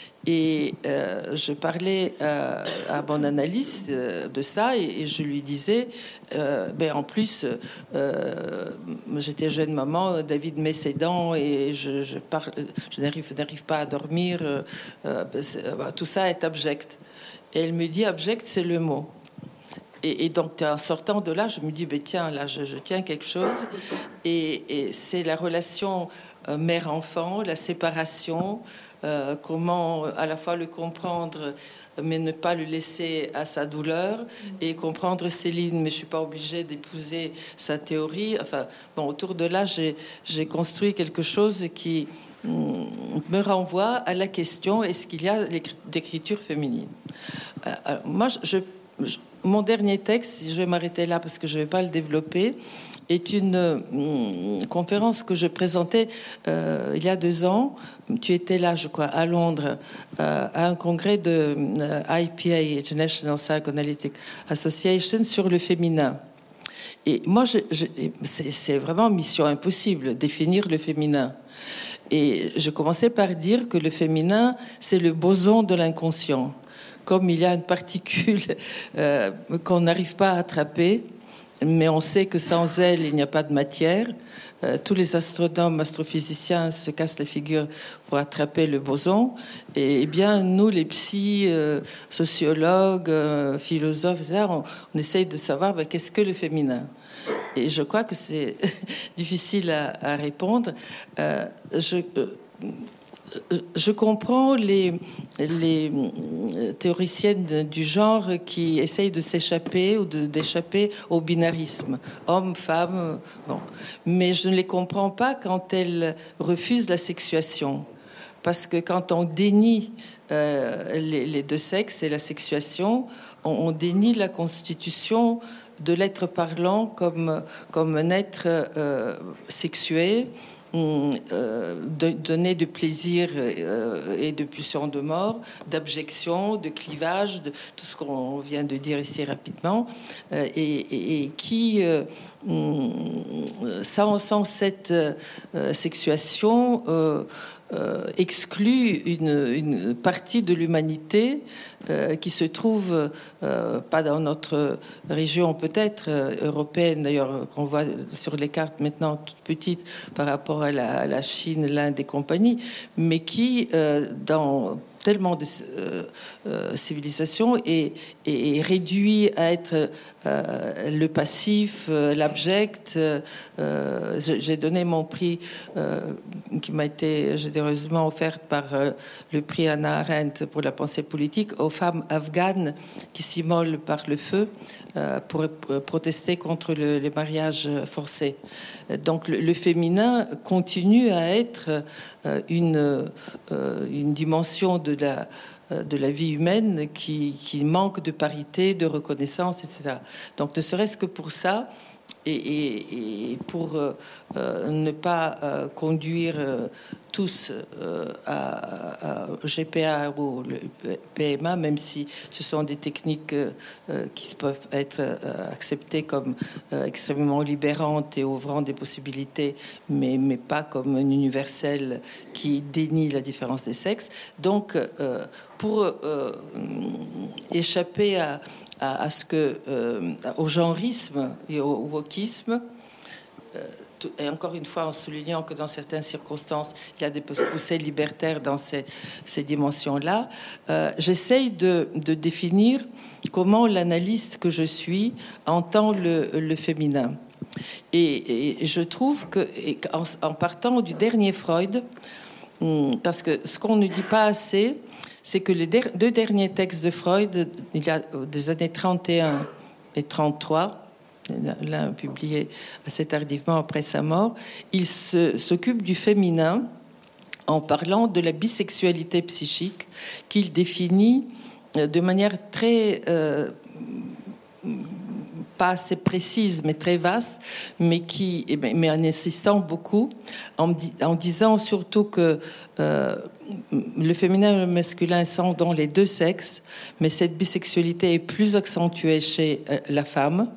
Et euh, je parlais euh, à mon analyste euh, de ça et, et je lui disais, euh, ben en plus, euh, j'étais jeune maman, David met ses dents et je, je, parle, je n'arrive, n'arrive pas à dormir, euh, euh, tout ça est abject. Et elle me dit, abject, c'est le mot. Et, et donc, en sortant de là, je me dis, ben tiens, là, je, je tiens quelque chose. Et, et c'est la relation euh, mère-enfant, la séparation. Euh, comment à la fois le comprendre mais ne pas le laisser à sa douleur et comprendre Céline, mais je suis pas obligée d'épouser sa théorie. Enfin bon, autour de là j'ai, j'ai construit quelque chose qui hum, me renvoie à la question: est-ce qu'il y a d'écriture féminine? Alors, moi je, je, mon dernier texte, je vais m'arrêter là parce que je vais pas le développer, est une hum, conférence que je présentais euh, il y a deux ans. Tu étais là, je crois, à Londres, euh, à un congrès de euh, I P A, International Psychoanalytic Association, sur le féminin. Et moi, je, je, c'est, c'est vraiment mission impossible, définir le féminin. Et je commençais par dire que le féminin, c'est le boson de l'inconscient. Comme il y a une particule euh, qu'on n'arrive pas à attraper, mais on sait que sans elle, il n'y a pas de matière. Euh, tous les astronomes, astrophysiciens se cassent la figure pour attraper le boson. Et, et bien, nous, les psys, euh, sociologues, euh, philosophes, et cetera, on, on essaye de savoir ben, qu'est-ce que le féminin. Et je crois que c'est difficile à, à répondre. Euh, je... Euh, Je comprends les, les théoriciennes du genre qui essayent de s'échapper ou de, d'échapper au binarisme, homme, femme, bon. Mais je ne les comprends pas quand elles refusent la sexuation. Parce que quand on dénie euh, les, les deux sexes et la sexuation, on, on dénie la constitution de l'être parlant comme, comme un être euh, sexué, Euh, de, donner de plaisir euh, et de pulsion de mort, d'abjection, de clivage, de tout ce qu'on vient de dire ici rapidement, euh, et, et, et qui, euh, sans, sans cette euh, sexuation, euh, euh, exclut une, une partie de l'humanité euh, qui se trouve euh, pas dans notre région peut-être euh, européenne d'ailleurs, qu'on voit sur les cartes maintenant toutes petites par rapport à la, à la Chine, l'Inde et compagnie, mais qui euh, dans tellement de euh, euh, civilisation est, est, est réduit à être euh, le passif, euh, l'abject. Euh, j'ai donné mon prix euh, qui m'a été généreusement offert par euh, le prix Hannah Arendt pour la pensée politique aux femmes afghanes qui s'immolent par le feu euh, pour protester contre le, les mariages forcés. Donc le, le féminin continue à être euh, une, euh, une dimension de la, de la vie humaine qui, qui manque de parité, de reconnaissance, et cetera. Donc ne serait-ce que pour ça, et, et, et pour euh, euh, ne pas euh, conduire euh, tous euh, à, à G P A ou le P M A, même si ce sont des techniques euh, qui peuvent être euh, acceptées comme euh, extrêmement libérantes et ouvrant des possibilités, mais, mais pas comme un universel qui dénie la différence des sexes. Donc, euh, pour euh, échapper à, à, à ce que, euh, au genrisme et au wokisme, euh, et encore une fois en soulignant que dans certaines circonstances, il y a des poussées libertaires dans ces, ces dimensions-là, euh, j'essaye de, de définir comment l'analyste que je suis entend le, le féminin. Et, et je trouve que, et en, en partant du dernier Freud, parce que ce qu'on ne dit pas assez, c'est que les der- deux derniers textes de Freud, il y a des années trente et un et trente-trois, l'un publié assez tardivement après sa mort, il se, s'occupe du féminin en parlant de la bisexualité psychique qu'il définit de manière très... Euh, pas assez précise, mais très vaste, mais, qui, mais en insistant beaucoup, en, en disant surtout que euh, le féminin et le masculin sont dans les deux sexes, mais cette bisexualité est plus accentuée chez euh, la femme,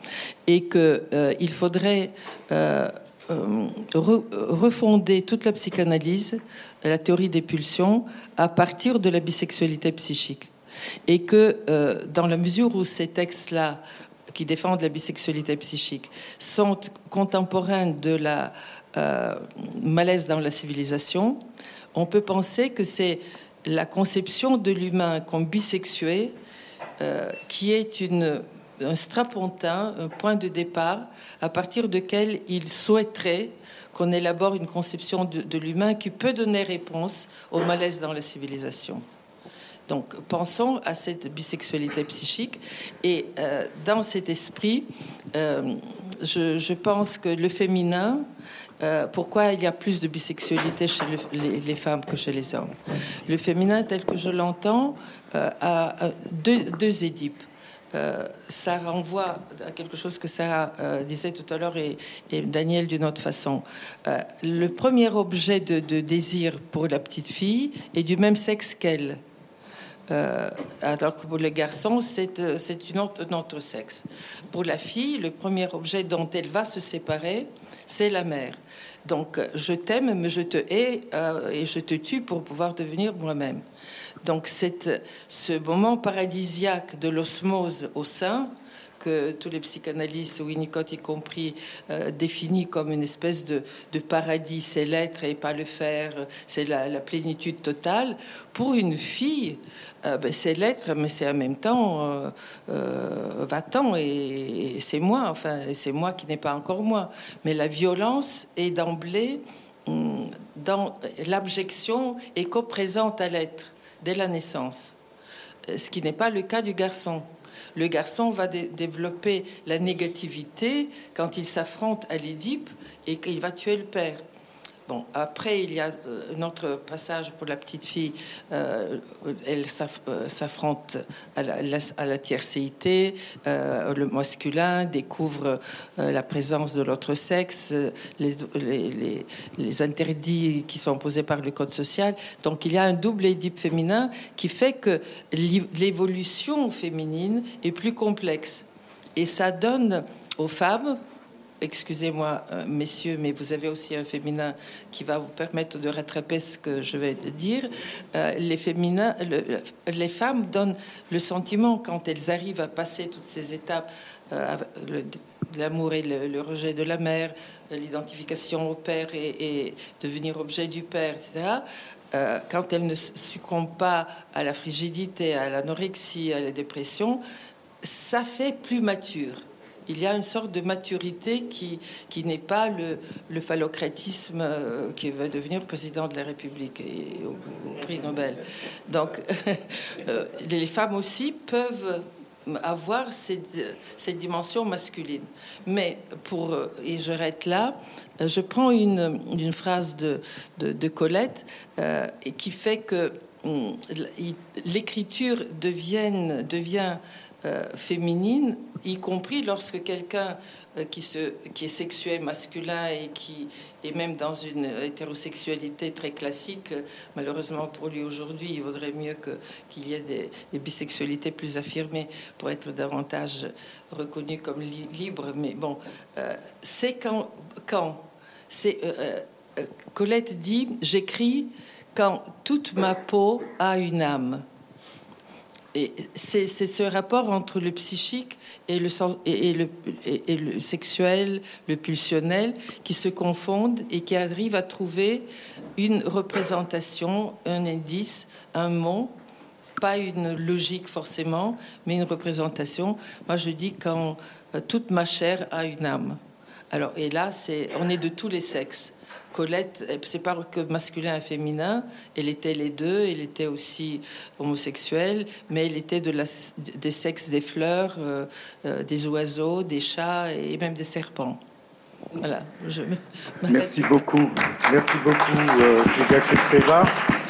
et qu'il euh, faudrait euh, euh, re, refonder toute la psychanalyse, la théorie des pulsions, à partir de la bisexualité psychique. Et que euh, dans la mesure où ces textes-là qui défendent la bisexualité psychique sont contemporains de la euh, malaise dans la civilisation, on peut penser que c'est la conception de l'humain comme bisexué euh, qui est une, un strapontin, un point de départ à partir duquel il souhaiterait qu'on élabore une conception de, de l'humain qui peut donner réponse au malaise dans la civilisation. Donc, pensons à cette bisexualité psychique. Et euh, dans cet esprit, euh, je, je pense que le féminin, euh, pourquoi il y a plus de bisexualité chez le, les, les femmes que chez les hommes? Le féminin, tel que je l'entends, euh, a deux, deux Édipes. Euh, ça renvoie à quelque chose que Sarah euh, disait tout à l'heure et, et Daniel d'une autre façon. Euh, le premier objet de, de désir pour la petite fille est du même sexe qu'elle. Euh, alors que pour les garçons, c'est, c'est une autre, un autre sexe. Pour la fille, le premier objet dont elle va se séparer, c'est la mère. Donc, je t'aime, mais je te hais euh, et je te tue pour pouvoir devenir moi-même. Donc, c'est ce moment paradisiaque de l'osmose au sein que tous les psychanalystes, Winnicott y compris, euh, définit comme une espèce de, de paradis. C'est l'être et pas le faire, c'est la, la plénitude totale. Pour une fille, euh, ben c'est l'être, mais c'est en même temps euh, euh, va-t'en et, et c'est moi, enfin, c'est moi qui n'est pas encore moi. Mais la violence est d'emblée hum, dans l'abjection et co-présente à l'être dès la naissance, ce qui n'est pas le cas du garçon. Le garçon va dé- développer la négativité quand il s'affronte à l'Édipe et qu'il va tuer le père. Bon, après, il y a euh, un autre passage pour la petite fille. Euh, elle s'aff- euh, s'affronte à la, la, à la tiercéité. Euh, le masculin découvre euh, la présence de l'autre sexe, les, les, les, les interdits qui sont posés par le code social. Donc, il y a un double Édipe féminin qui fait que l'évolution féminine est plus complexe. Et ça donne aux femmes... Excusez-moi, euh, messieurs, mais vous avez aussi un féminin qui va vous permettre de rattraper ce que je vais dire. Euh, les féminins, le, les femmes donnent le sentiment, quand elles arrivent à passer toutes ces étapes, euh, le, l'amour et le, le rejet de la mère, l'identification au père et, et devenir objet du père, et cetera, euh, quand elles ne succombent pas à la frigidité, à l'anorexie, à la dépression, ça fait plus mature. Il y a une sorte de maturité qui, qui n'est pas le, le phallocratisme euh, qui va devenir président de la République et au, au prix Nobel. Donc, euh, les femmes aussi peuvent avoir cette, cette dimension masculine. Mais pour, et j'arrête là, je prends une, une phrase de, de, de Colette euh, et qui fait que hum, l'écriture devienne, devient Euh, féminine, y compris lorsque quelqu'un euh, qui, se, qui est sexué masculin et qui est même dans une hétérosexualité très classique, euh, malheureusement pour lui aujourd'hui, il vaudrait mieux que, qu'il y ait des, des bisexualités plus affirmées pour être davantage reconnu comme li- libre. Mais bon, euh, c'est quand... quand c'est, euh, euh, Colette dit « J'écris quand toute ma peau a une âme ». et c'est, c'est ce rapport entre le psychique et le, et, et, le, et, et le sexuel, le pulsionnel, qui se confondent et qui arrivent à trouver une représentation, un indice, un mot, pas une logique forcément, mais une représentation. Moi, je dis quand euh, toute ma chair a une âme. Alors, et là, c'est, on est de tous les sexes. Colette, c'est pas que masculin et féminin, elle était les deux, elle était aussi homosexuelle, mais elle était de la, des sexes des fleurs, euh, euh, des oiseaux, des chats et même des serpents. Voilà. Je Merci beaucoup. Merci beaucoup, euh, Julia Kristeva.